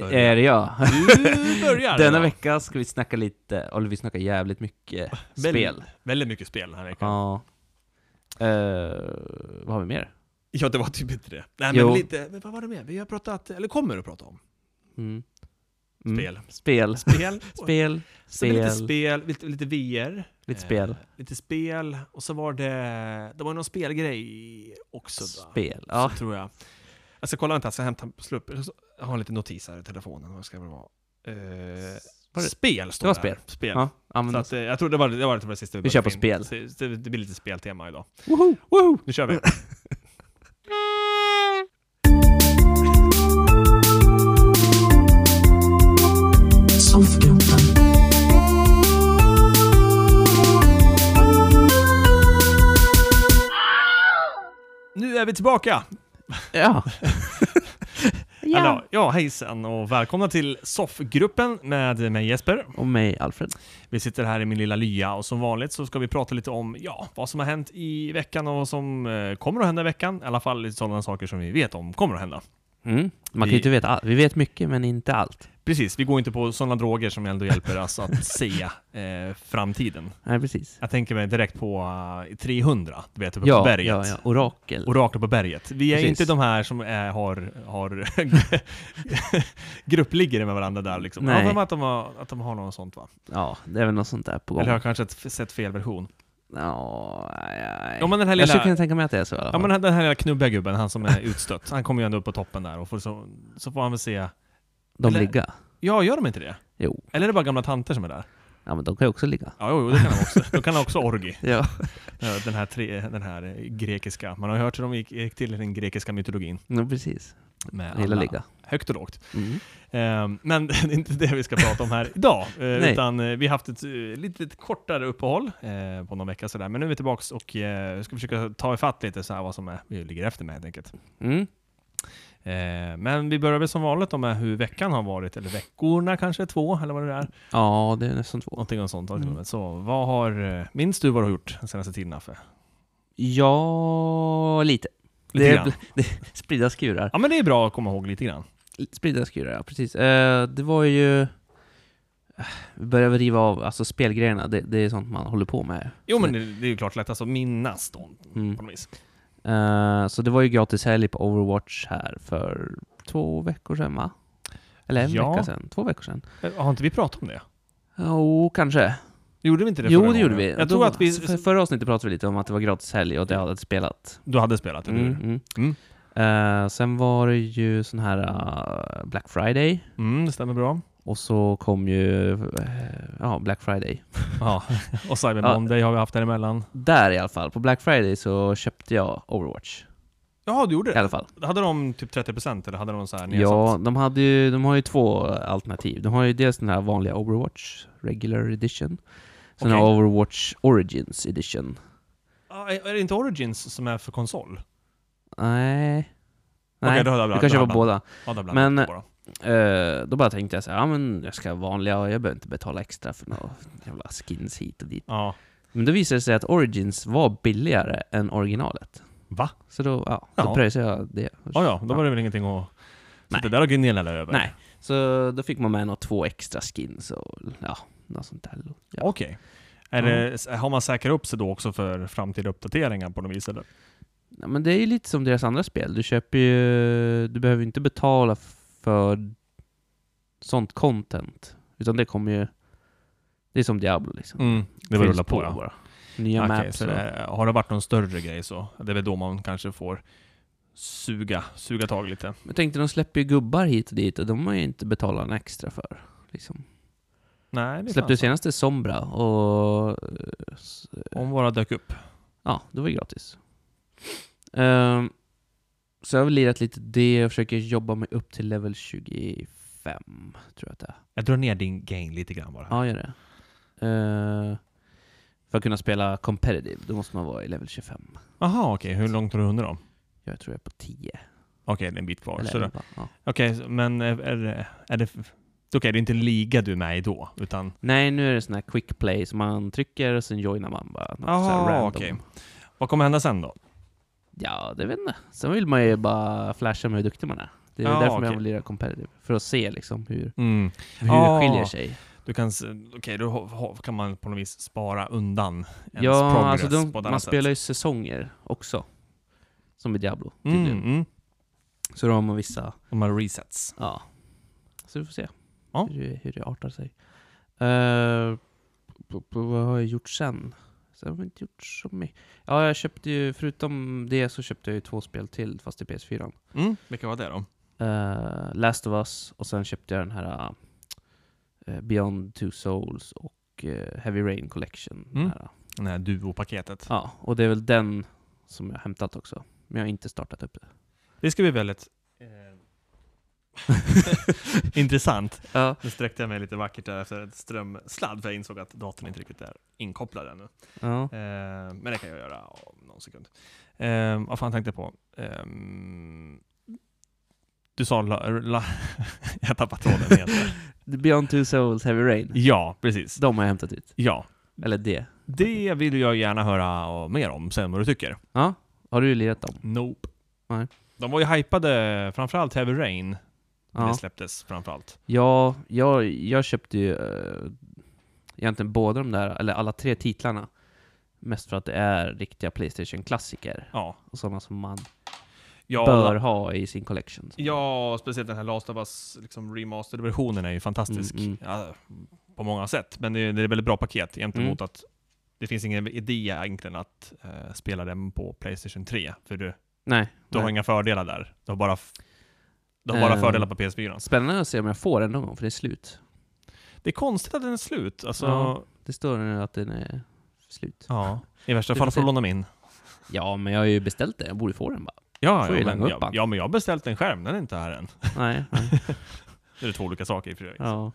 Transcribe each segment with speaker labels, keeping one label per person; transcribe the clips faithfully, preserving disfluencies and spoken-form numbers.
Speaker 1: börja.
Speaker 2: Är det jag?
Speaker 1: Du börjar.
Speaker 2: Denna
Speaker 1: då.
Speaker 2: vecka ska vi snacka lite, eller vi snackar jävligt mycket
Speaker 1: Väl,
Speaker 2: spel.
Speaker 1: Väldigt mycket spel den här veckan.
Speaker 2: Ja. Uh, vad har vi mer?
Speaker 1: Ja, det var typ inte det. Nej,
Speaker 2: Jo.
Speaker 1: men lite, men vad var det mer? Vi har pratat, eller kommer att prata om?
Speaker 2: Mm. Mm.
Speaker 1: Spel.
Speaker 2: Spel.
Speaker 1: Spel.
Speaker 2: Spel.
Speaker 1: Så lite
Speaker 2: Spel.
Speaker 1: spel, lite, lite V R.
Speaker 2: Lite spel.
Speaker 1: Eh, lite spel. Och så var det, det var någon spelgrej också. Va?
Speaker 2: Spel.
Speaker 1: Ja.
Speaker 2: Ja.
Speaker 1: Så tror jag. Jag ska kolla, vänta, jag ska hämta, slå upp. Jag har en liten notis här i telefonen. Vad ska det vara? Eh,
Speaker 2: Var det-
Speaker 1: spel står
Speaker 2: det var
Speaker 1: här.
Speaker 2: spel.
Speaker 1: Spel.
Speaker 2: Ja,
Speaker 1: Så
Speaker 2: använd
Speaker 1: att, eh, jag tror det var det, var det, var det sista
Speaker 2: Vi
Speaker 1: började
Speaker 2: kör på
Speaker 1: få in.
Speaker 2: spel.
Speaker 1: Så Det, det blir lite speltema idag.
Speaker 2: Woho! Woho!
Speaker 1: Nu kör vi.
Speaker 3: Soffgruppen.
Speaker 1: Nu är vi tillbaka!
Speaker 2: Ja.
Speaker 1: Hallå. Ja, hejsan och välkomna till Soffgruppen med mig Jesper.
Speaker 2: Och mig, Alfred.
Speaker 1: Vi sitter här i min lilla lya och som vanligt så ska vi prata lite om ja, vad som har hänt i veckan och vad som eh, kommer att hända i veckan. I alla fall lite sådana saker som vi vet om kommer att hända.
Speaker 2: Mm. Man kan
Speaker 1: Vi-
Speaker 2: ju inte veta allt. Vi vet mycket, men inte allt.
Speaker 1: Precis, vi går inte på sådana droger som ändå hjälper oss att se eh, framtiden.
Speaker 2: Nej, precis.
Speaker 1: Jag tänker mig direkt på uh, trehundra, du vet, uppe
Speaker 2: Ja,
Speaker 1: på berget.
Speaker 2: ja, ja. Orakel.
Speaker 1: Oraklet på berget. Vi är
Speaker 2: Precis.
Speaker 1: inte de här som är, har, har gruppliggare med varandra där liksom.
Speaker 2: Nej.
Speaker 1: Jag har för mig att de har, att de har något sånt, va?
Speaker 2: Ja, det är väl något sånt där på gång.
Speaker 1: Eller har jag kanske ett, sett fel version?
Speaker 2: Ja, nej, nej.
Speaker 1: Ja, men den här
Speaker 2: Jag
Speaker 1: lilla-
Speaker 2: skulle kunna tänka mig att det är så i alla
Speaker 1: Ja,
Speaker 2: fall.
Speaker 1: men den här lilla knubbiga gubben, han som är utstött, han kommer ju ändå upp på toppen där och får så, så får han väl se...
Speaker 2: De
Speaker 1: eller-
Speaker 2: ligga.
Speaker 1: Ja, gör de inte det?
Speaker 2: Jo.
Speaker 1: Eller är det bara gamla tanter som är där?
Speaker 2: Ja, men de kan ju också ligga.
Speaker 1: Ja, jo, det kan de också. De kan också orgi.
Speaker 2: Ja.
Speaker 1: Ja, Den här, tre, den här grekiska. Man har ju hört hur de gick, gick till den grekiska mytologin.
Speaker 2: Ja, precis.
Speaker 1: Med
Speaker 2: Gillar
Speaker 1: alla,
Speaker 2: ligga.
Speaker 1: högt och lågt.
Speaker 2: Mm.
Speaker 1: Ehm, men det är inte det vi ska prata om här idag. Eh,
Speaker 2: Nej.
Speaker 1: utan eh, vi har haft ett eh, lite, lite kortare uppehåll eh, på någon vecka sådär. Men nu är vi tillbaka och eh, ska försöka ta ifatt lite så här vad som är, vi ligger efter med helt enkelt.
Speaker 2: Mm.
Speaker 1: Eh, men vi börjar väl som vanligt med hur veckan har varit, eller veckorna kanske, två, eller vad det är.
Speaker 2: Ja, det är nästan två.
Speaker 1: Någonting sånt.
Speaker 2: Mm.
Speaker 1: Så vad har, eh, minns du vad du har gjort den senaste tiden, Affe?
Speaker 2: Ja, lite.
Speaker 1: Lite
Speaker 2: det,
Speaker 1: grann.
Speaker 2: är, det är spridda skurar.
Speaker 1: Ja, men det är bra att komma ihåg lite grann.
Speaker 2: Spridda skurar, ja, precis. Eh, det var ju... Vi började riva av, alltså spelgrejerna, det, det är sånt man håller på med.
Speaker 1: Jo,
Speaker 2: Så
Speaker 1: men
Speaker 2: det-
Speaker 1: det, det är ju klart lättast att minnas då,
Speaker 2: Mm.
Speaker 1: på något vis.
Speaker 2: Eh, så det var ju gratis helg på Overwatch här för två veckor sedan, va? Eller en
Speaker 1: Ja.
Speaker 2: vecka sedan, två veckor sedan.
Speaker 1: Eh, Har inte vi pratat om det?
Speaker 2: Jo, kanske.
Speaker 1: Gjorde vi inte det
Speaker 2: Jo,
Speaker 1: förra
Speaker 2: det gjorde
Speaker 1: gången?
Speaker 2: vi.
Speaker 1: Jag
Speaker 2: Då-
Speaker 1: tror att vi...
Speaker 2: För, förra avsnittet pratade vi lite om att det var gratis helg och det hade spelat.
Speaker 1: Du hade spelat, eller
Speaker 2: Mm,
Speaker 1: hur?
Speaker 2: mm.
Speaker 1: Mm.
Speaker 2: Eh, sen var det ju sån här uh, Black Friday.
Speaker 1: Mm, det stämmer bra.
Speaker 2: Och så kom ju eh, ja, Black Friday.
Speaker 1: Ja, och Cyber
Speaker 2: Ja.
Speaker 1: Monday har vi haft däremellan.
Speaker 2: Där i alla fall, på Black Friday så köpte jag Overwatch.
Speaker 1: Ja, du gjorde
Speaker 2: I
Speaker 1: det?
Speaker 2: alla fall.
Speaker 1: Hade de typ trettio procent eller hade de så här nedsatt?
Speaker 2: Ja, de, hade ju, de har ju två alternativ. De har ju dels den här vanliga Overwatch Regular Edition. Sen
Speaker 1: Okej.
Speaker 2: har Overwatch Origins Edition.
Speaker 1: Ah, är är det inte Origins som är för konsol?
Speaker 2: Nej. Nej,
Speaker 1: Okej, då har jag
Speaker 2: du
Speaker 1: blandat-
Speaker 2: kan
Speaker 1: då har
Speaker 2: köpa
Speaker 1: jag
Speaker 2: båda.
Speaker 1: Ja, det
Speaker 2: Men-
Speaker 1: men... bara.
Speaker 2: Eh, då bara tänkte jag så här, ja men jag ska ha vanliga och jag behöver inte betala extra för några jävla skins hit och dit.
Speaker 1: Ja.
Speaker 2: Men då visade det sig att Origins var billigare än originalet.
Speaker 1: Va?
Speaker 2: Så då, ja,
Speaker 1: Ja.
Speaker 2: då pröjsade jag det.
Speaker 1: Ja, ja, då var det väl ingenting att...
Speaker 2: Nej.
Speaker 1: Så det där har gnälla över.
Speaker 2: Nej, så då fick man med några två extra skins och ja, något sånt där. Ja.
Speaker 1: Okej. Är det, har man säkrat upp sig då också för framtida uppdateringar på något vis, eller?
Speaker 2: Ja, men det är ju lite som deras andra spel. Du köper ju, du behöver inte betala för sånt content. Utan det kommer ju, det är som Diablo liksom.
Speaker 1: Mm, det var
Speaker 2: Fylls
Speaker 1: rulla på, ja.
Speaker 2: bara. Nya
Speaker 1: Okej,
Speaker 2: maps.
Speaker 1: så
Speaker 2: och-
Speaker 1: det, har det varit någon större grej så, det är väl då man kanske får suga, suga tag lite.
Speaker 2: Jag tänkte, de släpper ju gubbar hit och dit och de har ju inte betalat en extra för. Liksom.
Speaker 1: Nej, det är
Speaker 2: Släppte
Speaker 1: fan
Speaker 2: du
Speaker 1: så.
Speaker 2: senaste Sombra och eh, s-
Speaker 1: Om bara dök upp.
Speaker 2: ja, det var ju gratis. Ehm, så jag har väl lirat lite det och försöker jobba mig upp till level tjugofem, tror jag att det är.
Speaker 1: Jag drar ner din gain lite grann bara.
Speaker 2: Ja, gör det. Ehm, för att kunna spela competitive, då måste man vara i level tjugofem.
Speaker 1: Jaha, okej. Hur långt har du hunnit då?
Speaker 2: Jag tror jag är på tio.
Speaker 1: Okej, det är en bit kvar.
Speaker 2: Eller
Speaker 1: Så då-
Speaker 2: elva, ja.
Speaker 1: Okej, så- men är, är, det- är det... Okej, det är inte en liga du är med i då, utan...
Speaker 2: Nej, nu är det sån här quick play, så man trycker och sen joinar man bara. något så här
Speaker 1: Jaha,
Speaker 2: random.
Speaker 1: okej. Vad kommer hända sen då?
Speaker 2: Ja, det vet jag inte. Sen vill man ju bara flasha med hur duktig man är. Det Det är
Speaker 1: Ja,
Speaker 2: därför
Speaker 1: okej.
Speaker 2: jag vill lira competitive. För att se liksom hur,
Speaker 1: Mm.
Speaker 2: hur
Speaker 1: Ja.
Speaker 2: det skiljer sig.
Speaker 1: Du kan, s- okej, då ho- ho- kan man på något vis spara undan ens
Speaker 2: Ja,
Speaker 1: progress
Speaker 2: alltså de,
Speaker 1: på ett
Speaker 2: man
Speaker 1: annat
Speaker 2: spelar ju
Speaker 1: sätt.
Speaker 2: säsonger också. Som i Diablo,
Speaker 1: Mm,
Speaker 2: tydligen.
Speaker 1: mm.
Speaker 2: Så då har man vissa,
Speaker 1: De här resets.
Speaker 2: ja. Så vi får se
Speaker 1: Ja.
Speaker 2: hur, det, hur det artar sig. Uh, p- p- vad har jag gjort sen? Sen har jag inte gjort så mycket. Ja, jag köpte ju, förutom det så köpte jag ju två spel till, fast i P S fyra.
Speaker 1: Mm. Vilka var det då?
Speaker 2: Uh, Last of Us, och sen köpte jag den här uh, Beyond Two Souls och uh, Heavy Rain Collection. Den
Speaker 1: Mm.
Speaker 2: här.
Speaker 1: Det här Duo-paketet.
Speaker 2: Ja, och det är väl den som jag har hämtat också. Men jag har inte startat upp det.
Speaker 1: Det ska bli väldigt eh, intressant.
Speaker 2: Ja.
Speaker 1: Nu sträckte jag mig lite vackert där efter ett strömsladd, för jag insåg att datorn inte riktigt är inkopplad ännu.
Speaker 2: Ja.
Speaker 1: Eh, men det kan jag göra om någon sekund. Eh, vad fan tänkte jag på? Ehm, du sa... La, la, jag tappade tråden helt.
Speaker 2: The Beyond Two Souls, Heavy Rain.
Speaker 1: Ja, precis.
Speaker 2: De har jag hämtat ut.
Speaker 1: Ja,
Speaker 2: Eller det.
Speaker 1: det vill jag gärna höra mer om sen, vad du tycker.
Speaker 2: Ja. Har du lirat dem?
Speaker 1: Nope.
Speaker 2: Nej.
Speaker 1: De var ju hypade, framförallt Heavy Rain. när
Speaker 2: Ja.
Speaker 1: Det släpptes framförallt.
Speaker 2: Ja, jag, jag köpte ju uh, egentligen båda de där, eller alla tre titlarna. Mest för att det är riktiga PlayStation-klassiker.
Speaker 1: Ja.
Speaker 2: Och sådana som man
Speaker 1: Ja,
Speaker 2: bör ha i sin collection.
Speaker 1: ja, speciellt den här Last of Us liksom remastered-versionen är ju fantastisk.
Speaker 2: Mm, mm.
Speaker 1: Ja, på många sätt. Men det är, det är ett väldigt bra paket gentemot
Speaker 2: Mm.
Speaker 1: att det finns ingen idé egentligen att uh, spela den på PlayStation tre. För du,
Speaker 2: Nej.
Speaker 1: du
Speaker 2: nej.
Speaker 1: har inga fördelar där. Du har bara, f- du har bara
Speaker 2: Eh.
Speaker 1: fördelar på P S fyra.
Speaker 2: Spännande att se om jag får den någon gång, för det är slut.
Speaker 1: Det är konstigt att den är slut. Alltså,
Speaker 2: Ja. Det står nu att den är slut.
Speaker 1: ja. I värsta
Speaker 2: Vi
Speaker 1: fall
Speaker 2: får
Speaker 1: får
Speaker 2: se.
Speaker 1: du låna min.
Speaker 2: Ja, men jag har ju beställt den. Jag borde få den bara.
Speaker 1: Ja,
Speaker 2: Får
Speaker 1: ja,
Speaker 2: ju
Speaker 1: men,
Speaker 2: langa upp
Speaker 1: ja,
Speaker 2: han.
Speaker 1: ja, men jag har beställt en skärm. Den är inte här än.
Speaker 2: Nej. nej.
Speaker 1: Det är två olika saker i för sig.
Speaker 2: Ja.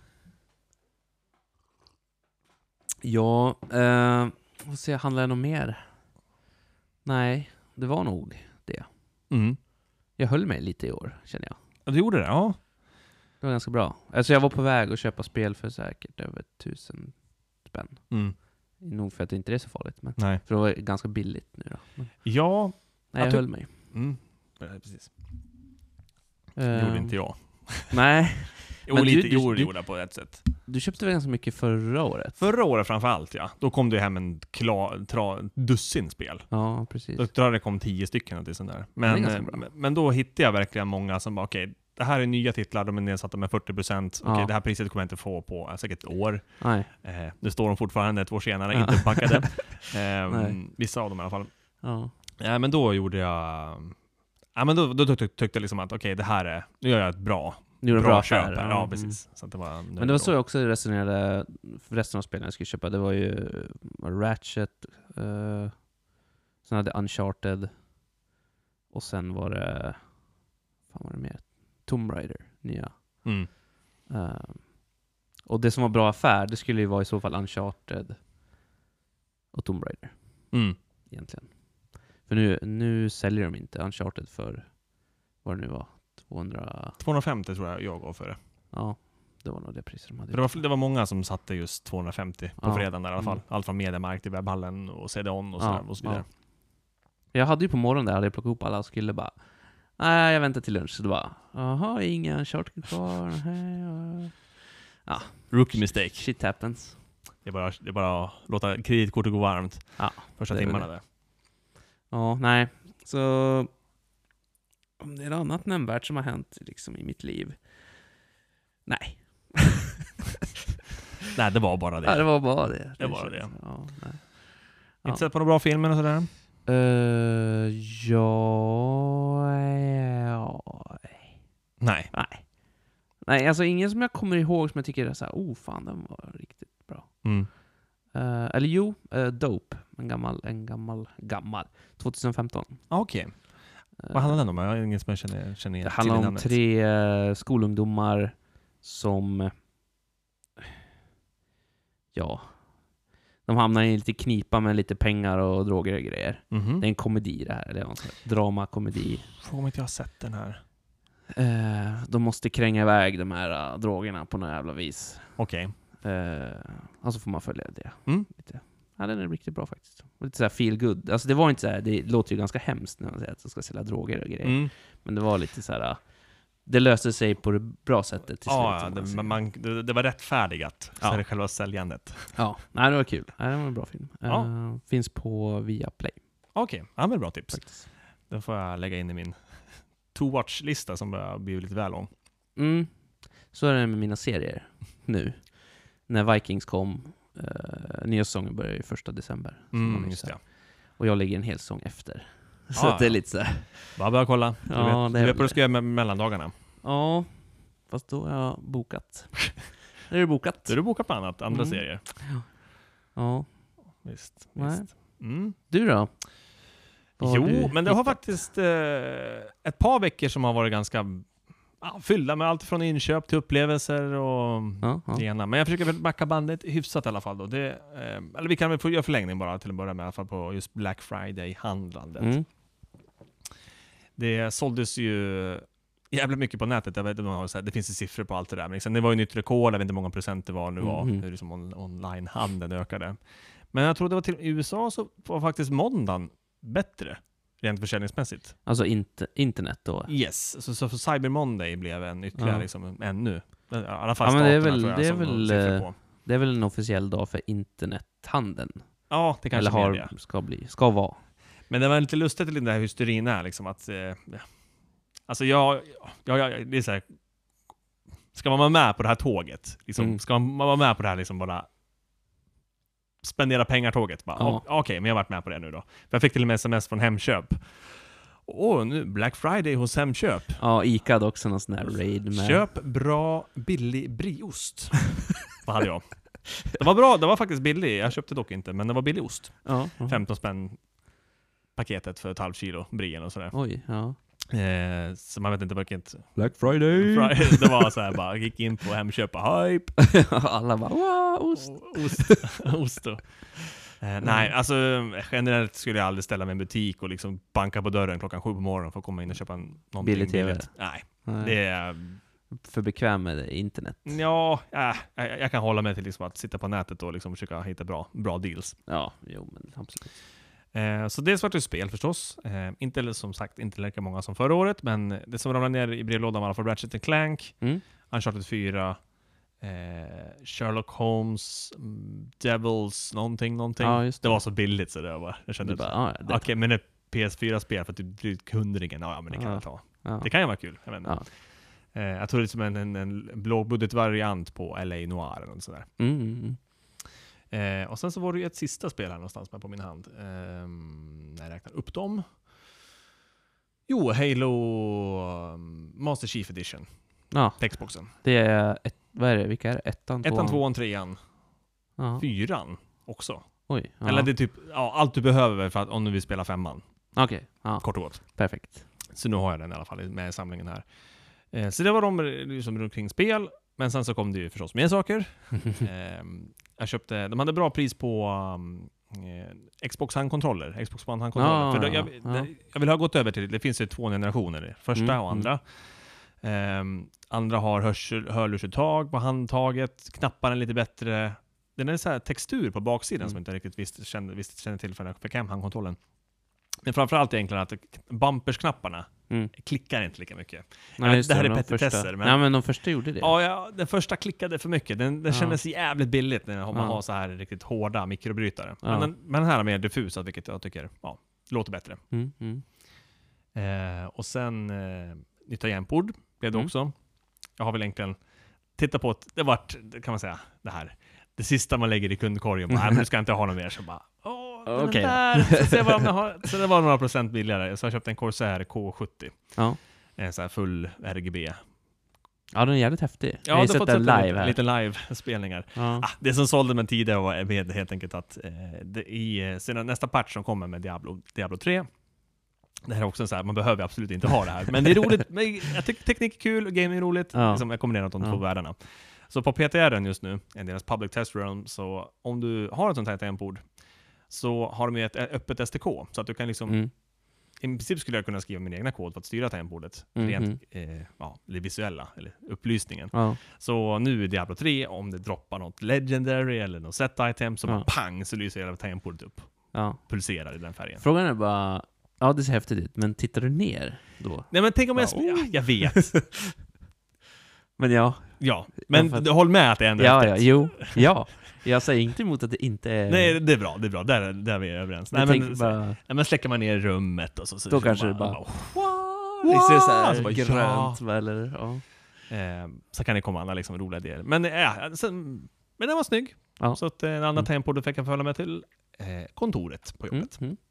Speaker 2: Ja, eh, får se, handlar jag något mer? Nej, det var nog det.
Speaker 1: Mm.
Speaker 2: Jag höll mig lite i år, känner jag.
Speaker 1: Ja, du gjorde det? Ja.
Speaker 2: Det var ganska bra. Alltså jag var på väg att köpa spel för säkert över tusen spänn.
Speaker 1: Mm.
Speaker 2: Nog för att det inte är så farligt, men
Speaker 1: Nej.
Speaker 2: för det var ganska billigt nu då. Men,
Speaker 1: Ja.
Speaker 2: nej, jag
Speaker 1: Jag ty-
Speaker 2: höll mig.
Speaker 1: Mm. Ja, precis. Det
Speaker 2: Eh,
Speaker 1: gjorde inte jag.
Speaker 2: Nej,
Speaker 1: Jo,
Speaker 2: Men du-
Speaker 1: lite,
Speaker 2: du-
Speaker 1: jo, det
Speaker 2: du-
Speaker 1: gjorde jag på ett sätt.
Speaker 2: du köpte väl ganska mycket förra året?
Speaker 1: Förra året framförallt, ja. Då kom det hem en klar, tra, dussin spel.
Speaker 2: Ja, precis.
Speaker 1: Då tror jag det kom tio stycken till sån där.
Speaker 2: Det är
Speaker 1: Men,
Speaker 2: ganska
Speaker 1: eh,
Speaker 2: bra.
Speaker 1: men, men då hittade jag verkligen många som bara, okej, det här är nya titlar, de är nedsatta med fyrtio procent. Okej,
Speaker 2: Ja.
Speaker 1: det här priset kommer jag inte få på eh, säkert ett år.
Speaker 2: Nej.
Speaker 1: Eh, det står de fortfarande ett år senare,
Speaker 2: Ja.
Speaker 1: inte packade.
Speaker 2: Nej.
Speaker 1: eh, vissa av dem i alla fall.
Speaker 2: Ja.
Speaker 1: Ja, men då gjorde jag... Ja, men då, då tyck, tyckte jag liksom att okej, det här är... Nu gör jag ett bra,
Speaker 2: Du gjorde en
Speaker 1: bra,
Speaker 2: bra
Speaker 1: köp
Speaker 2: affär.
Speaker 1: här. Ja,
Speaker 2: Mm.
Speaker 1: precis. Så att det var
Speaker 2: Men det var så jag också resonerade för resten av spelen jag skulle köpa. Det var ju Ratchet, uh, sen hade Uncharted, och sen var det, fan var det mer? Tomb Raider, nya.
Speaker 1: Mm.
Speaker 2: Uh, och det som var bra affär, det skulle ju vara i så fall Uncharted och Tomb Raider,
Speaker 1: Mm.
Speaker 2: egentligen. För nu, nu säljer de inte Uncharted för, vad det nu var, tvåhundra,
Speaker 1: tvåhundrafemtio tror jag jag går för det.
Speaker 2: ja, det var nog det priset de hade.
Speaker 1: För det, var, det var många som satte just tvåhundrafemtio på
Speaker 2: Ja.
Speaker 1: fredagen där, i alla fall.
Speaker 2: Mm.
Speaker 1: Allt från Mediamarkt till Webbhallen och C D O N och,
Speaker 2: Ja,
Speaker 1: sådär, och så vidare.
Speaker 2: Jag hade ju på morgonen där, hade jag plockat ihop alla och skulle bara, nej, jag väntar till lunch. Så det bara, jaha, inga Uncharted kvar. Nej, ja.
Speaker 1: Rookie mistake.
Speaker 2: Shit happens.
Speaker 1: Det är bara, det är bara att låta kreditkortet gå varmt
Speaker 2: Ja,
Speaker 1: första
Speaker 2: det är väl
Speaker 1: timmarna
Speaker 2: det.
Speaker 1: där.
Speaker 2: Ja, nej. Så om det är något annat nämnvärt som har hänt liksom i mitt liv. Nej.
Speaker 1: Nej, det var bara det.
Speaker 2: Ja, det var bara det.
Speaker 1: Det var
Speaker 2: känns-
Speaker 1: det.
Speaker 2: Ja, nej.
Speaker 1: Inte
Speaker 2: Ja.
Speaker 1: sett på några bra filmer och sådär?
Speaker 2: Uh, ja, ja.
Speaker 1: Nej.
Speaker 2: Nej. Nej, alltså ingen som jag kommer ihåg som jag tycker är så här, oh fan, den var riktigt bra.
Speaker 1: Mm.
Speaker 2: Uh, eller jo, uh, Dope. En gammal, en gammal, gammal. tjugohundrafemton.
Speaker 1: Ah, okej.
Speaker 2: Uh,
Speaker 1: Vad handlar den om? Jag har ingen som jag känner, känner igen
Speaker 2: Det handlar
Speaker 1: till
Speaker 2: om
Speaker 1: namnet.
Speaker 2: tre uh, skolungdomar som, ja, de hamnar i lite knipa med lite pengar och droger och grejer.
Speaker 1: Mhm.
Speaker 2: Det är en komedi det här, eller vad man säger. Drama, komedi.
Speaker 1: Fråga om inte jag har sett den här.
Speaker 2: Uh, de måste kränga iväg de här uh, drogerna på något jävla vis.
Speaker 1: Okej.
Speaker 2: Uh, och så får man följa det.
Speaker 1: Mm.
Speaker 2: Lite. Ja, den är riktigt bra faktiskt. Lite såhär feel good. Alltså det var inte så här, det låter ju ganska hemskt när man säger att de ska sälja droger och grejer.
Speaker 1: Mm.
Speaker 2: Men det var lite så här, det löste sig på det bra sättet till
Speaker 1: Ja,
Speaker 2: slut.
Speaker 1: det,
Speaker 2: som man
Speaker 1: man, det, det var rättfärdigat.
Speaker 2: Ja.
Speaker 1: Så är det själva säljandet.
Speaker 2: säger. Ja, nej, det var kul. Nej, det var en bra film.
Speaker 1: Ja.
Speaker 2: Uh, finns på Viaplay
Speaker 1: Okej, okay. Ja men bra tips.
Speaker 2: faktiskt.
Speaker 1: Den får jag lägga in i min to-watch-lista som börjar bli lite väl lång.
Speaker 2: Mm. Så är det med mina serier nu. När Vikings kom, uh, nya säsongen börjar ju första december. som man
Speaker 1: Mm,
Speaker 2: nyss
Speaker 1: just
Speaker 2: sa.
Speaker 1: det.
Speaker 2: Och jag ligger en hel säsong efter. Så
Speaker 1: Ja,
Speaker 2: att det är
Speaker 1: ja.
Speaker 2: lite så här.
Speaker 1: Bara börja kolla. Du
Speaker 2: Ja,
Speaker 1: vet,
Speaker 2: det
Speaker 1: du
Speaker 2: är
Speaker 1: vet vad du
Speaker 2: väl
Speaker 1: ska göra med mellandagarna.
Speaker 2: Ja, fast då har jag bokat. Är det bokat?
Speaker 1: Du har bokat på annat, andra
Speaker 2: Mm.
Speaker 1: serier.
Speaker 2: Ja.
Speaker 1: Visst,
Speaker 2: Nej.
Speaker 1: visst. Mm.
Speaker 2: Du då? Vad har
Speaker 1: Jo,
Speaker 2: du
Speaker 1: men det har
Speaker 2: hittat?
Speaker 1: faktiskt eh, ett par veckor som har varit ganska ja, fyllda med allt från inköp till upplevelser och
Speaker 2: Ja, ja.
Speaker 1: det ena. Men jag försöker väl backa bandet hyfsat i alla fall då. Det, eh, eller vi kan väl få göra förlängning bara till att börja med, i alla fall på just Black Friday-handlandet.
Speaker 2: Mm.
Speaker 1: Det såldes ju jävligt mycket på nätet. Jag vet, de har så här, det finns ju siffror på allt det där. Men liksom, det var ju nytt rekord. Jag vet inte hur många procent det var nu. Var,
Speaker 2: Mhm.
Speaker 1: hur liksom on, online-handeln ökade. Men jag tror det var till i U S A så var faktiskt måndagen bättre. Rent försäljningsmässigt.
Speaker 2: Alltså inte, internet då?
Speaker 1: Yes. Så, så för Cyber Monday blev en ytterligare
Speaker 2: Ja.
Speaker 1: liksom, ännu. I alla fall
Speaker 2: Ja, men det är
Speaker 1: staterna
Speaker 2: väl-
Speaker 1: tror jag
Speaker 2: det är
Speaker 1: som
Speaker 2: väl,
Speaker 1: de siffror
Speaker 2: eh,
Speaker 1: på.
Speaker 2: Det är väl en officiell dag för internethandeln?
Speaker 1: Ja, det kanske
Speaker 2: Eller
Speaker 1: är
Speaker 2: har,
Speaker 1: det.
Speaker 2: ska bli, ska vara.
Speaker 1: Men det var lite lustigt till den där hysterin är liksom att... Eh, alltså jag, jag, jag... Det är så här, ska man vara med på det här tåget? Liksom,
Speaker 2: Mm.
Speaker 1: Ska man vara med på det här liksom bara... Spendera pengar-tåget? Bara,
Speaker 2: Ja.
Speaker 1: o- Okej, okay, men jag har varit med på det nu då. För jag fick till och med sms från Hemköp. Åh, nu Black Friday hos Hemköp.
Speaker 2: Ja, Ica hade också någon sån här raid med...
Speaker 1: Köp bra, billig brieost. Vad hade jag? Det var bra, det var faktiskt billig. Jag köpte dock inte, men det var billig ost.
Speaker 2: Ja, ja.
Speaker 1: femton spänn paketet för ett halvt kilo brien och sådär.
Speaker 2: Oj, ja.
Speaker 1: Eh, så man vet inte vilket...
Speaker 2: Black Friday!
Speaker 1: Det var så här bara, gick in på Hemköp och hype.
Speaker 2: Alla bara wow, ost!
Speaker 1: Och Ost. Ost då. Eh, nej, alltså generellt skulle jag aldrig ställa mig i en butik och liksom banka på dörren klockan sju på morgonen för att komma in och köpa en, någonting
Speaker 2: Billig T V.
Speaker 1: billigt. Nej,
Speaker 2: Nej.
Speaker 1: det är...
Speaker 2: För bekväm med internet.
Speaker 1: Ja, äh, jag, jag kan hålla mig till liksom att sitta på nätet och liksom försöka hitta bra, bra deals.
Speaker 2: Ja, jo men absolut.
Speaker 1: Eh, så det var ett spel förstås. Eh, inte som sagt inte lika många som förra året, men det som ramlade ner i brevlådan var i alla fall Ratchet and Clank,
Speaker 2: Mm.
Speaker 1: Uncharted fyra, eh, Sherlock Holmes, mm, Devils, någonting, någonting.
Speaker 2: Ja, just
Speaker 1: det
Speaker 2: det.
Speaker 1: var så billigt så det var, jag kände
Speaker 2: Du bara,
Speaker 1: bara,
Speaker 2: ja, det,
Speaker 1: okej, men ett P S fyra-spel för att du blir kundringen, ja men det kan
Speaker 2: Ja.
Speaker 1: jag ta.
Speaker 2: ja.
Speaker 1: Det kan ju vara kul, jag vet inte.
Speaker 2: Ja.
Speaker 1: Eh, jag tror det är som en, en, en lågbudgetvariant på L A Noir eller något sådär.
Speaker 2: Mm, mm, mm.
Speaker 1: Eh, och sen så var det ju ett sista spel här någonstans med på min hand. Eh, när jag räknar upp dem. Jo, Halo um, Master Chief Edition.
Speaker 2: Ja,
Speaker 1: Till Xboxen.
Speaker 2: det är ett, vad är det, vilka är det? Ettan, tvåan?
Speaker 1: Ettan, tvåan, trean,
Speaker 2: Ja.
Speaker 1: fyran också.
Speaker 2: Oj. Ja.
Speaker 1: Eller det är typ ja, allt du behöver för att om du vill spela femman.
Speaker 2: Okej, ja,
Speaker 1: Kort och gott.
Speaker 2: perfekt.
Speaker 1: Så nu har jag den i alla fall med i samlingen här. Eh, så det var de liksom runt kring spel. Men sen så kom det ju förstås mer saker. eh, jag köpte, de hade bra pris på um, eh, Xbox handkontroller, Xbox One handkontroller.
Speaker 2: Ja,
Speaker 1: För då, jag,
Speaker 2: ja.
Speaker 1: det, jag vill ha gått över till, det finns ju två generationer, första
Speaker 2: Mm,
Speaker 1: och andra. Eh, andra har hörsel, hörlursuttag på handtaget, knapparna är lite bättre. Den är så här textur på baksidan
Speaker 2: Mm.
Speaker 1: som jag inte riktigt visste, kände, visste kände till förrän jag fick hem handkontrollen. Men framförallt egentligen att bumpersknapparna
Speaker 2: Mm.
Speaker 1: klickar inte lika mycket.
Speaker 2: Nej,
Speaker 1: vet,
Speaker 2: just
Speaker 1: det här är
Speaker 2: de
Speaker 1: petitesser,
Speaker 2: första-
Speaker 1: men-
Speaker 2: Nej, men de första gjorde det.
Speaker 1: Ja, ja, den första klickade för mycket. Den, den
Speaker 2: Ja.
Speaker 1: kändes jävligt billigt när man
Speaker 2: Ja.
Speaker 1: har så här riktigt hårda mikrobrytare.
Speaker 2: Ja.
Speaker 1: Men, den, men den här är mer diffus, vilket jag tycker ja, låter bättre.
Speaker 2: Mm, mm.
Speaker 1: Eh, och sen eh, nytt tangentbord blev det
Speaker 2: Mm.
Speaker 1: också. Jag har väl egentligen tittat på ett, det vart, det kan man säga, det här. Det sista man lägger i kundkorgen. Bara, "Nej, men nu ska jag inte ha något mer." Så bara, åh, den
Speaker 2: Okej.
Speaker 1: där. Så, ser jag vad jag har. Så det var några procent billigare. Så jag köpte en Corsair K sjuttio.
Speaker 2: Ja.
Speaker 1: En så här full R G B.
Speaker 2: Ja, den är jävligt häftig. jag har ju
Speaker 1: det
Speaker 2: sett
Speaker 1: fått
Speaker 2: den
Speaker 1: sett
Speaker 2: live här.
Speaker 1: Lite live-spelningar.
Speaker 2: Ja.
Speaker 1: Ah, det som sålde mig tidigare var med helt enkelt att eh, det, i eh, sina, nästa patch som kommer med Diablo, Diablo tre, det här är också så här, man behöver absolut inte ha det här, men det är roligt, men jag tycker teknik är kul och gaming är roligt,
Speaker 2: Ja.
Speaker 1: liksom, jag kombinerar de
Speaker 2: Ja.
Speaker 1: två världarna. Så på P T R just nu, en deras public test realm, så om du har ett sånt här tangentbord så har de ju ett öppet S D K, så att du kan liksom
Speaker 2: Mm.
Speaker 1: i princip skulle jag kunna skriva min egna kod för att styra tangentbordet,
Speaker 2: Mhm.
Speaker 1: rent eh, ja, det visuella, eller upplysningen.
Speaker 2: Ja.
Speaker 1: Så nu i Diablo tre, om det droppar något legendary eller något set item, så
Speaker 2: Ja.
Speaker 1: bara pang så lyser hela tangentbordet upp.
Speaker 2: Ja.
Speaker 1: Pulserar i den färgen.
Speaker 2: Frågan är bara, Ja, det ser häftigt ut. Men tittar du ner då?
Speaker 1: Nej men tänk om jag...
Speaker 2: Bara,
Speaker 1: Sp- ja, jag vet.
Speaker 2: Men ja.
Speaker 1: Ja, men
Speaker 2: Ja, för att-
Speaker 1: du håll med att det är ändå
Speaker 2: Ja, ja,
Speaker 1: häftigt.
Speaker 2: jo. Ja. Jag säger inte emot att det inte är...
Speaker 1: Nej, det är bra, det är bra. Där, där är vi överens. Nej
Speaker 2: jag
Speaker 1: men,
Speaker 2: tänker bara...
Speaker 1: nej, men släcker man ner rummet och så... så
Speaker 2: Då
Speaker 1: så
Speaker 2: kanske
Speaker 1: bara,
Speaker 2: det bara-
Speaker 1: bara,
Speaker 2: Det ser så
Speaker 1: Alltså,
Speaker 2: här
Speaker 1: bara,
Speaker 2: grönt, ja. Eller... Ja.
Speaker 1: Eh, så kan det komma andra liksom, roliga idéer. Men, eh, ja, sen, men den var snygg.
Speaker 2: Ja.
Speaker 1: Så att eh, en annan
Speaker 2: Mm.
Speaker 1: tempo då fick jag följa med till eh, kontoret på
Speaker 2: Mm,
Speaker 1: jobbet.
Speaker 2: mm.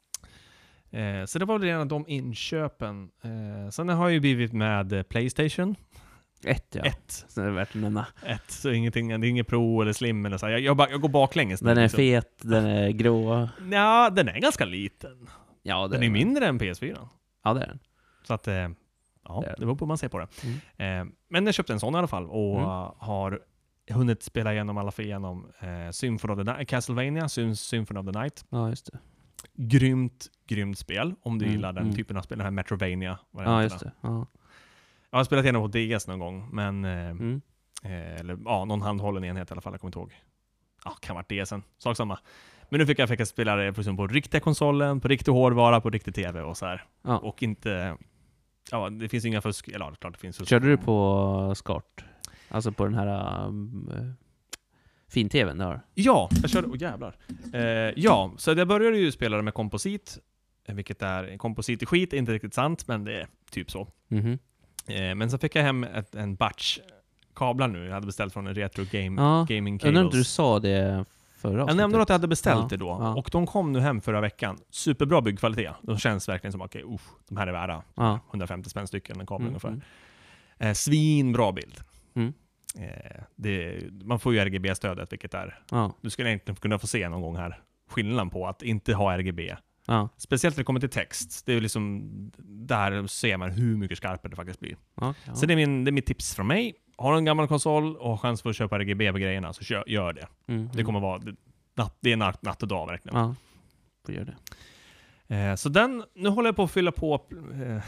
Speaker 1: Eh, så det var väl redan de inköpen. Eh, sen har jag ju blivit med eh, Playstation
Speaker 2: Ett, ja.
Speaker 1: ett.
Speaker 2: Så är det värt att nämna.
Speaker 1: ett. Så ingenting, det är inget Pro eller Slim eller så. Jag, jag, bara, jag går baklänges. nu,
Speaker 2: Den är
Speaker 1: liksom.
Speaker 2: fet, den är grå.
Speaker 1: Ja, den är ganska liten.
Speaker 2: Ja, det
Speaker 1: Den är mindre än P S fyra.
Speaker 2: Ja, det är den.
Speaker 1: Så att, eh, ja,
Speaker 2: Det är
Speaker 1: det beror på hur man ser på det.
Speaker 2: Mm.
Speaker 1: Eh, men jag köpte en sån i alla fall och
Speaker 2: Mm.
Speaker 1: uh, har hunnit spela igenom alla för igenom eh, Symphony of the Night, Castlevania, Sym- Symphony of the Night.
Speaker 2: Ja, just det.
Speaker 1: Grymt, grymt spel om du
Speaker 2: Mm,
Speaker 1: gillar den
Speaker 2: mm.
Speaker 1: typen av spel, den här Metrovania.
Speaker 2: Ja, just det. Ja.
Speaker 1: Jag har spelat igenom på D S någon gång, men eh,
Speaker 2: Mm.
Speaker 1: eh, eller ja, någon handhållen enhet i alla fall, jag kommer inte ihåg. Ja, kan vara D S:en, sak samma. Men nu fick jag, fick jag spela det på, på riktiga konsolen, på riktig hårdvara, på riktig tv och så här.
Speaker 2: Ja.
Speaker 1: Och inte, ja det finns inga fusk, eller ja, klart det finns fusk.
Speaker 2: Körde du på SCART? Alltså på den här um, fin-tvn du har?
Speaker 1: Ja, jag körde, åh oh, jävlar. Eh, ja, så jag började ju spela det med komposit, eh, vilket är, komposit i skit, inte riktigt sant, men det är typ så.
Speaker 2: Mhm.
Speaker 1: Eh, men så fick jag hem ett, en batch kablar nu, jag hade beställt från en retro game,
Speaker 2: Ja,
Speaker 1: gaming
Speaker 2: jag undrar om
Speaker 1: cables.
Speaker 2: du sa det förra
Speaker 1: Jag
Speaker 2: avsnittet.
Speaker 1: nämnde att jag hade beställt
Speaker 2: Ja,
Speaker 1: det då,
Speaker 2: ja.
Speaker 1: och de kom nu hem förra veckan. Superbra byggkvalitet. De känns verkligen som, okej, okay, de här är värda
Speaker 2: Ja.
Speaker 1: hundrafemtio spänn stycken, en kabel
Speaker 2: Mm,
Speaker 1: ungefär.
Speaker 2: mm.
Speaker 1: Eh, svinbra bild.
Speaker 2: Mm.
Speaker 1: Eh, det, man får ju R G B-stödet, vilket är,
Speaker 2: Ja.
Speaker 1: du skulle egentligen kunna få se någon gång här skillnaden på att inte ha R G B.
Speaker 2: Ja.
Speaker 1: Speciellt när det kommer till text. Det är ju liksom, där ser man hur mycket skarpare det faktiskt blir.
Speaker 2: Ja. Ja.
Speaker 1: Så det är, min, det är mitt tips från mig. Har du en gammal konsol och har chans för att köpa R G B på grejerna, så kör, gör det.
Speaker 2: Mm,
Speaker 1: Det kommer vara, det, natt, det är natt, natt och dag verkligen.
Speaker 2: Ja, får göra det.
Speaker 1: Eh, så den, nu håller jag på att fylla på eh,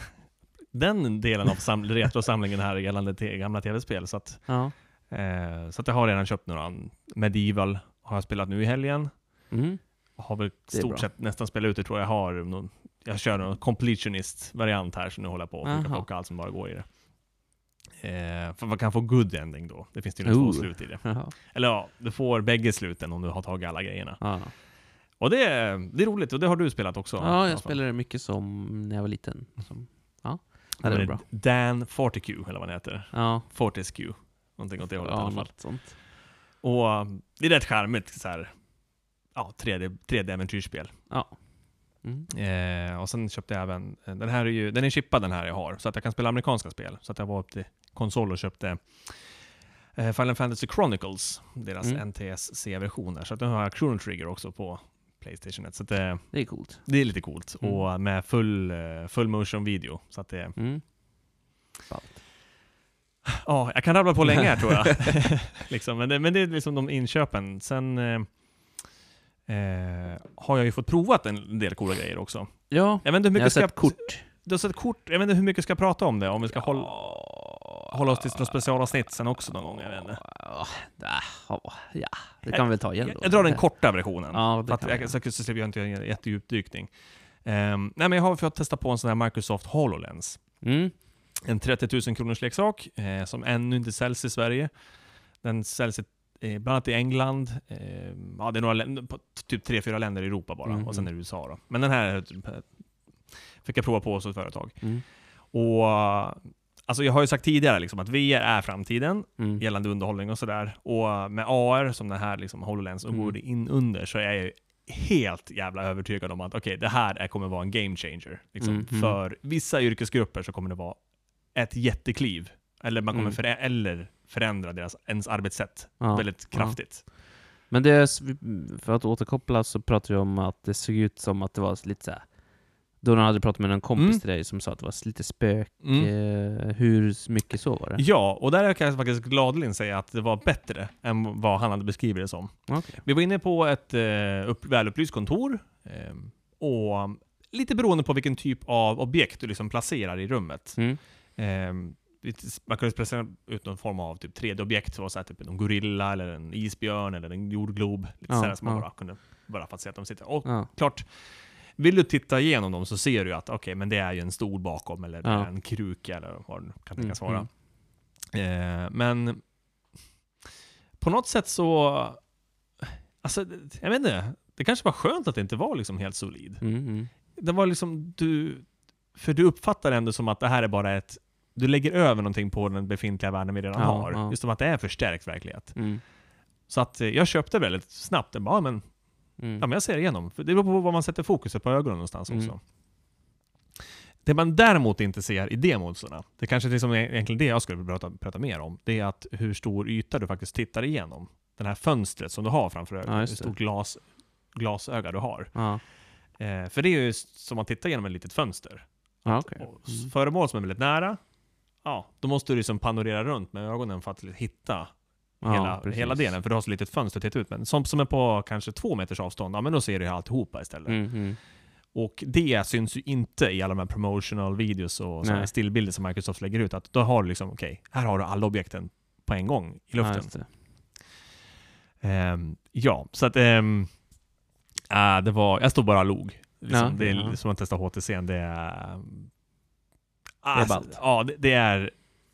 Speaker 1: den delen av sam- retrosamlingen här gällande te- gamla tv-spel. Så att,
Speaker 2: Ja.
Speaker 1: eh, så att jag har redan köpt några. Medieval har jag spelat nu i helgen.
Speaker 2: Mm.
Speaker 1: Har väl
Speaker 2: Det är bra.
Speaker 1: stort sett nästan spelat ut det, tror jag. Har någon, jag kör en completionist-variant här, så nu håller jag på att försöka
Speaker 2: Aha.
Speaker 1: plocka allt som bara går i det. Eh, för man kan få good ending då. Det finns tydligen två
Speaker 2: Oh.
Speaker 1: slut i det.
Speaker 2: Jaha.
Speaker 1: Eller ja, du får bägge sluten om du har tagit alla grejerna.
Speaker 2: Ja.
Speaker 1: Och det är, det är roligt, och det har du spelat också.
Speaker 2: Ja, jag
Speaker 1: Alltså.
Speaker 2: spelade mycket som när jag var liten. Som, ja,
Speaker 1: Ja,
Speaker 2: det var
Speaker 1: men
Speaker 2: bra.
Speaker 1: Dan Fortescue, eller vad han heter.
Speaker 2: Ja,
Speaker 1: Fortescue. Någonting åt det hållet i
Speaker 2: ja
Speaker 1: alla fall.
Speaker 2: något sånt.
Speaker 1: Och um, det är rätt charmigt, så här, ja, tre D, tre D-äventyrsspel.
Speaker 2: Ja. Mm.
Speaker 1: Eh, och sen köpte jag även, den här är ju, den är chippad den här jag har, så att jag kan spela amerikanska spel. Så att jag var upp till konsol och köpte eh, Final Fantasy Chronicles, deras
Speaker 2: Mm.
Speaker 1: N T S C-version där. Så att nu har jag Chrono Trigger också på Playstation ett. Så att det,
Speaker 2: Det är coolt.
Speaker 1: det är lite coolt.
Speaker 2: Mm.
Speaker 1: Och med full, eh, full motion video. Så att det,
Speaker 2: Mm. Ballt.
Speaker 1: ja, jag kan rabbla på länge här tror jag. liksom, men, det, men det är liksom de inköpen. Sen eh, eh, har jag ju fått provat en del coola grejer också.
Speaker 2: Ja,
Speaker 1: Jag vet inte hur
Speaker 2: jag har
Speaker 1: mycket ska
Speaker 2: sett kort.
Speaker 1: Du har sett kort. Jag vet inte hur mycket ska jag prata om det. Om vi ska hålla, hålla oss till några specialavsnitt sen också någon gång. Jag vet inte.
Speaker 2: Ja, ja, ja, det kan vi väl ta igen
Speaker 1: Jag,
Speaker 2: då.
Speaker 1: jag drar den korta versionen.
Speaker 2: Ja,
Speaker 1: för
Speaker 2: det
Speaker 1: att
Speaker 2: kan
Speaker 1: jag,
Speaker 2: vi.
Speaker 1: så, så slipper jag inte göra en jättedjupdykning. Um, nej, men jag har fått testa på en sån här Microsoft HoloLens.
Speaker 2: Mm.
Speaker 1: En trettio tusen kronors leksak eh, som ännu inte säljs i Sverige. Den säljs i, eh, bland annat i England. Eh, ja, det är några länder, på typ tre, fyra länder i Europa bara.
Speaker 2: Mm.
Speaker 1: Och sen är det U S A då. Men den här eh, fick jag prova på hos ett företag.
Speaker 2: Mm.
Speaker 1: Och alltså jag har ju sagt tidigare liksom, att V R är framtiden
Speaker 2: Mm.
Speaker 1: gällande underhållning och sådär. Och med A R som den här liksom, HoloLens och
Speaker 2: Mm.
Speaker 1: går det in under, så är jag ju helt jävla övertygad om att okej, okay, det här är, kommer vara en game changer. Liksom.
Speaker 2: Mm, mm.
Speaker 1: För vissa yrkesgrupper så kommer det vara ett jättekliv. Eller man kommer
Speaker 2: Mm.
Speaker 1: förä- eller förändra deras, ens arbetssätt
Speaker 2: Ja,
Speaker 1: väldigt
Speaker 2: ja.
Speaker 1: kraftigt.
Speaker 2: Men det är, s- för att återkoppla så pratar vi om att det såg ut som att det var lite så här. Då hade du pratat med en kompis
Speaker 1: Mm.
Speaker 2: till dig som sa att det var lite spök.
Speaker 1: Mm.
Speaker 2: Eh, hur mycket så var det?
Speaker 1: Ja, och där kan jag faktiskt gladeligen säga att det var bättre än vad han hade beskrivit det som.
Speaker 2: Okej.
Speaker 1: Vi var inne på ett eh, upp, välupplyst kontor eh, och lite beroende på vilken typ av objekt du liksom placerar i rummet.
Speaker 2: Mm.
Speaker 1: Eh, vi- man kunde placera ut någon form av typ tre D-objekt, så var det så här, typ en gorilla eller en isbjörn eller en jordglob. Lite
Speaker 2: Ja,
Speaker 1: sådär som man
Speaker 2: ja.
Speaker 1: bara kunde, bara för att se att de sitter. Och
Speaker 2: Ja.
Speaker 1: klart, vill du titta igenom dem så ser du att okej, okay, men det är ju en stol bakom eller det
Speaker 2: Ja.
Speaker 1: är en kruka eller vad det kan tänkas
Speaker 2: Mm,
Speaker 1: vara. Eh, men på något sätt så alltså, jag vet inte, det kanske var skönt att det inte var liksom helt solid.
Speaker 2: Mm, mm.
Speaker 1: Det var liksom du, för du uppfattar ändå som att det här är bara ett, du lägger över någonting på den befintliga världen vi redan
Speaker 2: Ja,
Speaker 1: har.
Speaker 2: ja.
Speaker 1: Just som att det är förstärkt verklighet.
Speaker 2: Mm.
Speaker 1: Så att eh, jag köpte väldigt snabbt. Jag bara, ja, men,
Speaker 2: Mm.
Speaker 1: ja, men jag ser igenom. För det beror på vad man sätter fokuset på ögonen någonstans
Speaker 2: Mm.
Speaker 1: också. Det man däremot inte ser i demosarna, det kanske är liksom egentligen det jag skulle prata, prata mer om, det är att hur stor yta du faktiskt tittar igenom. Den här fönstret som du har framför ögonen,
Speaker 2: Ja,
Speaker 1: hur
Speaker 2: just det.
Speaker 1: stort glas, glasöga du har.
Speaker 2: Ja.
Speaker 1: Eh, för det är ju som att titta genom ett litet fönster.
Speaker 2: Ja, okej.
Speaker 1: Och
Speaker 2: Mm.
Speaker 1: föremål som är väldigt nära, ja, då måste du liksom panorera runt med ögonen för att hitta
Speaker 2: Ja,
Speaker 1: hela,
Speaker 2: precis.
Speaker 1: hela delen, för du har så litet fönster att titta ut. Men som, som är på kanske två meters avstånd, ja men då ser du ju alltihopa istället.
Speaker 2: Mm, mm.
Speaker 1: Och det syns ju inte i alla de här promotional videos och såna här
Speaker 2: Nej.
Speaker 1: stillbilder som Microsoft lägger ut. Att då har du liksom, okej, okay, här har du alla objekten på en gång i
Speaker 2: Ja,
Speaker 1: luften.
Speaker 2: just det.
Speaker 1: Ehm, ja, så att ehm, äh, det var, jag stod bara och log. Liksom,
Speaker 2: Ja,
Speaker 1: det är
Speaker 2: ja.
Speaker 1: som att testa H T C. Det är...
Speaker 2: Det är ballt.
Speaker 1: Ja, det, det är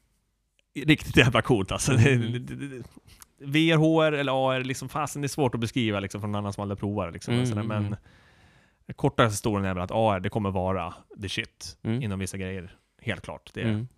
Speaker 1: riktigt jävla coolt alltså.
Speaker 2: Mm.
Speaker 1: Det, det, det, V R, H R eller A R, liksom, fasen det är svårt att beskriva liksom, från någon annan som aldrig provar liksom,
Speaker 2: Mm,
Speaker 1: sådär, men
Speaker 2: mm.
Speaker 1: korta historien är väl att A R, det kommer vara the shit
Speaker 2: Mm.
Speaker 1: inom vissa grejer. Helt klart. Det är.
Speaker 2: Mm.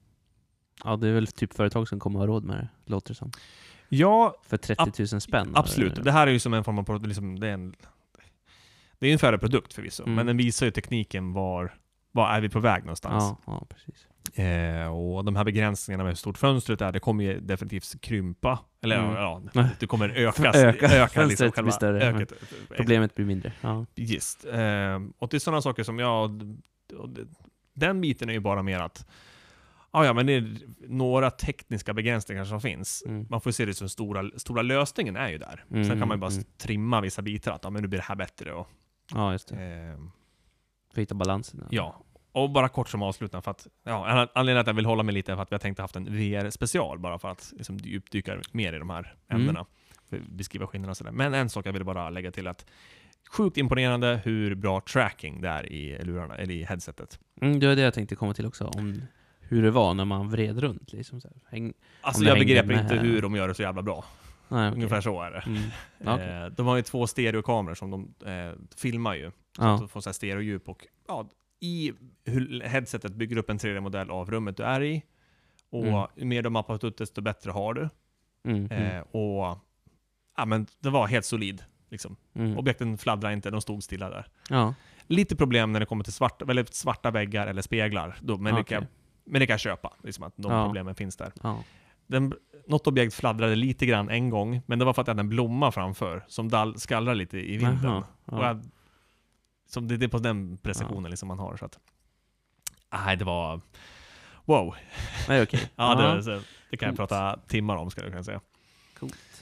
Speaker 2: Ja, det är väl typ företag som kommer ha råd med det, låter det som.
Speaker 1: Ja,
Speaker 2: För trettio tusen spänn.
Speaker 1: absolut.
Speaker 2: eller?
Speaker 1: Det här är ju som en form av produkt, liksom, det är en det är en färre produkt förvisso,
Speaker 2: Mm.
Speaker 1: men den visar ju tekniken var, var är vi på väg någonstans.
Speaker 2: Ja, ja, precis.
Speaker 1: Eh, och de här begränsningarna med hur stort fönstret är, det kommer ju definitivt krympa. Eller
Speaker 2: Mm.
Speaker 1: ja, det kommer öka.
Speaker 2: Öka.
Speaker 1: öka
Speaker 2: Fönstret
Speaker 1: liksom,
Speaker 2: blir
Speaker 1: själva
Speaker 2: större.
Speaker 1: öket.
Speaker 2: Problemet blir mindre. Ja.
Speaker 1: Just. Eh, och det är sådana saker som jag... och det- Den biten är ju bara mer att ah, ja, men det är några tekniska begränsningar som finns.
Speaker 2: Mm.
Speaker 1: Man får se det som stora, stora lösningen är ju där.
Speaker 2: Mm,
Speaker 1: Sen kan man ju bara
Speaker 2: mm.
Speaker 1: trimma vissa bitar, att ah, men nu blir det här bättre. Och,
Speaker 2: Ja, just det.
Speaker 1: eh,
Speaker 2: För att hitta balansen.
Speaker 1: ja. Och bara kort som avslutning, för att, ja, anledningen att jag vill hålla mig lite är för att vi har tänkt haft en V R-special, bara för att liksom, djupdyka mer i de här
Speaker 2: Mm.
Speaker 1: ämnena. För beskriva skillnaderna och sådär. Men en sak jag vill bara lägga till, att sjukt imponerande hur bur tracking det är i lurarna, eller i headsetet.
Speaker 2: Mm, det var det jag tänkte komma till också. Om hur det var när man vred runt. Liksom, så här. Häng...
Speaker 1: Alltså
Speaker 2: Om det
Speaker 1: jag
Speaker 2: hängde
Speaker 1: begreper
Speaker 2: med
Speaker 1: inte
Speaker 2: här.
Speaker 1: hur de gör det så jävla bra.
Speaker 2: Nej, okej.
Speaker 1: Ungefär så är det.
Speaker 2: Mm. Ja, okej.
Speaker 1: Eh, de har ju två stereokameror som de eh, filmar ju. Så
Speaker 2: Ja.
Speaker 1: att du får så här stereodjup, och ja, i hur headsetet bygger upp en tre D-modell av rummet du är i. Och
Speaker 2: Mm.
Speaker 1: ju mer de mappar ut, desto bättre har du.
Speaker 2: Mm,
Speaker 1: Eh,
Speaker 2: mm,
Speaker 1: och ja, men det var helt solid. Liksom.
Speaker 2: mm.
Speaker 1: Objekten fladdrade inte, de stod stilla där.
Speaker 2: Ja,
Speaker 1: Lite problem när det kommer till svarta, väldigt svarta väggar eller speglar. Då, men, det
Speaker 2: okej.
Speaker 1: kan, men det kan jag köpa, liksom, att de
Speaker 2: Ja.
Speaker 1: problemen finns där.
Speaker 2: ja.
Speaker 1: Den, något objekt fladdrade lite grann en gång, men det var för att jag hade en blomma framför som dall, skallrar lite i vinden.
Speaker 2: Jaha,
Speaker 1: Och
Speaker 2: ja.
Speaker 1: jag, som det, det är på den precisionen liksom man har. Så att, nej, det var... Wow.
Speaker 2: Nej, okej.
Speaker 1: Ja,
Speaker 2: Ja.
Speaker 1: det, så, det kan jag
Speaker 2: Coolt.
Speaker 1: prata timmar om, skulle jag kunna säga.
Speaker 2: Coolt.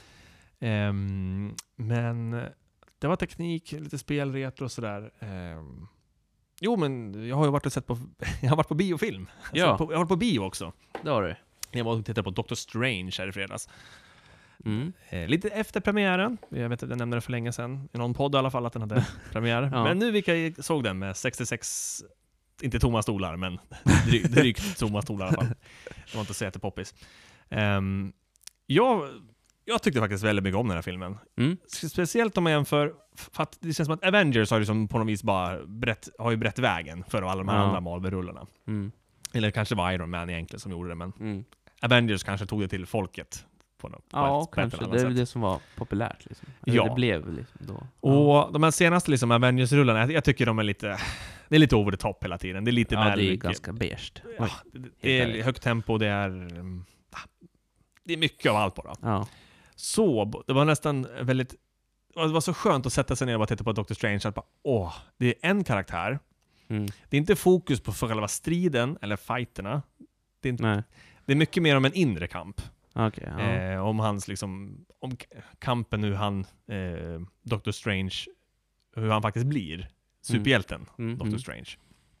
Speaker 1: Ehm, men det var teknik, lite spel, retro och sådär. Ehm, jo, men jag har ju varit och sett på... jag har varit på biofilm.
Speaker 2: Ja.
Speaker 1: Alltså, på, jag har varit på bio också.
Speaker 2: Det har du.
Speaker 1: Jag var och tittade på Doctor Strange här i fredags.
Speaker 2: Mm.
Speaker 1: Eh, lite efter premiären. Jag vet att jag nämnde det för länge sedan. I någon podd i alla fall att den hade premiär.
Speaker 2: Ja.
Speaker 1: Men nu vilka såg den med sextiosex, inte tomma stolar, men drygt, drygt tomma stolar i alla fall. Det var inte så jättepoppis. Um, jag, jag tyckte faktiskt väldigt mycket om den här filmen.
Speaker 2: Mm.
Speaker 1: Speciellt om man jämför, för att det känns som att Avengers har, liksom på något vis bara brett, har ju brett vägen för alla de här
Speaker 2: Ja.
Speaker 1: andra Marvel-rullarna.
Speaker 2: Mm.
Speaker 1: Eller kanske var Iron Man egentligen som gjorde det, men
Speaker 2: Mm.
Speaker 1: Avengers kanske tog det till folket. På något, på
Speaker 2: Ja,
Speaker 1: ett, på ett
Speaker 2: kanske.
Speaker 1: eller
Speaker 2: Det är
Speaker 1: annat
Speaker 2: väl
Speaker 1: sätt.
Speaker 2: det som var populärt. Liksom. Eller
Speaker 1: Ja.
Speaker 2: det blev liksom då. Ja.
Speaker 1: Och de här senaste liksom Avengers-rullarna, jag, jag tycker de är lite, det är lite over the top hela tiden. Det är lite
Speaker 2: Ja,
Speaker 1: väl
Speaker 2: det är
Speaker 1: mycket-
Speaker 2: ganska beige.
Speaker 1: Ja, det, det är
Speaker 2: ärligt.
Speaker 1: högt tempo, det är mm, det är mycket av allt bara.
Speaker 2: Ja.
Speaker 1: Så det var nästan väldigt, det var så skönt att sätta sig ner och bara titta på Doctor Strange, att bara, åh, det är en karaktär.
Speaker 2: Mm.
Speaker 1: Det är inte fokus på själva striden eller fighterna. Det är, inte,
Speaker 2: Nej.
Speaker 1: det är mycket mer om en inre kamp.
Speaker 2: Okej. Ja.
Speaker 1: Eh, om hans liksom, om k- kampen hur han, eh, Doctor Strange, hur han faktiskt blir superhjälten,
Speaker 2: Mm,
Speaker 1: Doctor
Speaker 2: mm.
Speaker 1: Strange.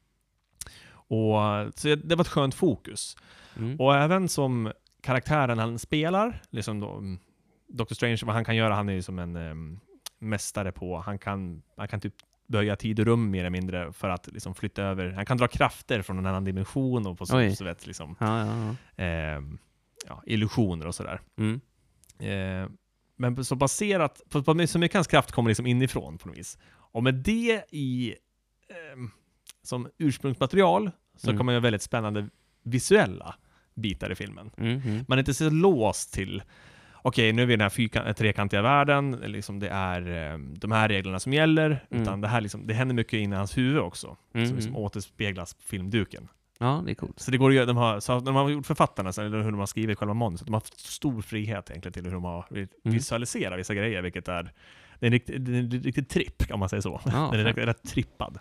Speaker 1: Och så det var ett skönt fokus.
Speaker 2: Mm.
Speaker 1: Och även som karaktären han spelar, liksom då, mm, Doctor Strange, vad han kan göra, han är ju som en um, mästare på, han kan, han kan typ böja tid och rum mer eller mindre för att liksom flytta över. Han kan dra krafter från en annan dimension och på så, så vet liksom
Speaker 2: ja, ja, ja.
Speaker 1: Eh, ja, illusioner och sådär.
Speaker 2: Mm.
Speaker 1: Eh, men så baserat på, på så mycket hans kraft kommer liksom inifrån på något vis. Och med det i eh, som ursprungsmaterial så
Speaker 2: Mm.
Speaker 1: kan man ju väldigt spännande visuella bitar i filmen.
Speaker 2: Mm, mm.
Speaker 1: Man är inte så låst till okej, nu är vi i den här fyrkant- trekantiga världen, liksom det är eh, de här reglerna som gäller,
Speaker 2: Mm.
Speaker 1: utan det här liksom, det händer mycket in i hans huvud också,
Speaker 2: Mm,
Speaker 1: som liksom
Speaker 2: mm.
Speaker 1: återspeglas på filmduken.
Speaker 2: Ja, det är coolt.
Speaker 1: Så det går ju, de har, så de har gjort författarna, så, eller hur de har skrivit själva manuset, de har haft stor frihet egentligen till hur de har visualiserat vissa grejer, vilket är, det är en riktig, det är en riktig tripp, kan man säga så.
Speaker 2: Ja,
Speaker 1: Den är rätt, rätt trippad.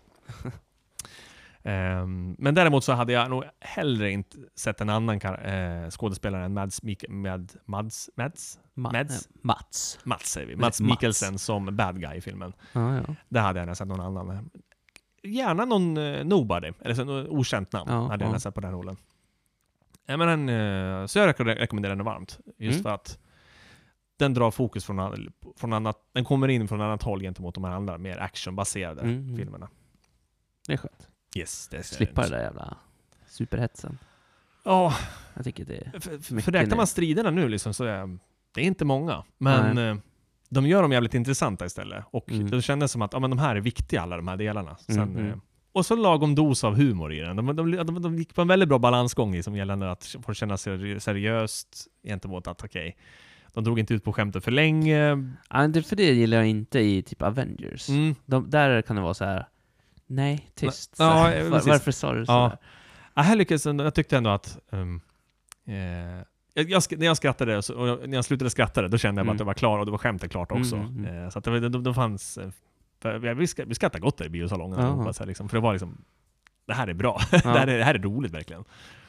Speaker 1: um, men däremot så hade jag nog hellre inte sett en annan kar- eh, skådespelare än Mads, Mik- med, Mads, Mads?
Speaker 2: Ma-
Speaker 1: Mads?
Speaker 2: eh, Mats.
Speaker 1: Mats säger vi.
Speaker 2: Mats.
Speaker 1: Mats Mikkelsen som bad guy i filmen.
Speaker 2: Ja, ja.
Speaker 1: Där hade jag gärna sett någon annan. Gärna någon uh, nobody, eller så, någon okänt namn
Speaker 2: Ja,
Speaker 1: hade jag
Speaker 2: ja.
Speaker 1: gärna sett på den rollen. Ja, men den, uh, så jag rekommender- rekommenderar den varmt. Just
Speaker 2: Mm.
Speaker 1: för att den drar fokus från, an- från annat, den kommer in från annat håll gentemot de här andra mer actionbaserade
Speaker 2: Mm, mm.
Speaker 1: filmerna.
Speaker 2: Det är skönt.
Speaker 1: Yes, det är
Speaker 2: Slippa det där jävla superhetsen.
Speaker 1: Ja,
Speaker 2: Jag tycker det är...
Speaker 1: för, för,
Speaker 2: mycket
Speaker 1: för räknar
Speaker 2: nu.
Speaker 1: man striderna nu liksom, så är det är inte många. Men
Speaker 2: Nej.
Speaker 1: eh, de gör dem jävligt intressanta istället. Och
Speaker 2: Mm.
Speaker 1: det kändes som att ja, men de här är viktiga, alla de här delarna. Sen,
Speaker 2: Mm, mm.
Speaker 1: eh, och så lagom dos av humor i den. De, de, de, de gick på en väldigt bra balansgång i, som gällande att få känna sig seriöst gentemot att okej, okay, de drog inte ut på skämtet för länge.
Speaker 2: Ja, det, för det gillar jag inte i typ Avengers.
Speaker 1: Mm.
Speaker 2: De, där kan det vara så här. Nej, tyst.
Speaker 1: Ja,
Speaker 2: Så här,
Speaker 1: ja,
Speaker 2: var,
Speaker 1: precis.
Speaker 2: varför sa du så?
Speaker 1: Ja.
Speaker 2: Där?
Speaker 1: Ja, här lyckades, jag tyckte ändå att um, eh, jag, jag, sk- när jag skrattade, så, och när jag slutade skratta, då kände jag bara
Speaker 2: Mm.
Speaker 1: att det var klart och det var skämtet klart också.
Speaker 2: Mm, mm,
Speaker 1: Eh, så att det, det, det fanns, eh, för vi, vi sk- vi skrattade gott där i biosalongen.
Speaker 2: Jaha.
Speaker 1: allihopa, så här, liksom, för det var liksom, det här är bra.
Speaker 2: Ja.
Speaker 1: det, här är, det här är roligt verkligen.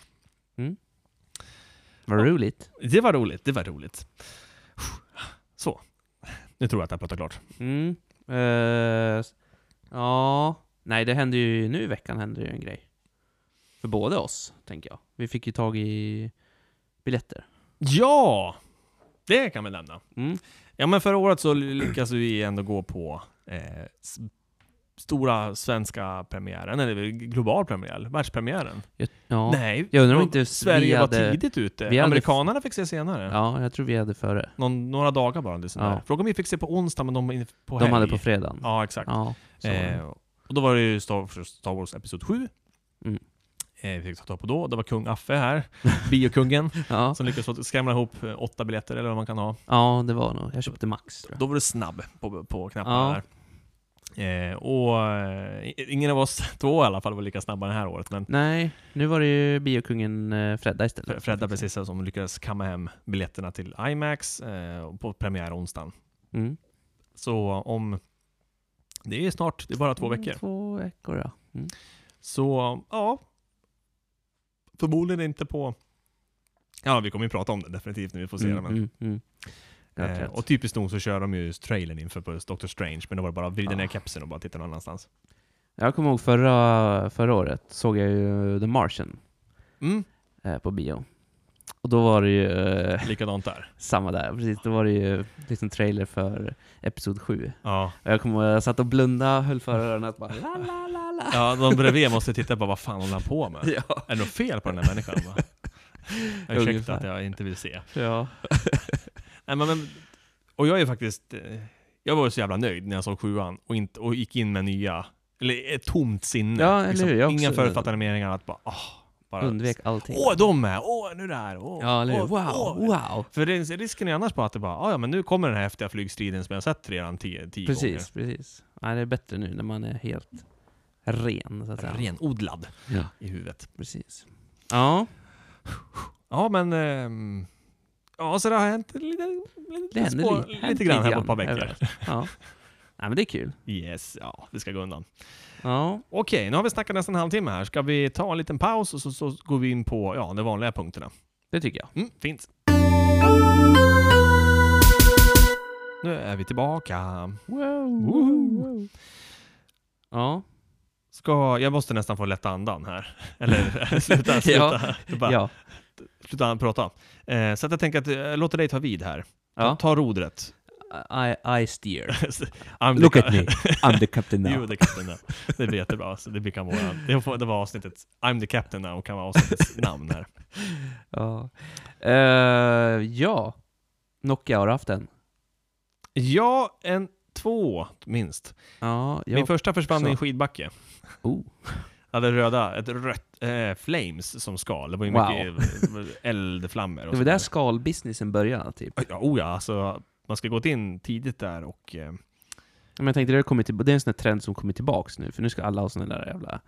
Speaker 2: Vad
Speaker 1: Ja.
Speaker 2: roligt.
Speaker 1: Det var roligt, det var roligt. Så, nu tror jag att jag pratar klart.
Speaker 2: Mm. Eh, ja, nej det hände ju, nu i veckan hände ju en grej. För båda oss, tänker jag. Vi fick ju tag i biljetter.
Speaker 1: Ja! Det kan vi nämna.
Speaker 2: Mm.
Speaker 1: Ja, men förra året så lyckades vi ändå gå på eh, s- stora svenska premiären, eller global premiär, världspremiären.
Speaker 2: Jag, ja.
Speaker 1: Nej,
Speaker 2: Jag undrar om
Speaker 1: då-
Speaker 2: inte
Speaker 1: Sverige
Speaker 2: vi hade-
Speaker 1: var tidigt ute.
Speaker 2: vi hade-
Speaker 1: Amerikanerna fick se senare.
Speaker 2: ja, jag tror vi hade före.
Speaker 1: Någon, några dagar bara. Det
Speaker 2: Ja.
Speaker 1: Fråga om vi fick se på onsdag, men de var inne på
Speaker 2: De
Speaker 1: helg.
Speaker 2: hade på fredagen.
Speaker 1: Ja, exakt.
Speaker 2: Ja, så.
Speaker 1: Eh, och då var det ju Star, Star Wars Episod sju.
Speaker 2: Mm.
Speaker 1: Eh, vi fick ta på då. Det var kung Affe här, biokungen,
Speaker 2: ja.
Speaker 1: som lyckades få skramla ihop eh, åtta biljetter eller vad man kan ha.
Speaker 2: ja, det var nog. Jag köpte Max, tror jag.
Speaker 1: Då var det snabb på, på knapparna
Speaker 2: Ja.
Speaker 1: där. Eh, och eh, ingen av oss två i alla fall var lika snabba det här året, men
Speaker 2: Nej, nu var det ju biokungen eh, Fredda istället.
Speaker 1: Fredda precis som lyckades kamma hem biljetterna till IMAX eh, på premiär onsdagen.
Speaker 2: Mm.
Speaker 1: Så om det är snart, det är bara två veckor.
Speaker 2: Två veckor, ja. Mm.
Speaker 1: Så ja, förmodligen inte på... Ja, vi kommer ju prata om det definitivt när vi får se det.
Speaker 2: Mm,
Speaker 1: Men,
Speaker 2: mm, mm. Rätt,
Speaker 1: eh,
Speaker 2: rätt.
Speaker 1: och typiskt nog så kör de ju trailern inför på Doctor Strange, men då var det bara att vrida
Speaker 2: Ja.
Speaker 1: ner kepsen och bara titta någon annanstans.
Speaker 2: Jag kommer ihåg förra, förra året såg jag ju The Martian
Speaker 1: Mm,
Speaker 2: eh, på bio. Och då var det ju eh,
Speaker 1: likadant där.
Speaker 2: samma där. Precis, då var det ju liksom trailer för Episod sju.
Speaker 1: Ja.
Speaker 2: Och jag kommer ihåg, jag satt och blundade, höll för öronen och bara la la la la.
Speaker 1: Ja, de bredvid måste titta på vad fan håller han på med.
Speaker 2: Ja.
Speaker 1: Är det något fel på den här människan? Va? Jag ursäktar
Speaker 2: Ungefär.
Speaker 1: att jag inte vill se.
Speaker 2: Ja.
Speaker 1: Nej, men, men, och jag är faktiskt... eh, Jag var så jävla nöjd när jag såg sjuan och, inte, och gick in med nya... Eller ett tomt sinne.
Speaker 2: Ja, eller hur? Jag
Speaker 1: Inga
Speaker 2: också-
Speaker 1: förutfattade meningar att bara... Åh, bara
Speaker 2: Undvek allting.
Speaker 1: Åh, de är! Åh, nu är det här! Åh,
Speaker 2: Ja, eller hur?
Speaker 1: åh,
Speaker 2: Wow,
Speaker 1: åh.
Speaker 2: wow.
Speaker 1: För det, risken är annars bara att det bara... "Ah, ja, men nu kommer den här häftiga flygstriden som jag har sett redan tio, tio
Speaker 2: Precis, precis. Nej, det är bättre nu när man är helt ren, så att säga.
Speaker 1: gånger. Renodlad
Speaker 2: Ja,
Speaker 1: i huvudet.
Speaker 2: precis. Ja,
Speaker 1: Ja, men... ehm, ja, så det har hänt lite, lite,
Speaker 2: det händer
Speaker 1: spår-
Speaker 2: li-
Speaker 1: lite
Speaker 2: hänt
Speaker 1: grann här på
Speaker 2: grann,
Speaker 1: ett par
Speaker 2: jag
Speaker 1: veckor.
Speaker 2: vet. Ja. Nej, men det är kul.
Speaker 1: Yes, ja, det ska gå undan.
Speaker 2: Ja,
Speaker 1: Okej, nu har vi snackat nästan en halvtimme här. Ska vi ta en liten paus och så, så går vi in på ja, de vanliga punkterna.
Speaker 2: det tycker jag.
Speaker 1: Mm, fint. Nu är vi tillbaka.
Speaker 2: Wow. Ja,
Speaker 1: Ska, jag måste nästan få lätta andan här. Eller sluta, sluta, bara,
Speaker 2: ja.
Speaker 1: sluta prata. Eh, så att jag tänker att jag låter dig ta vid här. Ta,
Speaker 2: Ja.
Speaker 1: ta rodret.
Speaker 2: I, I steer.
Speaker 1: I'm
Speaker 2: Look
Speaker 1: the,
Speaker 2: at me. I'm the captain now.
Speaker 1: You the captain now. Det blir jättebra. Så det, blir kan vara, det, får, det var avsnittet I'm the captain now kan vara avsnittets namn här.
Speaker 2: Ja. Uh, ja. Nokia har haft en.
Speaker 1: Ja, en två minst.
Speaker 2: Ja, jag
Speaker 1: Min första försvann
Speaker 2: så.
Speaker 1: i en skidbacke.
Speaker 2: Oh.
Speaker 1: Hade röda, ett rött eh, flames som skal. Det var ju
Speaker 2: Wow.
Speaker 1: mycket eldflammor. Och
Speaker 2: Det var där skalbusinessen började, typ.
Speaker 1: Ja, oh ja, alltså man ska gått in tidigt där och... Eh,
Speaker 2: Men jag tänkte, det, har kommit till, det är en sån här trend som kommer tillbaks nu, för nu ska alla ha såna där jävla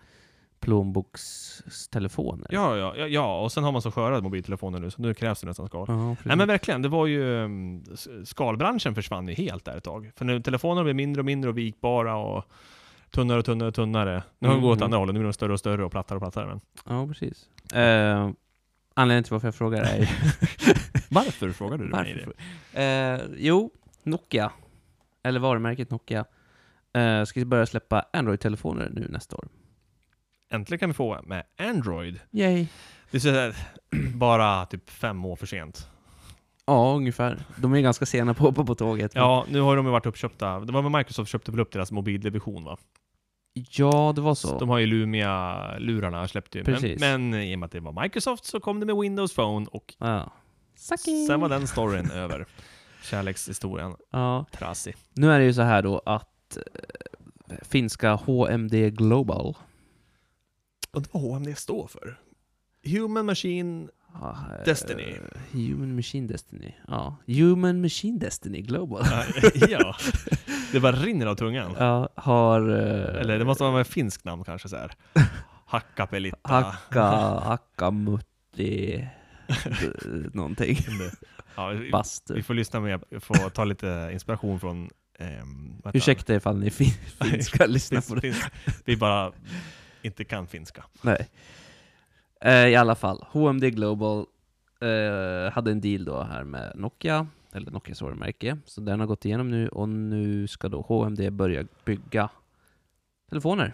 Speaker 2: plånbokstelefoner.
Speaker 1: ja, ja, ja, ja, och sen har man så sköra mobiltelefoner nu, så nu krävs det nästan skal.
Speaker 2: Ja,
Speaker 1: Nej men verkligen, det var ju... um, Skalbranschen försvann ju helt där ett tag. För nu telefonerna blev mindre och mindre och vikbara och tunnare och tunnare och tunnare. Nu har de
Speaker 2: Mm,
Speaker 1: gått åt
Speaker 2: mm.
Speaker 1: andra hållet, nu är de större och större och plattare och plattare. Men...
Speaker 2: Ja, precis. Uh, anledningen till varför jag frågar är...
Speaker 1: Varför frågade du mig det?
Speaker 2: Uh, jo, Nokia, eller varumärket Nokia, uh, ska börja släppa Android-telefoner nu nästa år.
Speaker 1: Äntligen kan vi få med Android.
Speaker 2: Yay.
Speaker 1: Det är så här, bara typ fem år för sent.
Speaker 2: Ja, ungefär. De är ganska sena på på, på tåget.
Speaker 1: Ja, nu har de ju varit uppköpta. Det var med Microsoft köpte väl upp deras mobildivision, va?
Speaker 2: Ja, det var så.
Speaker 1: De har ju Lumia-lurarna släppt ju.
Speaker 2: Precis.
Speaker 1: Men, men i och med att det var Microsoft så kom det med Windows Phone och
Speaker 2: Ja. Sucky.
Speaker 1: sen var den storyn över. Kärlekshistorien.
Speaker 2: Ja.
Speaker 1: Trasig.
Speaker 2: Nu är det ju så här då att eh, finska H M D Global.
Speaker 1: Och vad H M D står för? Human Machine
Speaker 2: Ah, eh,
Speaker 1: Destiny.
Speaker 2: Human Machine Destiny. Ja. Human Machine Destiny Global.
Speaker 1: Ja, det bara rinner av tungan.
Speaker 2: Ja, har... eh,
Speaker 1: Eller det måste vara ett finskt namn kanske så här. Hakkapelitta.
Speaker 2: Hakka, Hakkamutti, någonting.
Speaker 1: Ja, vi,
Speaker 2: Bastu.
Speaker 1: vi får lyssna med, vi får ta lite inspiration från... Ehm, vad heter
Speaker 2: Ursäkta ifall ni fin finska lyssnar
Speaker 1: han?
Speaker 2: på det.
Speaker 1: Finns, vi bara inte kan finska.
Speaker 2: Nej. Eh, I alla fall, H M D Global eh, hade en deal då här med Nokia, eller Nokias varumärke, så den har gått igenom nu, och nu ska då H M D börja bygga telefoner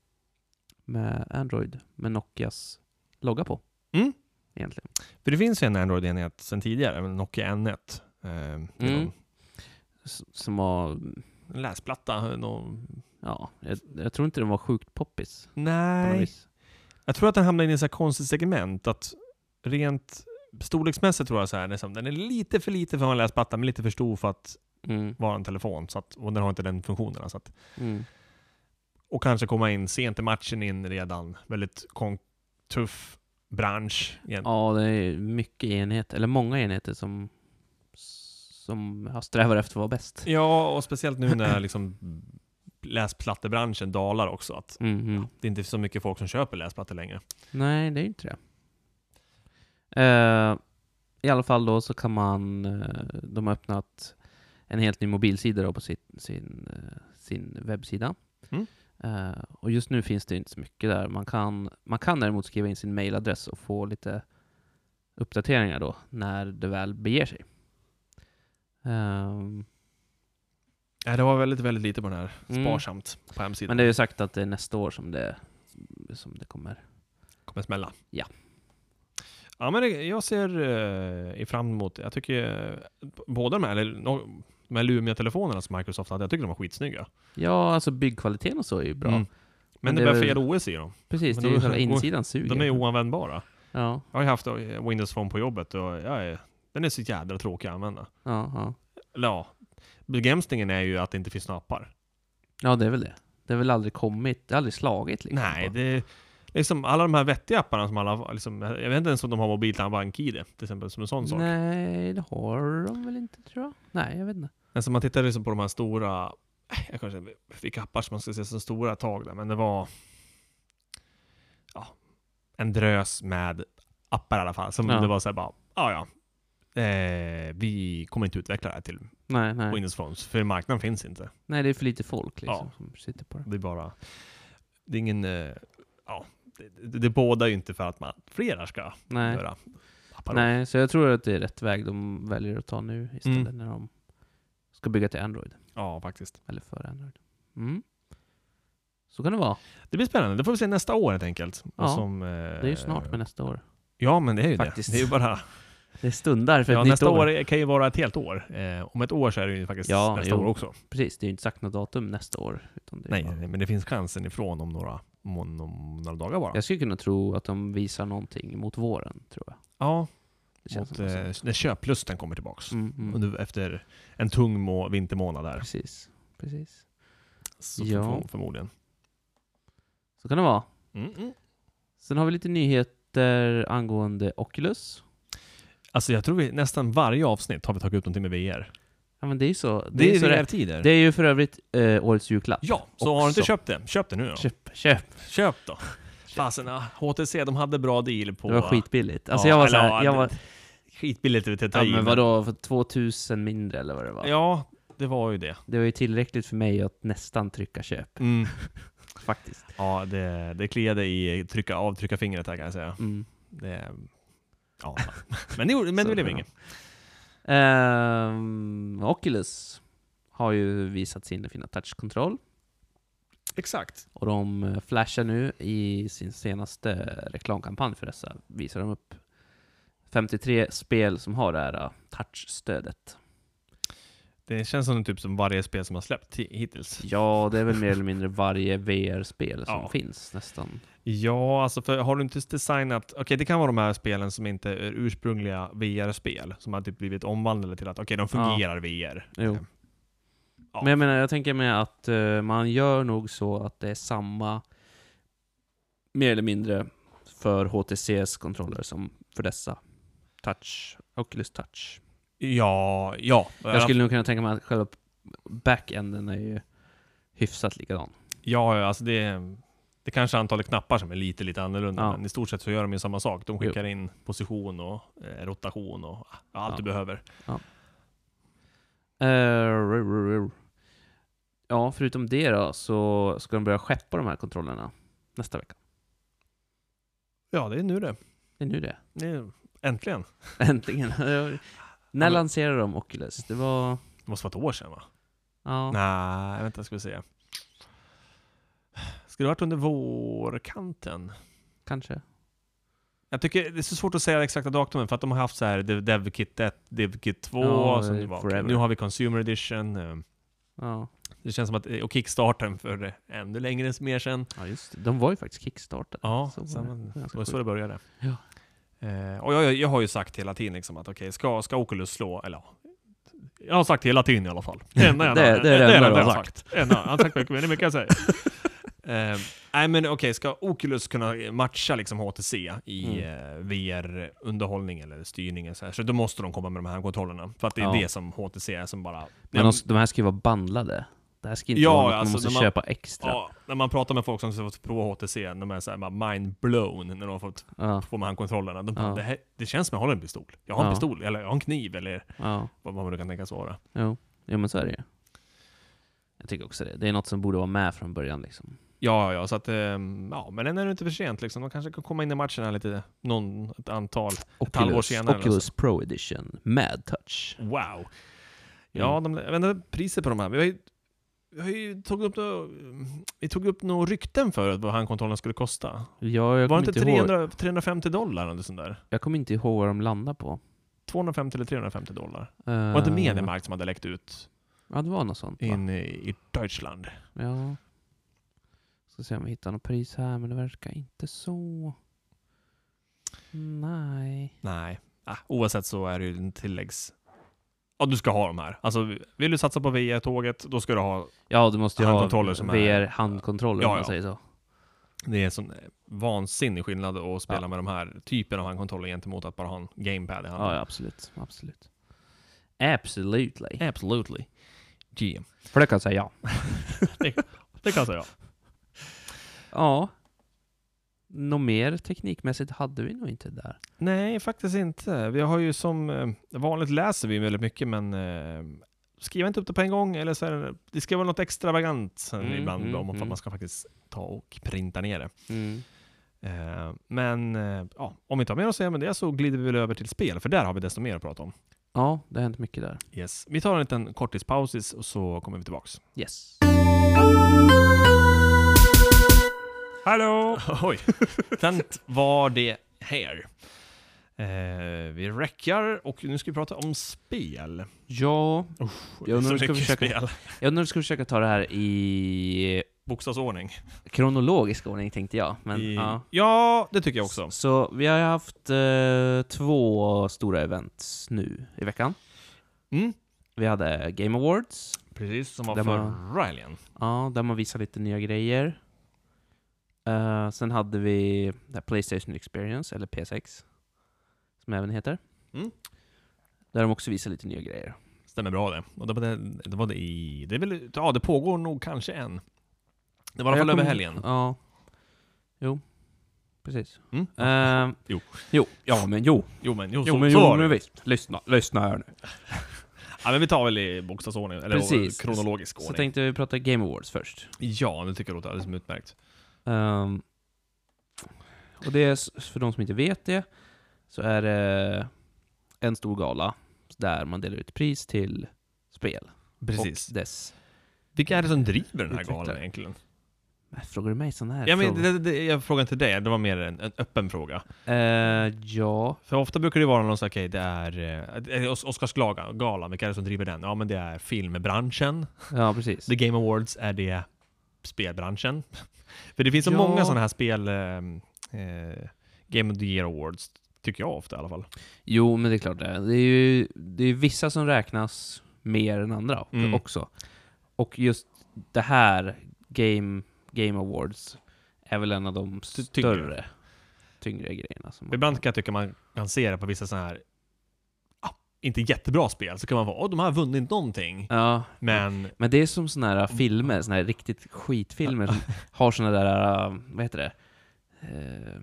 Speaker 2: med Android, med Nokias logga på,
Speaker 1: Mm.
Speaker 2: egentligen.
Speaker 1: För det finns ju en Android-enhet sedan tidigare, en Nokia N ett. Eh,
Speaker 2: Mm.
Speaker 1: någon
Speaker 2: S- som var,
Speaker 1: En läsplatta. Någon...
Speaker 2: ja, jag, jag tror inte den var sjukt poppis. På något
Speaker 1: Nej.
Speaker 2: vis.
Speaker 1: Jag tror att den hamnar in i ett så här konstigt segment. Att rent storleksmässigt tror jag så här, nästan, den är lite för lite för en läsplatta, men lite för stor för att
Speaker 2: Mm.
Speaker 1: vara en telefon. Så att, och den har inte den funktionen. Så att,
Speaker 2: Mm.
Speaker 1: och kanske komma in sent i matchen in redan. Väldigt kon- tuff bransch. Igen.
Speaker 2: Ja, det är mycket enheter, eller många enheter som som har strävar efter att vara bäst.
Speaker 1: Ja, och speciellt nu när liksom läsplattebranschen dalar också. Att
Speaker 2: Mm, mm.
Speaker 1: det är inte så mycket folk som köper läsplattor längre.
Speaker 2: Nej, det är inte det. Uh, I alla fall då så kan man, uh, de har öppnat en helt ny mobilsida då på sin, sin, uh, sin webbsida.
Speaker 1: Mm.
Speaker 2: Uh, och just nu finns det inte så mycket där. Man kan, man kan däremot skriva in sin mailadress och få lite uppdateringar då när det väl beger sig. Um,
Speaker 1: Ja, det var väldigt, väldigt lite på den här.
Speaker 2: Mm.
Speaker 1: Sparsamt på hemsidan.
Speaker 2: men det är ju sagt att det är nästa år som det, som det kommer.
Speaker 1: kommer smälla.
Speaker 2: Ja.
Speaker 1: Ja, men det, jag ser eh, fram emot, jag tycker eh, båda de här, eller no, de här Lumia-telefonerna som Microsoft hade, jag tycker de var skitsnygga.
Speaker 2: Ja, alltså byggkvaliteten och så är ju bra.
Speaker 1: Mm. Men,
Speaker 2: Men
Speaker 1: det
Speaker 2: det
Speaker 1: är
Speaker 2: är
Speaker 1: bara
Speaker 2: väl-
Speaker 1: fel O S i dem.
Speaker 2: Precis,
Speaker 1: Men
Speaker 2: det är ju
Speaker 1: de-
Speaker 2: själva insidan suger.
Speaker 1: De är oanvändbara.
Speaker 2: Ja,
Speaker 1: Jag har ju haft eh, Windows Phone på jobbet och jag är, den är så jävla tråkig att använda.
Speaker 2: ja, ja.
Speaker 1: Eller ja, begränsningen är ju att det inte finns några appar.
Speaker 2: Ja, det är väl det. Det har väl aldrig kommit, det har aldrig slagit liksom.
Speaker 1: Nej,
Speaker 2: på-
Speaker 1: det är liksom alla de här vettiga apparna som alla, liksom, jag vet inte ens om de har mobilt bank-I D, till exempel, som en sån sak.
Speaker 2: Nej, det har de väl inte, tror jag. Nej, jag vet inte.
Speaker 1: Alltså man tittar liksom på de här stora, jag kanske fick appar som man ska se så stora ett tag där, men det var ja, en drös med appar i alla fall. Som
Speaker 2: Ja.
Speaker 1: det var så här bara, ja ja, eh, vi kommer inte utveckla det här till
Speaker 2: Nej, nej.
Speaker 1: Windows Phones, för marknaden finns inte.
Speaker 2: Nej, det är för lite folk liksom
Speaker 1: Ja.
Speaker 2: som sitter på det.
Speaker 1: Det är bara, det är ingen, eh, ja, det, det, det bådar ju inte för att man flera ska
Speaker 2: Nej.
Speaker 1: göra appar.
Speaker 2: Nej, så jag tror att det är rätt väg de väljer att ta nu istället
Speaker 1: Mm.
Speaker 2: när de ska bygga till Android.
Speaker 1: Ja, faktiskt.
Speaker 2: Eller för Android. Mm. Så kan det vara.
Speaker 1: Det blir spännande, det får vi se nästa år helt enkelt.
Speaker 2: Ja,
Speaker 1: Och som, eh,
Speaker 2: Det är ju snart med nästa år.
Speaker 1: Ja, men det är ju
Speaker 2: Faktiskt.
Speaker 1: det. Det är ju bara
Speaker 2: Det stundar för ett
Speaker 1: Ja,
Speaker 2: nytt
Speaker 1: nästa
Speaker 2: år.
Speaker 1: år kan ju vara ett helt år. Eh, om ett år så är det ju faktiskt
Speaker 2: Ja,
Speaker 1: nästa
Speaker 2: jo.
Speaker 1: år också.
Speaker 2: Precis, det är ju inte sagt något datum nästa år. Utan det är
Speaker 1: Nej,
Speaker 2: bara...
Speaker 1: nej, men det finns chansen ifrån om några, om, om några dagar bara.
Speaker 2: Jag skulle kunna tro att de visar någonting mot våren, tror jag.
Speaker 1: Ja,
Speaker 2: Det känns
Speaker 1: mot,
Speaker 2: som
Speaker 1: eh,
Speaker 2: något sånt.
Speaker 1: när köplusten kommer tillbaks.
Speaker 2: Mm, mm.
Speaker 1: Under, efter en tung må, vintermånad där.
Speaker 2: Precis, precis.
Speaker 1: Så
Speaker 2: Ja.
Speaker 1: för, förmodligen.
Speaker 2: Så kan det vara.
Speaker 1: Mm, mm.
Speaker 2: Sen har vi lite nyheter angående Oculus.
Speaker 1: Alltså jag tror vi nästan varje avsnitt har vi tagit ut någonting med V R.
Speaker 2: Ja, men det är ju så.
Speaker 1: Det,
Speaker 2: är
Speaker 1: är
Speaker 2: så
Speaker 1: V
Speaker 2: rätt.
Speaker 1: R-tider.
Speaker 2: Det är ju för övrigt eh, årets julklapp.
Speaker 1: Ja, så
Speaker 2: också.
Speaker 1: har du inte köpt det? Köp det nu då.
Speaker 2: Köp, köp.
Speaker 1: Köp då. Fasen, ja, H T C, de hade bra deal på...
Speaker 2: Det var skitbilligt. Alltså
Speaker 1: Ja,
Speaker 2: jag var
Speaker 1: eller,
Speaker 2: så här,
Speaker 1: ja,
Speaker 2: jag var,
Speaker 1: skitbilligt till att ta
Speaker 2: ja,
Speaker 1: i,
Speaker 2: men vadå, för tvåtusen mindre eller vad det var.
Speaker 1: Ja, det var ju det.
Speaker 2: Det var ju tillräckligt för mig att nästan trycka köp,
Speaker 1: Mm.
Speaker 2: faktiskt.
Speaker 1: Ja, det, det kliade i trycka, avtrycka fingret här kan jag säga.
Speaker 2: Mm.
Speaker 1: Det, ja. Men det, gjorde- men det
Speaker 2: Så,
Speaker 1: blev
Speaker 2: ja.
Speaker 1: inget.
Speaker 2: Ehm, Oculus har ju visat sin fina touchkontroll.
Speaker 1: Exakt.
Speaker 2: Och de eh, flashar nu i sin senaste reklamkampanj för dessa. Visar de upp femtiotre spel som har det här uh, touchstödet.
Speaker 1: Det känns som typ som varje spel som har släppt hi- hittills.
Speaker 2: Ja, det är väl mer eller mindre varje V R-spel som
Speaker 1: Ja.
Speaker 2: finns nästan.
Speaker 1: Ja, alltså för har du inte designat... Okej, det kan vara de här spelen som inte är ursprungliga V R-spel. Som har typ blivit omvandlade till att okej, de fungerar V R.
Speaker 2: Jo.
Speaker 1: Eh, Ja.
Speaker 2: Men jag menar, jag tänker mig att uh, man gör nog så att det är samma, mer eller mindre, för H T C:s kontroller som för dessa. Touch, Oculus Touch.
Speaker 1: Ja, ja.
Speaker 2: Jag skulle nog kunna tänka mig att själva backenden är ju hyfsat likadan.
Speaker 1: Ja, alltså det, det kanske är antalet knappar som är lite, lite annorlunda.
Speaker 2: Ja.
Speaker 1: Men i stort sett så gör de ju samma sak. De skickar in position och eh, rotation och allt
Speaker 2: Ja.
Speaker 1: du behöver.
Speaker 2: Uh, rur, rur, rur. Ja, förutom det då så ska de börja skeppa de här kontrollerna nästa vecka.
Speaker 1: Ja, det är nu det.
Speaker 2: Det är nu det.
Speaker 1: det är, äntligen.
Speaker 2: Äntligen. När
Speaker 1: men-
Speaker 2: lanserade de Oculus? Det var...
Speaker 1: Det måste vara ett år sedan va?
Speaker 2: Ja.
Speaker 1: Nej, vänta ska vi se. Ska det ha varit under vårkanten?
Speaker 2: Kanske.
Speaker 1: Jag tycker det är så svårt att säga exakta datumen för att de har haft så här Dev- DevKit ett, DevKit två,
Speaker 2: Ja,
Speaker 1: som det var,
Speaker 2: forever.
Speaker 1: nu har vi Consumer Edition. eh,
Speaker 2: Ja.
Speaker 1: Det känns som att, och Kickstarten för eh, ännu längre mer sedan.
Speaker 2: Ja, just det. De var ju faktiskt kickstartade.
Speaker 1: Ja,
Speaker 2: Så var
Speaker 1: så
Speaker 2: det.
Speaker 1: det
Speaker 2: Ganska
Speaker 1: var så
Speaker 2: sjukt.
Speaker 1: det började.
Speaker 2: Ja.
Speaker 1: Eh, och jag, jag har ju sagt hela tiden liksom att okej, ska, ska Oculus slå, eller ja, jag har sagt hela tiden i alla fall. Det enda jag-
Speaker 2: Det- det är det enda du
Speaker 1: jag
Speaker 2: har
Speaker 1: sagt. Enda, jag har sagt mycket, men det är mycket jag säger. Eh, nej men okej, ska Oculus kunna matcha liksom H T C i
Speaker 2: Mm.
Speaker 1: eh, V R-underhållning eller styrning och så, här, så då måste de komma med de här kontrollerna. För att det är
Speaker 2: Ja.
Speaker 1: det som H T C är som bara...
Speaker 2: Men de, de här ska ju vara bandlade. Det här ska inte
Speaker 1: Ja,
Speaker 2: vara något
Speaker 1: alltså,
Speaker 2: man måste
Speaker 1: när man-
Speaker 2: köpa extra.
Speaker 1: Ja, när man pratar med folk som har fått prova H T C, de är så här bara mind blown när de har fått
Speaker 2: Ja,
Speaker 1: få med handkontrollerna. De bara,
Speaker 2: Ja.
Speaker 1: det, här, det känns som jag håller en pistol. Jag har en
Speaker 2: Ja.
Speaker 1: pistol, eller jag har en kniv, eller
Speaker 2: ja,
Speaker 1: vad vad man nu kan tänkas vara.
Speaker 2: jo. Jo, men så är det ju. Jag tycker också det. Det är något som borde vara med från början liksom.
Speaker 1: Ja, ja, så att, ehm, ja, men än är det inte för sent liksom. De kanske kan komma in i matchen här lite, någon, ett antal, ett halvår senare. eller
Speaker 2: Oculus
Speaker 1: så.
Speaker 2: Pro Edition med touch.
Speaker 1: Wow. Ja, de, jag vet inte priset på de här. Vi har ju, vi har ju tagit upp, nå- vi tog upp några rykten för vad handkontrollen skulle kosta.
Speaker 2: Ja, jag
Speaker 1: Var
Speaker 2: kommer
Speaker 1: det inte
Speaker 2: inte ihåg.
Speaker 1: trehundra, trehundrafemtio dollar eller sånt där?
Speaker 2: Jag kommer inte ihåg vad de landar på.
Speaker 1: tvåhundrafemtio eller trehundrafemtio dollar.
Speaker 2: Uh,
Speaker 1: Var det inte Mediamarkt som hade läckt ut
Speaker 2: Ja, det var något sånt va?
Speaker 1: in i, i Deutschland?
Speaker 2: Ja. Ska se om vi hittar något pris här, men det verkar inte så. Nej.
Speaker 1: Nej. Ah, oavsett så är det ju en tilläggs... Ja, du ska ha de här. Alltså, vill du satsa på V R-tåget, då ska du ha...
Speaker 2: Ja, du måste ju ha
Speaker 1: Handkontroller som är-
Speaker 2: V R-handkontroller
Speaker 1: Ja,
Speaker 2: om man
Speaker 1: ja.
Speaker 2: säger så.
Speaker 1: Det är sån vansinnig skillnad att spela
Speaker 2: Ja.
Speaker 1: med de här typen av handkontroller gentemot att bara ha en gamepad i handen.
Speaker 2: Ja, ja, absolut. Absolut. Absolutely.
Speaker 1: Absolutely. G M.
Speaker 2: För det kan jag säga ja.
Speaker 1: Det kan jag säga.
Speaker 2: Ja. Något mer teknikmässigt hade vi nog inte där.
Speaker 1: Nej, faktiskt inte. Vi har ju som eh, vanligt läser vi väldigt mycket, men eh, skriva inte upp det på en gång, eller så är det, det ska vara något extravagant
Speaker 2: Mm,
Speaker 1: ibland
Speaker 2: mm,
Speaker 1: om för
Speaker 2: mm.
Speaker 1: att man ska faktiskt ta och printa ner det.
Speaker 2: Mm.
Speaker 1: Eh, men eh, ja, om vi inte har mer att säga med det så glider vi väl över till spel, för där har vi desto mer att prata om.
Speaker 2: Ja, det har hänt mycket där.
Speaker 1: Yes. Vi tar en liten korttidspaus och så kommer vi tillbaks.
Speaker 2: Yes.
Speaker 1: Hallå! Oj, tant var det här. Eh, vi räcker och nu ska vi prata om spel.
Speaker 2: Ja,
Speaker 1: Uff,
Speaker 2: jag undrar
Speaker 1: så
Speaker 2: om vi ska
Speaker 1: mycket
Speaker 2: försöka,
Speaker 1: spel.
Speaker 2: jag undrar om vi ska försöka ta det här i
Speaker 1: Bokstavsordning.
Speaker 2: kronologisk ordning tänkte jag. Men,
Speaker 1: I,
Speaker 2: ja.
Speaker 1: ja, det tycker jag också.
Speaker 2: Så, så vi har ju haft eh, två stora events nu i veckan.
Speaker 1: Mm.
Speaker 2: Vi hade Game Awards.
Speaker 1: Precis, som var
Speaker 2: Där
Speaker 1: för
Speaker 2: man-
Speaker 1: Rylien.
Speaker 2: Ja, där man visar lite nya grejer. Eh, sen hade vi det här PlayStation Experience, eller P S X, som även heter.
Speaker 1: Mm.
Speaker 2: Där de också visar lite nya grejer.
Speaker 1: Stämmer bra det. Och det var det, det var det i... Det är väl, ja, det pågår nog kanske än. Det var i alla fall
Speaker 2: Jag
Speaker 1: över
Speaker 2: kom-
Speaker 1: helgen.
Speaker 2: Ja. Jo. Precis.
Speaker 1: Mm.
Speaker 2: Eh,
Speaker 1: Jo.
Speaker 2: Jo. Ja, men jo.
Speaker 1: Jo, men, jo,
Speaker 2: Jo,
Speaker 1: så,
Speaker 2: men,
Speaker 1: så
Speaker 2: jo,
Speaker 1: var det.
Speaker 2: men visst. Lyssna, lyssna här nu.
Speaker 1: Ja, men vi tar väl i bokstavsordning, eller
Speaker 2: Precis.
Speaker 1: kronologisk
Speaker 2: Så
Speaker 1: ordning.
Speaker 2: tänkte vi prata Game Awards först.
Speaker 1: Ja, det tycker jag låter alldeles som utmärkt.
Speaker 2: Ehm, och det är, s- för de som inte vet det, så är det en stor gala där man delar ut pris till spel.
Speaker 1: Precis.
Speaker 2: Och dess...
Speaker 1: Vilka är det som driver den här
Speaker 2: Utvecklare.
Speaker 1: galan egentligen?
Speaker 2: Äh, Frågar du mig sån här
Speaker 1: Ja, men
Speaker 2: frågor?
Speaker 1: det, det, jag frågar inte dig, det var mer en, en öppen fråga.
Speaker 2: Eh, ja.
Speaker 1: För ofta brukar det vara någon sån, okej, det är eh, Os- Oscarsgalan, vilka är det som driver den? Ja, men det är filmbranschen.
Speaker 2: Ja, precis.
Speaker 1: The Game Awards är det spelbranschen. För det finns så
Speaker 2: Ja.
Speaker 1: många sådana här spel... Eh, eh, Game of the Year Awards, tycker jag ofta i alla fall.
Speaker 2: Jo, men det är klart det. Det är ju det är vissa som räknas mer än andra
Speaker 1: Mm.
Speaker 2: också. Och just det här, Game, Game Awards, är väl en av de
Speaker 1: Ty- tyngre.
Speaker 2: större, tyngre grejerna. Som man-
Speaker 1: Ibland kan jag tycka man kan se det på vissa sådana här ah, inte jättebra spel, så kan man vara, åh, de har vunnit någonting.
Speaker 2: Ja,
Speaker 1: Men
Speaker 2: men det är som såna här filmer, såna här riktigt skitfilmer som har såna där, uh, vad heter det? Uh,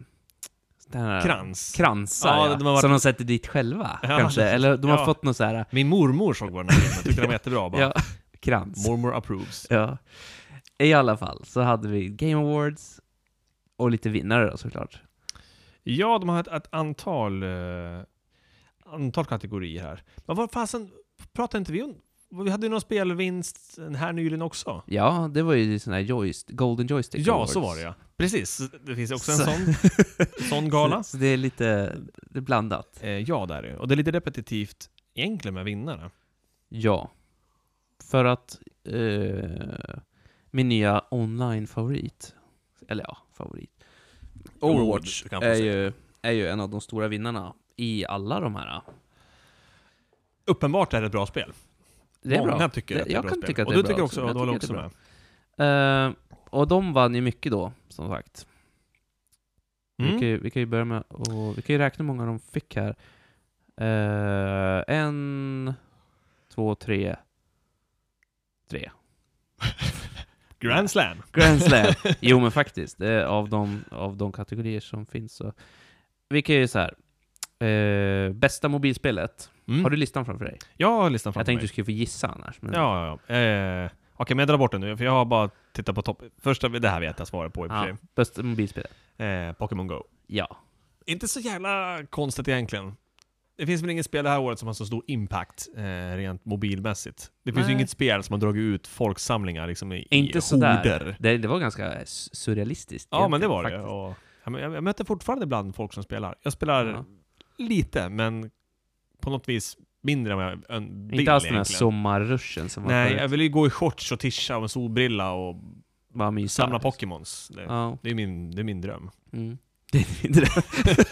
Speaker 2: här
Speaker 1: krans.
Speaker 2: kransar,
Speaker 1: Ja,
Speaker 2: ja,
Speaker 1: de har varit-
Speaker 2: som de sätter dit själva,
Speaker 1: Ja,
Speaker 2: kanske. Eller de har
Speaker 1: ja.
Speaker 2: fått något så här,
Speaker 1: Min mormor såg på den här filmen, tyckte den var jättebra. Bara.
Speaker 2: ja, krans.
Speaker 1: Mormor approves.
Speaker 2: Ja. I alla fall så hade vi Game Awards och lite vinnare då, såklart.
Speaker 1: Ja, de har ett, ett antal eh, antal kategorier här. Men vad fasen, pratar inte vi om... Vi hade ju någon spelvinst här nyligen också.
Speaker 2: Ja, det var ju sån här joyst- Golden Joystick
Speaker 1: Ja,
Speaker 2: Awards.
Speaker 1: så var det ja. Precis, det finns också en
Speaker 2: Så-
Speaker 1: sån, sån gala.
Speaker 2: Så, så det är lite det är blandat.
Speaker 1: Eh, ja, där är det. Och det är lite repetitivt egentligen med vinnare.
Speaker 2: Ja. För att eh, min nya online-favorit, eller ja, favorit,
Speaker 1: Overwatch, kan man
Speaker 2: är
Speaker 1: säga.
Speaker 2: ju, är ju en av de stora vinnarna i alla de här.
Speaker 1: Uppenbart är det ett bra spel.
Speaker 2: Det är
Speaker 1: Många
Speaker 2: bra.
Speaker 1: tycker
Speaker 2: det,
Speaker 1: att det är
Speaker 2: jag
Speaker 1: bra
Speaker 2: kan
Speaker 1: spel.
Speaker 2: tycka att
Speaker 1: och
Speaker 2: det är
Speaker 1: du
Speaker 2: bra
Speaker 1: tycker också,
Speaker 2: Jag
Speaker 1: du håller
Speaker 2: tycker
Speaker 1: också
Speaker 2: att det är
Speaker 1: med.
Speaker 2: bra. Eh, och de vann ju mycket då, som sagt. Vi,
Speaker 1: Mm.
Speaker 2: kan ju, vi kan ju börja med, och vi kan ju räkna hur många de fick här. Eh, en, två, tre, tre.
Speaker 1: Grand Slam.
Speaker 2: Grand Slam. Jo, men faktiskt. Eh, av, de, av de kategorier som finns så... Vi kan ju så här. Eh, bästa mobilspelet.
Speaker 1: Mm.
Speaker 2: Har du listan framför dig?
Speaker 1: Jag har listan framför
Speaker 2: Jag tänkte
Speaker 1: mig.
Speaker 2: du skulle få gissa annars. Men...
Speaker 1: Ja, ja, ja. Eh, Okej, men jag drar bort den nu, för jag har bara tittat på topp... Första, det här vet jag svaret på i och för
Speaker 2: Ja,
Speaker 1: sig.
Speaker 2: bästa mobilspelet.
Speaker 1: Eh, Pokémon Go.
Speaker 2: Ja.
Speaker 1: Inte så jävla konstigt egentligen. Det finns väl inget spel det här året som har så stor impact eh, rent mobilmässigt. Det finns
Speaker 2: Nej.
Speaker 1: ju inget spel som har dragit ut folksamlingar liksom i,
Speaker 2: Inte
Speaker 1: i
Speaker 2: sådär.
Speaker 1: horder.
Speaker 2: Det, det var ganska s- surrealistiskt.
Speaker 1: Ja, men det
Speaker 2: egentligen,
Speaker 1: var det.
Speaker 2: faktiskt.
Speaker 1: Och, ja, men jag, jag möter fortfarande ibland folk som spelar. Jag spelar
Speaker 2: Ja.
Speaker 1: lite, men på något vis mindre än vad jag ön- vill
Speaker 2: Inte alls den här
Speaker 1: egentligen.
Speaker 2: sommarruschen som var
Speaker 1: Nej,
Speaker 2: förut.
Speaker 1: jag vill ju gå i shorts och tischa och en solbrilla och
Speaker 2: Bara mysa.
Speaker 1: samla Pokémons. Det,
Speaker 2: Ja.
Speaker 1: det, är min, det är min dröm.
Speaker 2: Mm. Det är inte det.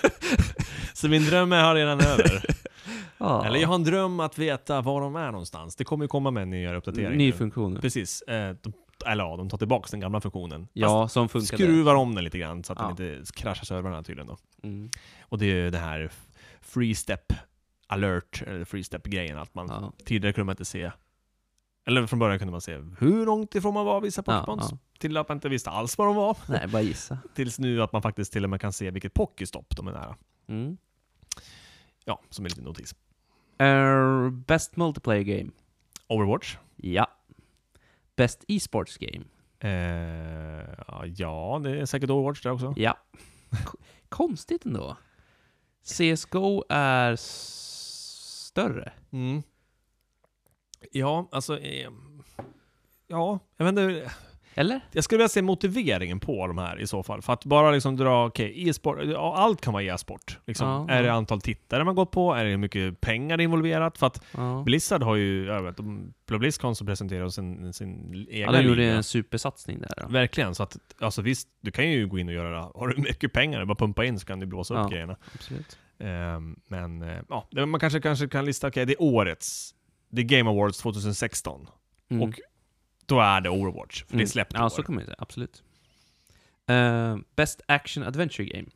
Speaker 1: Så min dröm är redan över.
Speaker 2: Ja.
Speaker 1: Eller jag har en dröm att veta var de är någonstans. Det kommer ju komma med en ny uppdatering.
Speaker 2: Ny
Speaker 1: nu.
Speaker 2: funktion.
Speaker 1: Precis. Eh, de, eller ja, de tar tillbaka den gamla funktionen.
Speaker 2: Ja, som
Speaker 1: Fast
Speaker 2: funkade.
Speaker 1: skruvar om den lite grann så att
Speaker 2: Ja.
Speaker 1: den inte kraschar servrarna tydligen då.
Speaker 2: Mm.
Speaker 1: Och det är ju det här f- free step alert, eller free step grejen, att man
Speaker 2: Ja.
Speaker 1: tidigare kunde man inte se, eller från början kunde man se hur långt ifrån man var vissa
Speaker 2: Ja,
Speaker 1: Pokémons,
Speaker 2: ja.
Speaker 1: till att man inte visste alls vad de var,
Speaker 2: Nej, bara gissa.
Speaker 1: tills nu att man faktiskt till och med kan se vilket Pokéstopp de är nära.
Speaker 2: Mm.
Speaker 1: Ja, som en liten notis.
Speaker 2: Uh, best multiplayer game.
Speaker 1: Overwatch.
Speaker 2: Ja. Best e-sports game.
Speaker 1: Eh, ja, det är säkert Overwatch där också.
Speaker 2: Ja. K- konstigt ändå. C S G O är s- större.
Speaker 1: Mm. Ja, alltså... Eh, ja, jag vet inte...
Speaker 2: Eller?
Speaker 1: Jag skulle vilja se motiveringen på de här i så fall. För att bara liksom dra, okej, okay, e-sport, ja, allt kan vara e-sport. Liksom.
Speaker 2: Ja,
Speaker 1: är
Speaker 2: ja.
Speaker 1: det antal tittare man gått på? Är det mycket pengar involverat? För att
Speaker 2: Ja.
Speaker 1: Blizzard har ju, jag vet, de, på BlizzCon så presenterar sin, sin egna
Speaker 2: Ja, de gjorde
Speaker 1: liga.
Speaker 2: en supersatsning där. Då.
Speaker 1: Verkligen, så att, alltså visst, du kan ju gå in och göra, har du mycket pengar, bara pumpa in så kan du blåsa upp
Speaker 2: Ja,
Speaker 1: grejerna.
Speaker 2: absolut.
Speaker 1: Um, men, uh, ja, man kanske, kanske kan lista, okej, okay, det är årets, det är Game Awards tjugohundrasexton.
Speaker 2: Mm.
Speaker 1: Och då är det Overwatch, för
Speaker 2: mm.
Speaker 1: det är släppt
Speaker 2: Ja,
Speaker 1: år.
Speaker 2: så kan man ju säga, absolut. Uh, Best Action Adventure Game?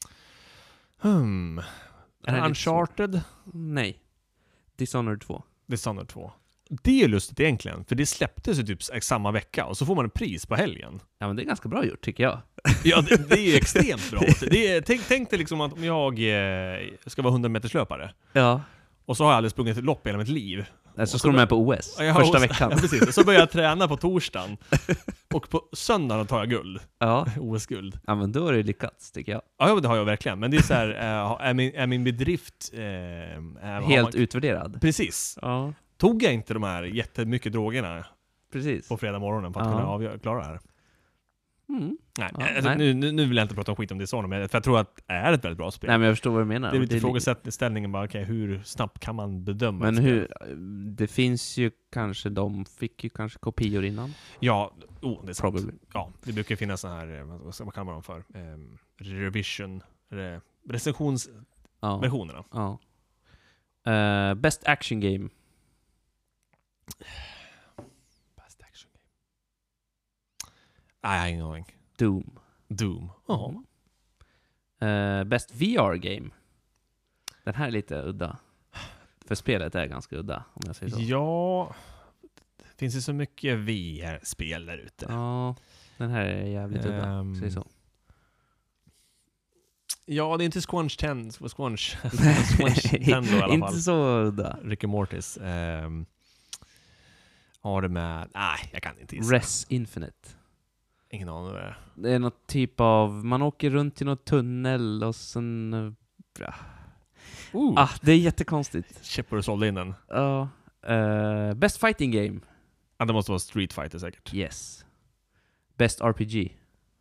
Speaker 1: Hmm.
Speaker 2: Det här är lite
Speaker 1: Uncharted?
Speaker 2: Nej. Dishonored två.
Speaker 1: Dishonored två. Det är ju lustigt egentligen, för det släpptes ju typ samma vecka och så får man en pris på helgen.
Speaker 2: Ja, men det är ganska bra gjort, tycker jag.
Speaker 1: Ja, det, det är ju extremt bra. Det är, tänk, tänk dig liksom att om jag eh, ska vara hundra meters löpare
Speaker 2: Ja.
Speaker 1: och så har jag aldrig sprungit ett lopp i hela mitt liv.
Speaker 2: Så
Speaker 1: Och
Speaker 2: ska du med på O S,
Speaker 1: Ja,
Speaker 2: första
Speaker 1: och,
Speaker 2: veckan.
Speaker 1: Ja, precis. Och så börjar jag träna på torsdagen. Och på söndagen tar jag guld.
Speaker 2: Ja.
Speaker 1: O S-guld.
Speaker 2: Ja, men då har det lyckats, tycker jag.
Speaker 1: Ja, det har jag verkligen. Men det är så här, äh, är, min, är min bedrift... Äh, är,
Speaker 2: Helt
Speaker 1: man,
Speaker 2: utvärderad.
Speaker 1: Precis.
Speaker 2: Ja,
Speaker 1: Tog jag inte de här jättemycket drogerna
Speaker 2: precis.
Speaker 1: på fredag morgonen för att
Speaker 2: Ja.
Speaker 1: kunna avgöra, klara det här?
Speaker 2: Mm.
Speaker 1: Nej,
Speaker 2: Ja,
Speaker 1: alltså,
Speaker 2: nej.
Speaker 1: Nu, nu, nu vill jag inte prata om skit om det så, men för jag tror att det är ett väldigt bra spel.
Speaker 2: Nej, men jag förstår vad du menar.
Speaker 1: det är lite
Speaker 2: Det är-
Speaker 1: frågeställningen bara, okej, hur snabbt kan man bedöma
Speaker 2: Men
Speaker 1: ett spel?
Speaker 2: hur, det finns ju kanske, de fick ju kanske kopior innan.
Speaker 1: Ja, oh, det är sant.
Speaker 2: Probably.
Speaker 1: Ja, det brukar finnas så här, eh, vad, ska, vad kallar man dem för? Um, revision, re, recensionsversionerna.
Speaker 2: Ja. Ja. Eh, best Action Game?
Speaker 1: Best action game. Nej, jag har ingen aning.
Speaker 2: Doom.
Speaker 1: Doom. Ja.
Speaker 2: Mm. Eh, best V R Game? Den här är lite udda. För spelet är ganska udda, om jag säger så.
Speaker 1: Ja, det finns ju så mycket V R-spel där ute.
Speaker 2: Ja, den här är jävligt udda,
Speaker 1: Ehm,
Speaker 2: säg så.
Speaker 1: Ja, det är inte Squanch ten, Squanch, Squanch Nintendo i alla fall.
Speaker 2: Inte så udda.
Speaker 1: Rick and Mortis. Um, har det med... Nej, jag kan inte gissa.
Speaker 2: Res Infinite.
Speaker 1: Ingen aning vad det är.
Speaker 2: Det är något typ av... Man åker runt i någon tunnel och sen... eh, Ja.
Speaker 1: Uh,
Speaker 2: Ah, det är jättekonstigt.
Speaker 1: Chipper och sålde in den.
Speaker 2: Ja. Eh, best Fighting Game?
Speaker 1: Ja, det måste vara Street Fighter säkert.
Speaker 2: Yes. Best R P G?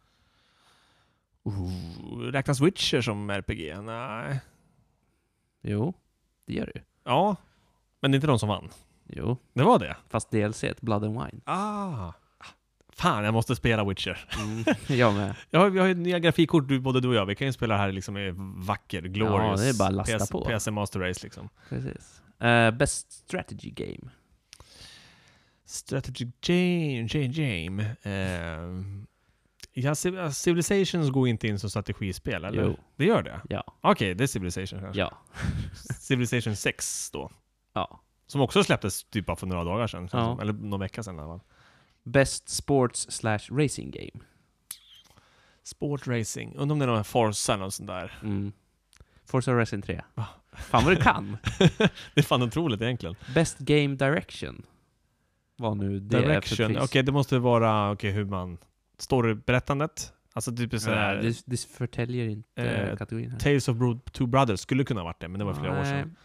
Speaker 1: Uh, räknas Witcher som R P G? Nej.
Speaker 2: Jo, det gör det ju.
Speaker 1: Ja, men det är inte de som vann.
Speaker 2: Jo,
Speaker 1: Det var det.
Speaker 2: fast D L C, Blood and Wine.
Speaker 1: Ah. Fan, jag måste spela Witcher.
Speaker 2: Mm, jag med.
Speaker 1: Jag har, vi har ju nya grafikkort, du, både du och jag. Vi kan ju spela här liksom i vacker, glorious.
Speaker 2: Ja, det är bara att lasta
Speaker 1: P S,
Speaker 2: på.
Speaker 1: P S Master Race liksom.
Speaker 2: Precis. Eh, best Strategy Game?
Speaker 1: Strategy Game, Game. Uh, ja, Civ- Civilizations går inte in som strategispel, eller?
Speaker 2: Jo.
Speaker 1: Det gör det?
Speaker 2: Ja.
Speaker 1: Okej, okay, det är Civilization kanske.
Speaker 2: Ja.
Speaker 1: Civilization sex då.
Speaker 2: Ja.
Speaker 1: Som också släpptes typ bara för några dagar sedan.
Speaker 2: Ja.
Speaker 1: Som, eller någon vecka sedan i alla fall.
Speaker 2: Best Sports slash Racing Game?
Speaker 1: Sport Racing. Undrar om det är någon Forza eller något sånt där.
Speaker 2: Mm. Forza Horizon tre.
Speaker 1: Ah.
Speaker 2: Fan vad du kan!
Speaker 1: Det är fan otroligt egentligen.
Speaker 2: Best Game Direction? Vad nu det är för
Speaker 1: Direction.
Speaker 2: pris.
Speaker 1: Okej, okay, det måste vara okay, hur man... Storyberättandet. Alltså typ sådär...
Speaker 2: Nej, det, det förtäljer inte
Speaker 1: Eh,
Speaker 2: kategorin här.
Speaker 1: Tales of Bro- Two Brothers skulle kunna ha varit det, men det var flera år
Speaker 2: Nej.
Speaker 1: sedan.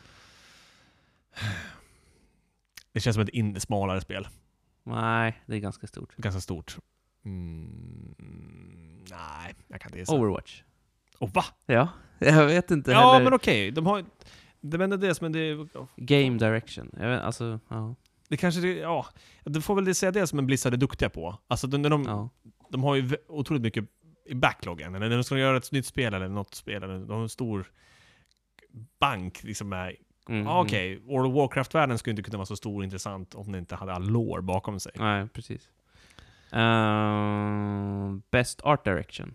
Speaker 1: Det känns som ett in- smalare spel.
Speaker 2: Nej, det är ganska stort.
Speaker 1: Ganska stort. Mm, nej, jag kan inte gissa.
Speaker 2: Overwatch.
Speaker 1: Oh, va?
Speaker 2: Ja, jag vet inte
Speaker 1: Ja,
Speaker 2: heller.
Speaker 1: men okej. De har... Det var det som... Det,
Speaker 2: Game Direction. Jag vet, alltså, ja.
Speaker 1: det kanske... Det, ja, du får väl säga det som en Blizzard är duktiga på. Alltså, de, de,
Speaker 2: ja.
Speaker 1: de har ju vä- otroligt mycket i backloggen. Eller när de ska göra ett nytt spel eller något spel. Eller, de har en stor bank liksom med...
Speaker 2: Mm,
Speaker 1: Ah, okej, okay. World of Warcraft-världen skulle inte kunna vara så stor och intressant om den inte hade all lore bakom sig.
Speaker 2: mm. Nej, precis. Uh, best Art Direction.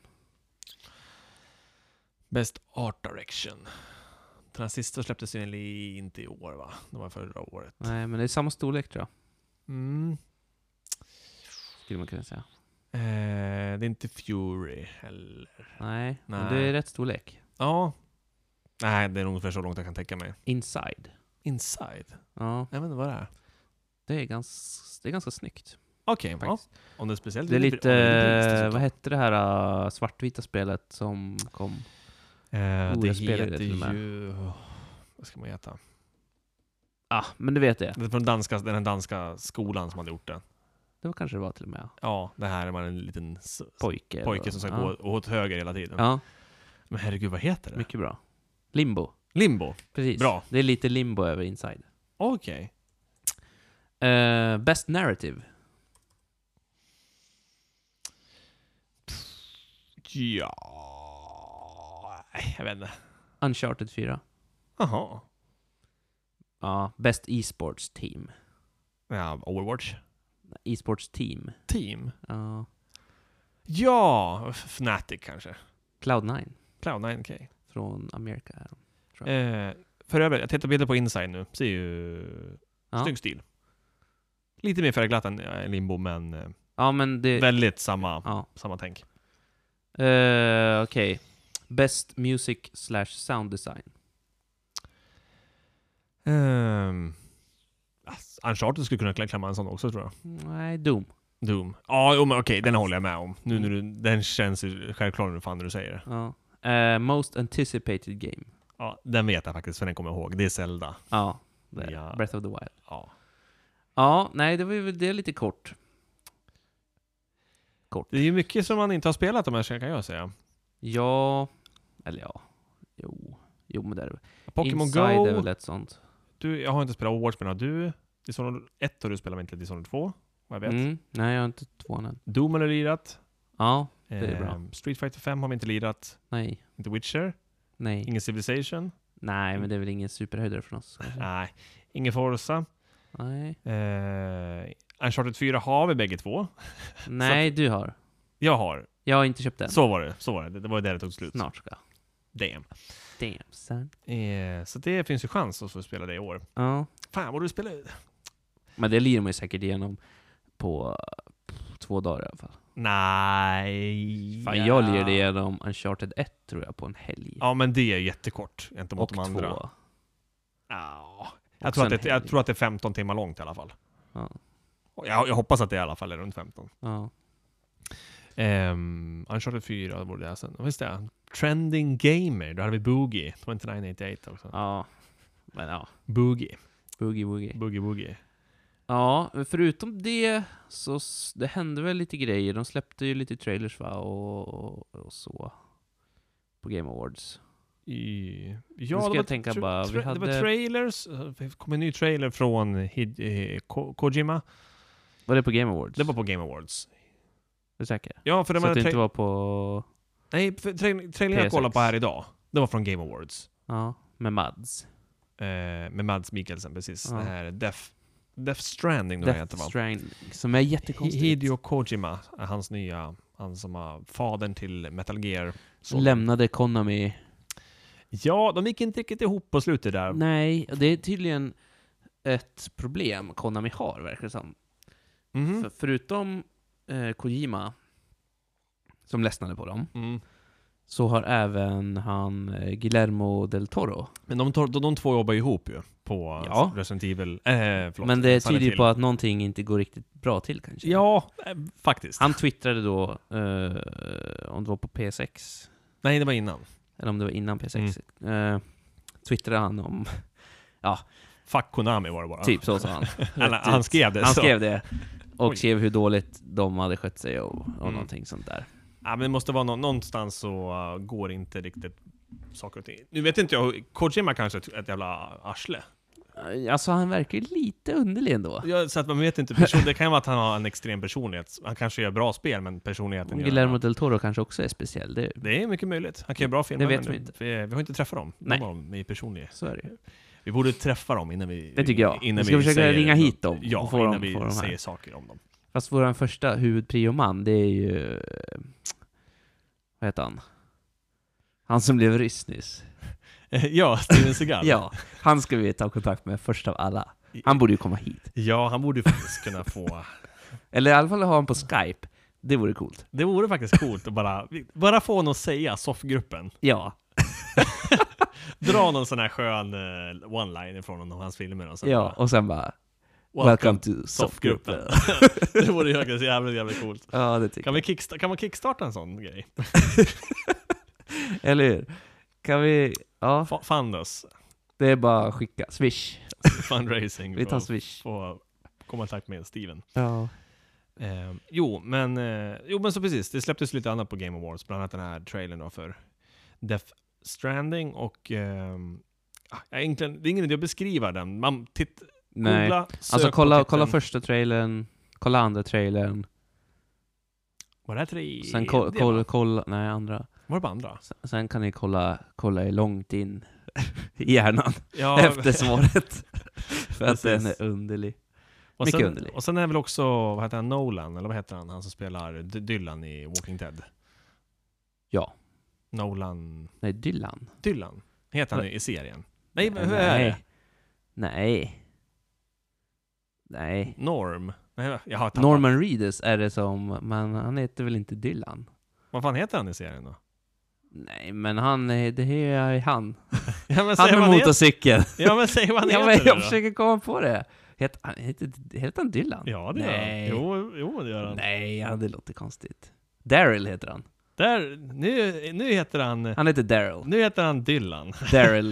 Speaker 1: Best Art Direction. Den här sista släpptes ju inte i år, va? Det var förra året.
Speaker 2: Nej, men det är samma storlek tror jag.
Speaker 1: Mm.
Speaker 2: Skulle man kunna säga.
Speaker 1: Eh, det är inte Fury heller.
Speaker 2: Nej, men
Speaker 1: Nej.
Speaker 2: det är rätt storlek.
Speaker 1: Ja. Nej, det är ungefär så långt jag kan tänka mig.
Speaker 2: Inside.
Speaker 1: Inside?
Speaker 2: Ja,
Speaker 1: Jag vet inte vad det är.
Speaker 2: det är ganska, det är ganska snyggt.
Speaker 1: Okej, okay, ja.
Speaker 2: Faktiskt.
Speaker 1: Om det är speciellt.
Speaker 2: Det är
Speaker 1: om
Speaker 2: lite,
Speaker 1: det är lite
Speaker 2: eh, vad hette det här uh, svartvita spelet som kom?
Speaker 1: eh,
Speaker 2: Oh,
Speaker 1: det
Speaker 2: jag spelar
Speaker 1: heter
Speaker 2: det till och med.
Speaker 1: ju... Vad ska man heta?
Speaker 2: Ah, men du vet det.
Speaker 1: Det är från danska, den här danska skolan som hade gjort det.
Speaker 2: Det det var kanske det var till och med.
Speaker 1: Ja, det här är man en liten s-
Speaker 2: Pojke.
Speaker 1: pojke som ska
Speaker 2: ja.
Speaker 1: gå åt höger hela tiden.
Speaker 2: Ja,
Speaker 1: Men herregud, vad heter det?
Speaker 2: mycket bra. Limbo.
Speaker 1: Limbo.
Speaker 2: Precis.
Speaker 1: Bra.
Speaker 2: Det är lite limbo över Inside.
Speaker 1: Okej.
Speaker 2: Uh, best narrative.
Speaker 1: Ja... Nej, jag vet inte.
Speaker 2: Uncharted fyra.
Speaker 1: Jaha.
Speaker 2: Ja, best e-sports team.
Speaker 1: Ja, Overwatch.
Speaker 2: E-sports team.
Speaker 1: Team.
Speaker 2: Ja.
Speaker 1: Ja, Fnatic kanske.
Speaker 2: Cloud nine.
Speaker 1: Cloud nine, okej.
Speaker 2: Från Amerika. Här.
Speaker 1: Eh, för övrigt, jag tittar bilder på Inside nu. Ser ju...
Speaker 2: Ja.
Speaker 1: Snygg stil. Lite mer färgglatt än äh, Limbo, men eh,
Speaker 2: Ja, men det...
Speaker 1: väldigt samma,
Speaker 2: Ja.
Speaker 1: samma tänk.
Speaker 2: Uh, Okej. Best music slash sound design.
Speaker 1: Um, Uncharted skulle kunna klämma en sån också, tror jag.
Speaker 2: Nej, Doom.
Speaker 1: Doom. Ja, jo, men okej, den håller jag med om. Nu när du, den känns ju självklar nu fan när du säger det.
Speaker 2: Ja. Uh, most anticipated game.
Speaker 1: Ja, den vet jag faktiskt, för den kommer jag ihåg. Det är Zelda.
Speaker 2: Ja, det är
Speaker 1: Ja.
Speaker 2: Breath of the Wild.
Speaker 1: Ja.
Speaker 2: Ja, nej, det var ju det är lite kort. Kort.
Speaker 1: Det är ju mycket som man inte har spelat, de här, kan jag säga.
Speaker 2: Ja, eller ja. Jo, jo men det är det.
Speaker 1: Pokémon
Speaker 2: Inside
Speaker 1: Go.
Speaker 2: är väl ett sånt.
Speaker 1: Du, jag har inte spelat Overwatch, men har du? Dishonored ett har du spelat, men inte Dishonored två. Vad jag vet.
Speaker 2: Mm. Nej, jag har inte tvåan än.
Speaker 1: Doom har du lirat.
Speaker 2: Ja, det är
Speaker 1: Eh,
Speaker 2: bra.
Speaker 1: Street Fighter fem har vi inte lirat.
Speaker 2: Nej,
Speaker 1: Inte Witcher.
Speaker 2: nej.
Speaker 1: Ingen Civilization.
Speaker 2: Nej, men det är väl ingen superhöjdare från oss. kanske?
Speaker 1: Nej. Ingen Forza.
Speaker 2: Nej.
Speaker 1: Eh, Uncharted fyra har vi bägge två.
Speaker 2: Nej, du har.
Speaker 1: Jag har.
Speaker 2: Jag har inte köpt den.
Speaker 1: Så var det. Så var det. Det, det var ju där det tog slut.
Speaker 2: Snart ska jag.
Speaker 1: Damn.
Speaker 2: Damn, son.
Speaker 1: Eh, så det finns ju chans att få spela det i år.
Speaker 2: Ja.
Speaker 1: Fan, borde du spela?
Speaker 2: Men det lirar man ju säkert igenom på pff, två dagar i alla fall.
Speaker 1: Nej.
Speaker 2: Fan, jag lirade igenom Uncharted ett tror jag på en helg.
Speaker 1: Ja, men det är jättekort gentemot
Speaker 2: och
Speaker 1: de andra.
Speaker 2: två.
Speaker 1: Ja. Jag,
Speaker 2: Och
Speaker 1: tror att
Speaker 2: sen
Speaker 1: det, jag
Speaker 2: helg.
Speaker 1: tror att det är femton timmar långt i alla fall.
Speaker 2: Ja.
Speaker 1: Och Jag, jag hoppas att det i alla fall är runt femton.
Speaker 2: Ja.
Speaker 1: Um, Uncharted fyra, vad borde det sen? Vad visst det? Trending Gamer, då hade vi Boogie, tjugonio åttioåtta också.
Speaker 2: Ja. Men ja.
Speaker 1: Boogie,
Speaker 2: Boogie Woogie.
Speaker 1: Boogie Boogie.
Speaker 2: Ja, förutom det så s- det hände väl lite grejer. De släppte ju lite trailers va och, och, och så på Game Awards.
Speaker 1: I,
Speaker 2: Nu
Speaker 1: ja,
Speaker 2: ska
Speaker 1: det
Speaker 2: jag
Speaker 1: var,
Speaker 2: tänka
Speaker 1: tra-
Speaker 2: bara, vi
Speaker 1: tra- det var
Speaker 2: hade-
Speaker 1: trailers, det kom en ny trailer från Hid, eh, Ko- Kojima.
Speaker 2: Var det på Game Awards?
Speaker 1: Det var på Game Awards.
Speaker 2: Är du säker?
Speaker 1: Ja, för det
Speaker 2: Så
Speaker 1: var
Speaker 2: att det
Speaker 1: tra-
Speaker 2: inte var på...
Speaker 1: Nej, för tra- trailern jag
Speaker 2: P S X.
Speaker 1: kollade på här idag, det var från Game Awards.
Speaker 2: Ja, med Mads.
Speaker 1: Eh, med Mads Mikkelsen, precis.
Speaker 2: Ja.
Speaker 1: Det här Death, Death Stranding, då
Speaker 2: Death
Speaker 1: heter va?
Speaker 2: Stranding, som är jättekonstigt.
Speaker 1: Hideo Kojima, är hans nya, han som har fadern till Metal Gear. Så-
Speaker 2: Lämnade Konami.
Speaker 1: Ja, de gick inte riktigt ihop på slutet där.
Speaker 2: Nej, det är tydligen ett problem Konami har, verkar det som.
Speaker 1: Mhm.
Speaker 2: För, förutom eh, Kojima, som ledsnade på dem,
Speaker 1: Mm.
Speaker 2: så har även han eh, Guillermo del Toro.
Speaker 1: Men de, tor- de, de två jobbar ju ihop ju på
Speaker 2: Ja.
Speaker 1: Resident Evil. Eh, förlåt,
Speaker 2: Men det
Speaker 1: Silent
Speaker 2: tyder ju
Speaker 1: Hill.
Speaker 2: på att någonting inte går riktigt bra till kanske.
Speaker 1: Ja, eh, faktiskt.
Speaker 2: Han twittrade då, eh, om det var på P S X,
Speaker 1: Nej, det var innan.
Speaker 2: eller om det var innan P S X,
Speaker 1: Mm.
Speaker 2: eh, twittrade han om,
Speaker 1: Fuck Konami var det bara.
Speaker 2: typ så sa han.
Speaker 1: Eller, han skrev det.
Speaker 2: Han
Speaker 1: så.
Speaker 2: skrev det. Och
Speaker 1: Oj.
Speaker 2: skrev hur dåligt de hade skött sig och, och
Speaker 1: Mm.
Speaker 2: någonting sånt där.
Speaker 1: Ja, men det måste vara nå- någonstans så uh, går inte riktigt saker och ting. Nu vet inte jag, Kojima kanske är ett jävla arsle.
Speaker 2: Alltså han verkar ju lite underlig ändå.
Speaker 1: Jag, så att man vet inte, person, det kan ju vara att han har en extrem personlighet. Han kanske gör bra spel, men personligheten gör...
Speaker 2: Guillermo del Toro kanske också är speciell. Det,
Speaker 1: Det är mycket möjligt. Han kan göra bra filmer.
Speaker 2: Det vet
Speaker 1: men
Speaker 2: vi inte.
Speaker 1: Vi, vi har inte träffat dem.
Speaker 2: Nej.
Speaker 1: De har dem i personlighet.
Speaker 2: så är det ju.
Speaker 1: Vi borde träffa dem innan vi...
Speaker 2: Det tycker jag.
Speaker 1: Innan
Speaker 2: Vi ska försöka
Speaker 1: säger-
Speaker 2: ringa hit dem
Speaker 1: Ja,
Speaker 2: och få
Speaker 1: innan
Speaker 2: dem-
Speaker 1: vi
Speaker 2: få dem här.
Speaker 1: säger saker om dem.
Speaker 2: Fast vår första huvudprioman, det är ju... eh, Vad heter han? Han som blev ryss nyss.
Speaker 1: Ja, Steven Seagal.
Speaker 2: Ja, han ska vi ta kontakt med först av alla. Han borde ju komma hit.
Speaker 1: Ja, han borde ju faktiskt kunna få...
Speaker 2: Eller i alla fall ha honom på Skype. Det vore coolt.
Speaker 1: Det vore faktiskt coolt att bara, bara få honom att säga soffgruppen.
Speaker 2: Ja.
Speaker 1: Dra någon sån här skön uh, one-line från honom och hans filmer. Och sen
Speaker 2: Ja,
Speaker 1: bara,
Speaker 2: och sen bara...
Speaker 1: welcome,
Speaker 2: Welcome to
Speaker 1: soffgruppen.
Speaker 2: soffgruppen.
Speaker 1: Det vore ju faktiskt jävligt, jävligt coolt.
Speaker 2: Ja, det tycker
Speaker 1: Kan, vi kicksta- kan man kickstarta en sån grej?
Speaker 2: jag. Eller hur? Kan vi... Ja,
Speaker 1: F- Fundus.
Speaker 2: det är bara att skicka. Swish.
Speaker 1: Fundraising.
Speaker 2: Vi tar
Speaker 1: för
Speaker 2: Swish.
Speaker 1: att få komma i kontakt med Steven.
Speaker 2: Ja.
Speaker 1: Eh, jo, men, eh, jo, men så precis. Det släpptes lite annat på Game Awards. Bland annat den här trailern då för Death Stranding. Och eh, egentligen, det är ingen idé att beskriva den. Man titt,
Speaker 2: Nej.
Speaker 1: googla,
Speaker 2: Alltså kolla, kolla första trailern, kolla andra trailern.
Speaker 1: Var det här tre?
Speaker 2: Sen kolla,
Speaker 1: det
Speaker 2: kolla,
Speaker 1: var,
Speaker 2: kolla, nej andra.
Speaker 1: var det på andra?
Speaker 2: Sen, sen kan ni kolla, kolla långt in i hjärnan
Speaker 1: Ja,
Speaker 2: efter svaret. För att den
Speaker 1: Precis.
Speaker 2: är underlig.
Speaker 1: och
Speaker 2: Mycket
Speaker 1: sen,
Speaker 2: underlig.
Speaker 1: Och sen är det väl också, vad heter han, Nolan? Eller vad heter han? Han som spelar D- Dylan i Walking Dead.
Speaker 2: Ja.
Speaker 1: Nolan...
Speaker 2: Nej, Dylan.
Speaker 1: Dylan? Heter han
Speaker 2: Va?
Speaker 1: i, i serien? Nej,
Speaker 2: Nej.
Speaker 1: hur är det?
Speaker 2: Nej. Nej.
Speaker 1: Norm? Nej, jag har tappat.
Speaker 2: Norman Reedus är det som, men han heter väl inte Dylan?
Speaker 1: Vad fan heter han i serien då?
Speaker 2: Nej, men han är, det är han.
Speaker 1: Ja, men säg
Speaker 2: Han
Speaker 1: vad
Speaker 2: med
Speaker 1: heter.
Speaker 2: motorcykeln.
Speaker 1: Ja, men säg vad han
Speaker 2: Ja,
Speaker 1: heter
Speaker 2: men
Speaker 1: då.
Speaker 2: jag försöker komma på det. Het, han, heter, heter han Dylan?
Speaker 1: Ja, det gör
Speaker 2: Nej.
Speaker 1: han. Jo, jo, det gör han.
Speaker 2: Nej, ja, det låter konstigt. Daryl heter han.
Speaker 1: Där, nu, nu heter han...
Speaker 2: Han heter Daryl.
Speaker 1: Nu heter han Dylan.
Speaker 2: Daryl.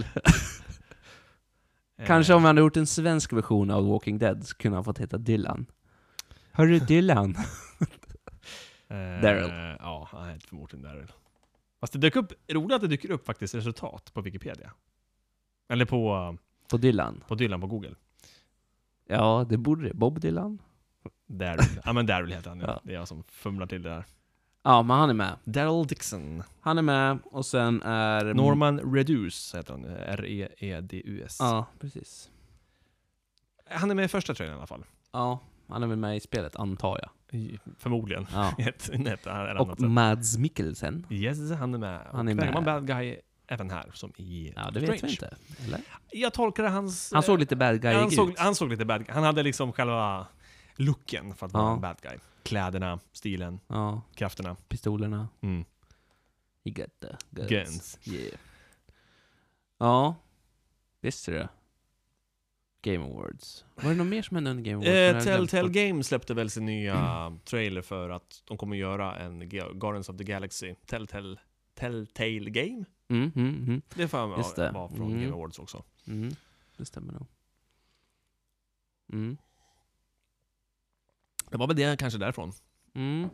Speaker 2: Kanske
Speaker 1: Eh,
Speaker 2: om han hade gjort en svensk version av Walking Dead så kunde han fått heta Dylan. Hörru Dylan.
Speaker 1: eh,
Speaker 2: Daryl.
Speaker 1: Ja, han heter förmodligen Daryl. Fast det dök upp, roligt att det dyker upp faktiskt resultat på Wikipedia. Eller på,
Speaker 2: På Dylan.
Speaker 1: på Dylan på Google.
Speaker 2: Ja, det borde det. Bob Dylan.
Speaker 1: Daryl. Ja, men Daryl heter han. Ja.
Speaker 2: Ja.
Speaker 1: Det är jag som fumlar till det där.
Speaker 2: Ja, men han är med.
Speaker 1: Daryl Dixon.
Speaker 2: Han är med och sen är...
Speaker 1: Norman Reedus heter han. R E E D U S.
Speaker 2: Ja, precis.
Speaker 1: Han är med i första trailern i alla fall.
Speaker 2: Ja, han är väl med i spelet, antar jag.
Speaker 1: I, förmodligen.
Speaker 2: Ja.
Speaker 1: Ett, ett, ett
Speaker 2: Och Mads Mikkelsen.
Speaker 1: Yes, han är med.
Speaker 2: Han är
Speaker 1: och
Speaker 2: med.
Speaker 1: Man bad guy även här, som i
Speaker 2: Ja, det
Speaker 1: Strange.
Speaker 2: vet vi inte. Eller?
Speaker 1: Jag tolkar hans...
Speaker 2: Han såg lite bad guy
Speaker 1: han,
Speaker 2: ut.
Speaker 1: såg, han såg lite bad guy. Han hade liksom själva looken för att vara
Speaker 2: Ja.
Speaker 1: en bad guy. Kläderna, stilen,
Speaker 2: Ja,
Speaker 1: krafterna.
Speaker 2: pistolerna.
Speaker 1: Mm.
Speaker 2: He got the guns.
Speaker 1: Guns.
Speaker 2: Yeah. Ja, visst är det. Game Awards. Var det något mer som hände under Game Awards? Jag
Speaker 1: Eh,
Speaker 2: har
Speaker 1: Telltale
Speaker 2: glömt.
Speaker 1: Games släppte väl sin nya trailer för att de kommer göra en Ga- Guardians of the Galaxy Telltale, Telltale Game.
Speaker 2: Mm, mm, mm,
Speaker 1: Det får jag
Speaker 2: Just det.
Speaker 1: var från
Speaker 2: Mm.
Speaker 1: Game Awards också.
Speaker 2: mm. Det stämmer nog. Mm.
Speaker 1: Det var väl det kanske därifrån.
Speaker 2: Mm.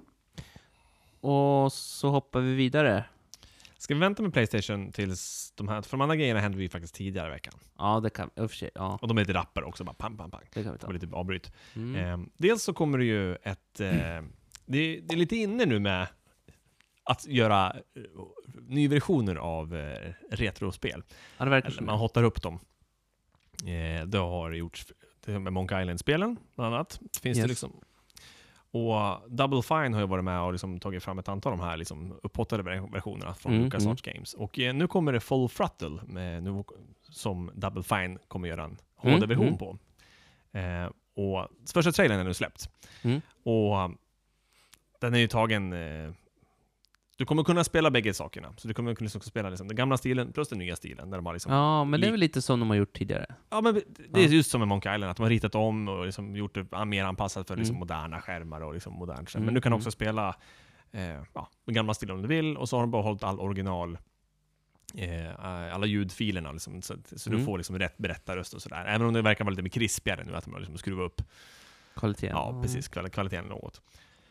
Speaker 2: Och så hoppar vi vidare.
Speaker 1: Ska vi vänta med PlayStation tills de här... För de andra grejerna hände ju faktiskt tidigare i veckan.
Speaker 2: Ja, det kan vi. För sig, ja,
Speaker 1: Och de är lite rappare också, bara pam, pam, pam.
Speaker 2: det kan vi
Speaker 1: Det
Speaker 2: ta.
Speaker 1: var lite avbryt.
Speaker 2: Mm.
Speaker 1: Eh, dels så kommer det ju ett... Eh, det, det är lite inne nu med att göra eh, nyversioner av eh, retrospel.
Speaker 2: Ja, det verkar
Speaker 1: Eller
Speaker 2: som
Speaker 1: man hotar upp dem. Eh, det har gjorts det med Monkey Island-spelen, bland annat. Finns
Speaker 2: Yes.
Speaker 1: det liksom. Och Double Fine har ju varit med och liksom tagit fram ett antal av de här liksom upphottade versionerna från
Speaker 2: Mm,
Speaker 1: LucasArts Games. Och eh, nu kommer det Full Throttle med, nu, som Double Fine kommer göra en H D-version
Speaker 2: mm.
Speaker 1: på. Eh, och första trailern är nu släppt.
Speaker 2: Mm.
Speaker 1: Och um, den är ju tagen... Eh, du kommer kunna spela bägge sakerna. Så du kommer kunna liksom spela liksom den gamla stilen plus den nya stilen. Där de har liksom,
Speaker 2: Ja, men det är
Speaker 1: li-
Speaker 2: väl lite som de har gjort tidigare.
Speaker 1: ja, men det är
Speaker 2: Ja.
Speaker 1: just som med Monkey Island, att de har ritat om och liksom gjort det ja, mer anpassat för liksom
Speaker 2: Mm.
Speaker 1: moderna skärmar och liksom modernt.
Speaker 2: Mm,
Speaker 1: Men du kan
Speaker 2: mm.
Speaker 1: också spela eh, ja, den gamla stilen om du vill, och så har de bara hållit all original eh, alla ljudfilerna liksom, så, så du
Speaker 2: Mm.
Speaker 1: får liksom rätt berättarröst och sådär. Även om det verkar vara lite mer krispigare nu, att de har liksom skruvat upp
Speaker 2: Kvaliteten.
Speaker 1: ja, precis, kval- kvaliteten något.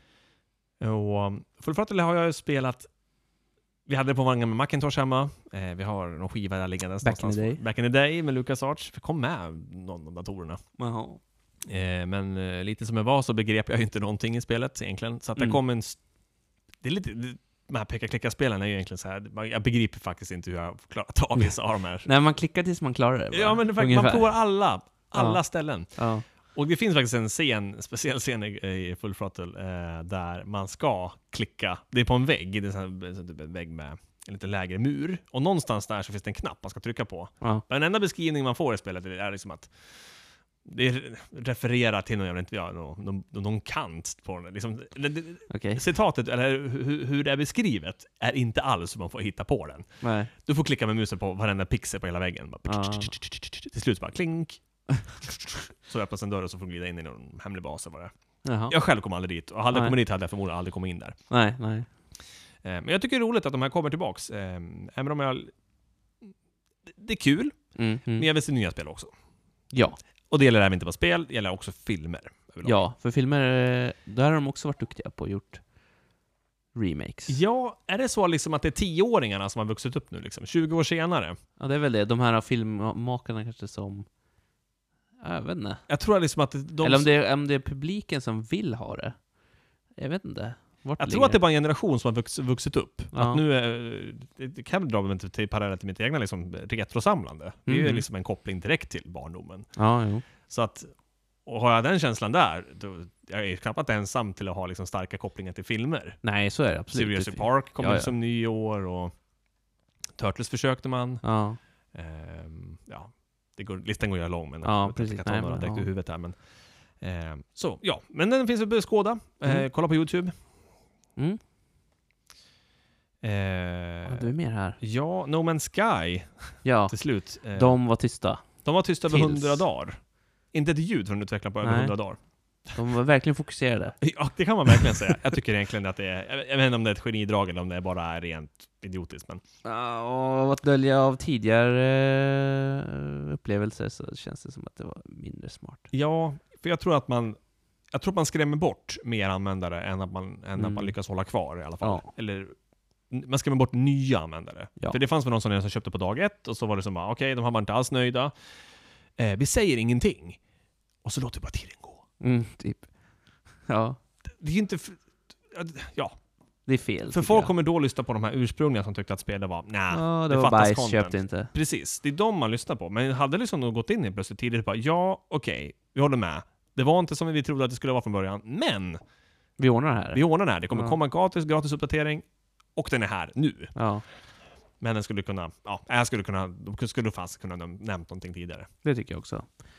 Speaker 1: Och um, Full Throttle har jag ju spelat. Vi hade det på vagnen med Macintosh hemma. Eh, vi har någon skiva där liggandes
Speaker 2: Back in
Speaker 1: någonstans.
Speaker 2: the day.
Speaker 1: Back in the day med LucasArts. Vi kom med någon av datorerna.
Speaker 2: Jaha.
Speaker 1: Eh, men eh, lite som jag var så begrep jag ju inte någonting i spelet egentligen. Så att det
Speaker 2: Mm.
Speaker 1: kom en... st- Det är lite... Det, de här peka-klicka-spelen är ju egentligen så här. man- Jag begriper faktiskt inte hur jag har klarat av vissa av de här.
Speaker 2: Nej, man klickar tills man klarar det. va?
Speaker 1: Ja, men det, faktiskt-
Speaker 2: Ungefär.
Speaker 1: man provar alla. Alla
Speaker 2: Ja.
Speaker 1: ställen.
Speaker 2: Ja.
Speaker 1: Och det finns faktiskt en scen, en speciell scen i, i Full Throttle eh, där man ska klicka. Det är på en vägg, det är en, sån, typ en vägg med en lite lägre mur. Och någonstans där så finns det en knapp man ska trycka på.
Speaker 2: Ja.
Speaker 1: Men den enda beskrivning man får i spelet är liksom att det refererar till någon, jag vet inte, ja, någon, någon, någon kant på den. Liksom, det, det,
Speaker 2: Okej.
Speaker 1: citatet, eller hur, hur det är beskrivet, är inte alls hur man får hitta på den.
Speaker 2: Nej.
Speaker 1: Du får klicka med musen på varenda pixel på hela väggen. Bara,
Speaker 2: Ja.
Speaker 1: till slut bara klink. Så öppnas en dörr och så får du glida in i någon hemlig bas eller vad det är.
Speaker 2: Jaha.
Speaker 1: Jag själv kom aldrig dit. Och hade jag
Speaker 2: Nej.
Speaker 1: kommit dit hade jag förmodligen aldrig kommit in där.
Speaker 2: Nej, nej.
Speaker 1: Eh, men jag tycker det är roligt att de här kommer tillbaks. Eh, även om jag... Det är kul,
Speaker 2: Mm,
Speaker 1: men
Speaker 2: mm.
Speaker 1: jag vill se nya spel också.
Speaker 2: Ja.
Speaker 1: Och det gäller även inte bara spel, det gäller också filmer. Överlag.
Speaker 2: Ja, för filmer, där har de också varit duktiga på att gjort remakes.
Speaker 1: Ja, är det så liksom att det är tioåringarna som har vuxit upp nu, liksom, tjugo år senare?
Speaker 2: Ja, det är väl det. De här filmmakarna kanske som... Jag vet inte.
Speaker 1: Jag tror liksom att de...
Speaker 2: Eller om det, är, om det är publiken som vill ha det. Jag vet inte. Vart
Speaker 1: Jag
Speaker 2: ligger
Speaker 1: tror att det är bara en generation som har vux, vuxit upp.
Speaker 2: Ja.
Speaker 1: Att nu är, det kan jag dra mig till parallellt till mitt egna liksom, retrosamlande. Det är ju
Speaker 2: Mhm.
Speaker 1: liksom en koppling direkt till barndomen.
Speaker 2: Ja, jo.
Speaker 1: Så att, och har jag den känslan där, då jag är knappt ensam till att ha liksom starka kopplingar till filmer.
Speaker 2: Nej, så är det absolut.
Speaker 1: Jurassic Park kom
Speaker 2: Ja, ja.
Speaker 1: som nyår och Turtles försökte man.
Speaker 2: Ja.
Speaker 1: Ehm, ja, det går, listan går ju lång, men
Speaker 2: Ja,
Speaker 1: jag
Speaker 2: precis.
Speaker 1: kan ta
Speaker 2: Nej,
Speaker 1: några
Speaker 2: men,
Speaker 1: direkt
Speaker 2: ja.
Speaker 1: i huvudet här. Men, ehm, så, ja. Men den finns att beskåda. Eh,
Speaker 2: Mm.
Speaker 1: kolla på YouTube.
Speaker 2: Mm.
Speaker 1: Eh,
Speaker 2: Ja, du är mer här.
Speaker 1: ja, No Man's Sky
Speaker 2: Ja,
Speaker 1: till slut. Eh,
Speaker 2: de var tysta.
Speaker 1: de var tysta över
Speaker 2: tills-
Speaker 1: hundra dagar. Inte ett ljud från utvecklaren på över
Speaker 2: Nej.
Speaker 1: hundra dagar.
Speaker 2: De var verkligen fokuserade.
Speaker 1: Ja, det kan man verkligen säga. Jag tycker egentligen att det är, jag vet- jag vet inte om det är ett genidrag eller om det bara är rent idiotiskt, men
Speaker 2: Ja, och att dölja av tidigare eh, upplevelser så känns det som att det var mindre smart.
Speaker 1: ja, för jag tror att man jag tror att man skrämmer bort mer användare än att man, än
Speaker 2: Mm.
Speaker 1: att man lyckas hålla kvar i alla fall.
Speaker 2: Ja.
Speaker 1: Eller n- man skrämmer bort nya användare.
Speaker 2: Ja.
Speaker 1: För det fanns väl någon som, som köpte på dag ett och så var det som bara, okej, de här var inte alls nöjda. Eh, vi säger ingenting. Och så låter vi bara tiden gå.
Speaker 2: Mm, typ. Ja,
Speaker 1: Det är ju inte... F- ja,
Speaker 2: det är fel.
Speaker 1: för
Speaker 2: tycker
Speaker 1: folk
Speaker 2: jag.
Speaker 1: kommer då lyssna på de här ursprungliga som tyckte att spelet var, nej,
Speaker 2: Ja, det,
Speaker 1: det
Speaker 2: var
Speaker 1: fattas
Speaker 2: bajs,
Speaker 1: content.
Speaker 2: köpte inte.
Speaker 1: Precis, det är de man lyssnar på. Men hade liksom nog gått in i plötsligt tidigt bara, ja, okej, vi håller med. Det var inte som vi trodde att det skulle vara från början, men
Speaker 2: Vi ordnar det här.
Speaker 1: vi ordnar det här. Det kommer
Speaker 2: Ja.
Speaker 1: komma en gratis, gratis uppdatering och den är här nu.
Speaker 2: Ja,
Speaker 1: Men den skulle kunna, ja, jag skulle kunna, de skulle fast kunna näm- nämnt någonting tidigare.
Speaker 2: det tycker jag också.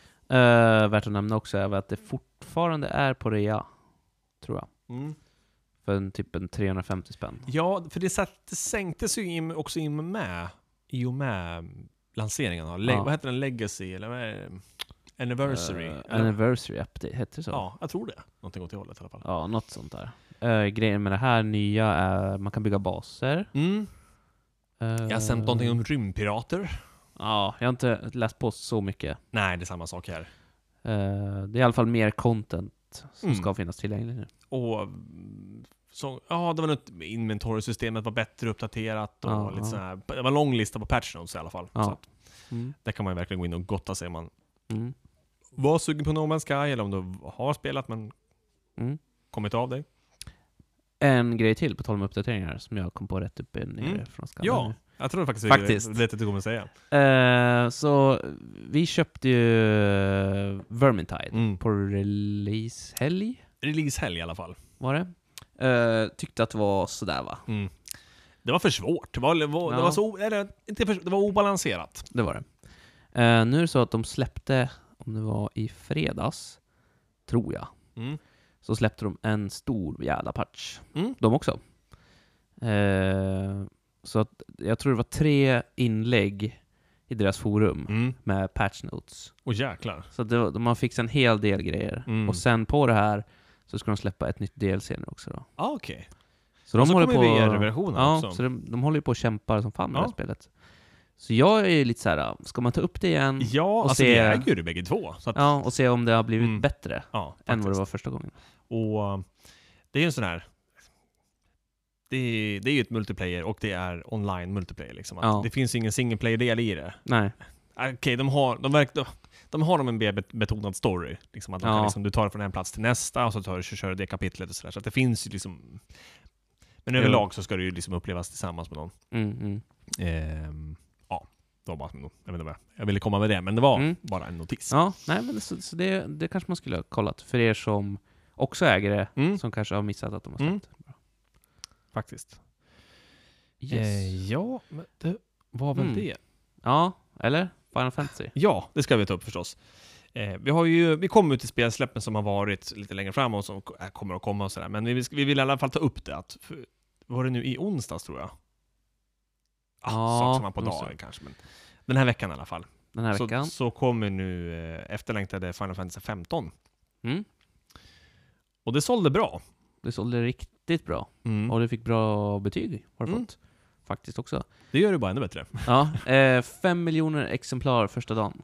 Speaker 2: Uh, värt att nämna också är att det fortfarande är på rea, tror jag.
Speaker 1: Mm.
Speaker 2: För en typ en trehundrafemtio spänn.
Speaker 1: Ja, för det, satt, det sänktes ju in, också in med, i och med lanseringen av, Le-
Speaker 2: Ja.
Speaker 1: vad heter den, Legacy, eller vad är det? Anniversary?
Speaker 2: Uh,
Speaker 1: eller?
Speaker 2: anniversary update, hette det så?
Speaker 1: Ja, jag tror det. Någonting åt det hållet i alla fall.
Speaker 2: Ja, något sånt där. Uh, grejen med det här nya är man kan bygga baser.
Speaker 1: Mm.
Speaker 2: Uh,
Speaker 1: Jag har sänt någonting om rymdpirater.
Speaker 2: Ja, jag har inte läst på så mycket.
Speaker 1: Nej, det är samma sak här.
Speaker 2: Uh, det är i alla fall mer content som
Speaker 1: Mm.
Speaker 2: ska finnas tillgängligt nu.
Speaker 1: Och mm, så, ja, det var något, inventory-systemet var bättre uppdaterat och
Speaker 2: Ja,
Speaker 1: lite
Speaker 2: ja.
Speaker 1: så här, det var en lång lista på patch notes i alla fall.
Speaker 2: Ja.
Speaker 1: Så att,
Speaker 2: Mm.
Speaker 1: där kan man ju verkligen gå in och gotta sig om man
Speaker 2: Mm.
Speaker 1: var sugen på No Man's Sky eller om du har spelat men
Speaker 2: Mm.
Speaker 1: kommit av dig.
Speaker 2: En grej till på tal om uppdateringar som jag kom på rätt uppe nere
Speaker 1: Mm.
Speaker 2: från skallen
Speaker 1: Ja,
Speaker 2: nu.
Speaker 1: jag tror faktiskt,
Speaker 2: Faktiskt.
Speaker 1: det är det du kommer säga.
Speaker 2: Eh, så vi köpte ju eh, Vermintide
Speaker 1: Mm.
Speaker 2: på releasehelg,
Speaker 1: Releasehelg i alla fall.
Speaker 2: var det? Eh, tyckte att det var sådär va?
Speaker 1: Mm. Det var för svårt. Det var, det var, det
Speaker 2: Ja.
Speaker 1: var, så, eller, inte för, det var obalanserat.
Speaker 2: Det var det. Eh, nu är det så att de släppte, om det var i fredags, tror jag,
Speaker 1: Mm.
Speaker 2: så släppte de en stor jävla patch.
Speaker 1: Mm.
Speaker 2: De också. Eh, så att jag tror det var tre inlägg i deras forum
Speaker 1: Mm.
Speaker 2: med patch notes.
Speaker 1: Och jäklar.
Speaker 2: Så att det, var- man fick en hel del grejer.
Speaker 1: Mm.
Speaker 2: Och sen på det här så ska de släppa ett nytt D L C nu också då.
Speaker 1: Ah, okej.
Speaker 2: Så de
Speaker 1: Och så
Speaker 2: håller
Speaker 1: kommer
Speaker 2: på...
Speaker 1: V R-versionen
Speaker 2: Ja,
Speaker 1: också.
Speaker 2: så de, de håller ju på och kämpar som fan med
Speaker 1: Ja.
Speaker 2: det här spelet. Så jag är lite så här, ska man ta upp det igen?
Speaker 1: Ja,
Speaker 2: och
Speaker 1: alltså
Speaker 2: se-
Speaker 1: vi äger ju det bägge två. Så att, ja,
Speaker 2: Ja, och se om det har blivit
Speaker 1: Mm.
Speaker 2: bättre än vad det
Speaker 1: faktiskt.
Speaker 2: var första gången.
Speaker 1: Och det är ju en sån här... Det är, det är ju ett multiplayer och det är online multiplayer. Liksom. Att
Speaker 2: Ja.
Speaker 1: Det finns ingen single player-del i det.
Speaker 2: Nej.
Speaker 1: Okej, de har de, verk, de, de har de en mer bet- betonad story. Liksom, att de
Speaker 2: Ja.
Speaker 1: kan, liksom, du tar det från en plats till nästa och så tar du, kör du det kapitlet och sådär. Så att det finns ju liksom... Men
Speaker 2: Jo.
Speaker 1: överlag så ska det ju liksom upplevas tillsammans med någon.
Speaker 2: Mm, mm.
Speaker 1: Ehm, ja, det var bara, jag vet inte vad jag ville komma med det, men det var
Speaker 2: Mm.
Speaker 1: bara en notis.
Speaker 2: Ja, nej men så, så det, det kanske man skulle ha kollat. För er som också äger det,
Speaker 1: Mm.
Speaker 2: som kanske har missat att de har
Speaker 1: Mm.
Speaker 2: släppt.
Speaker 1: Faktiskt.
Speaker 2: Yes.
Speaker 1: Eh, ja, men det var väl
Speaker 2: Mm.
Speaker 1: det.
Speaker 2: Ja, eller? Final Fantasy.
Speaker 1: Ja, det ska vi ta upp förstås. Eh, vi har ju, vi kommer ut till spelsläppen som har varit lite längre fram och som äh, kommer att komma och sådär. Men vi, vi vill i alla fall ta upp det. Att, för, var det nu i onsdags tror jag? Ah,
Speaker 2: Ja,
Speaker 1: sak som man på
Speaker 2: nog så.
Speaker 1: dagen kanske. Men den här veckan i alla fall.
Speaker 2: Den här veckan.
Speaker 1: Så, så kommer nu eh, efterlängtade Final Fantasy femton.
Speaker 2: Mm.
Speaker 1: Och det sålde bra.
Speaker 2: Det sålde riktigt bra.
Speaker 1: Mm.
Speaker 2: Och det fick bra betyg, har det
Speaker 1: Mm.
Speaker 2: fått. Faktiskt också.
Speaker 1: Det gör det bara ännu bättre.
Speaker 2: Ja, eh, fem miljoner exemplar första dagen.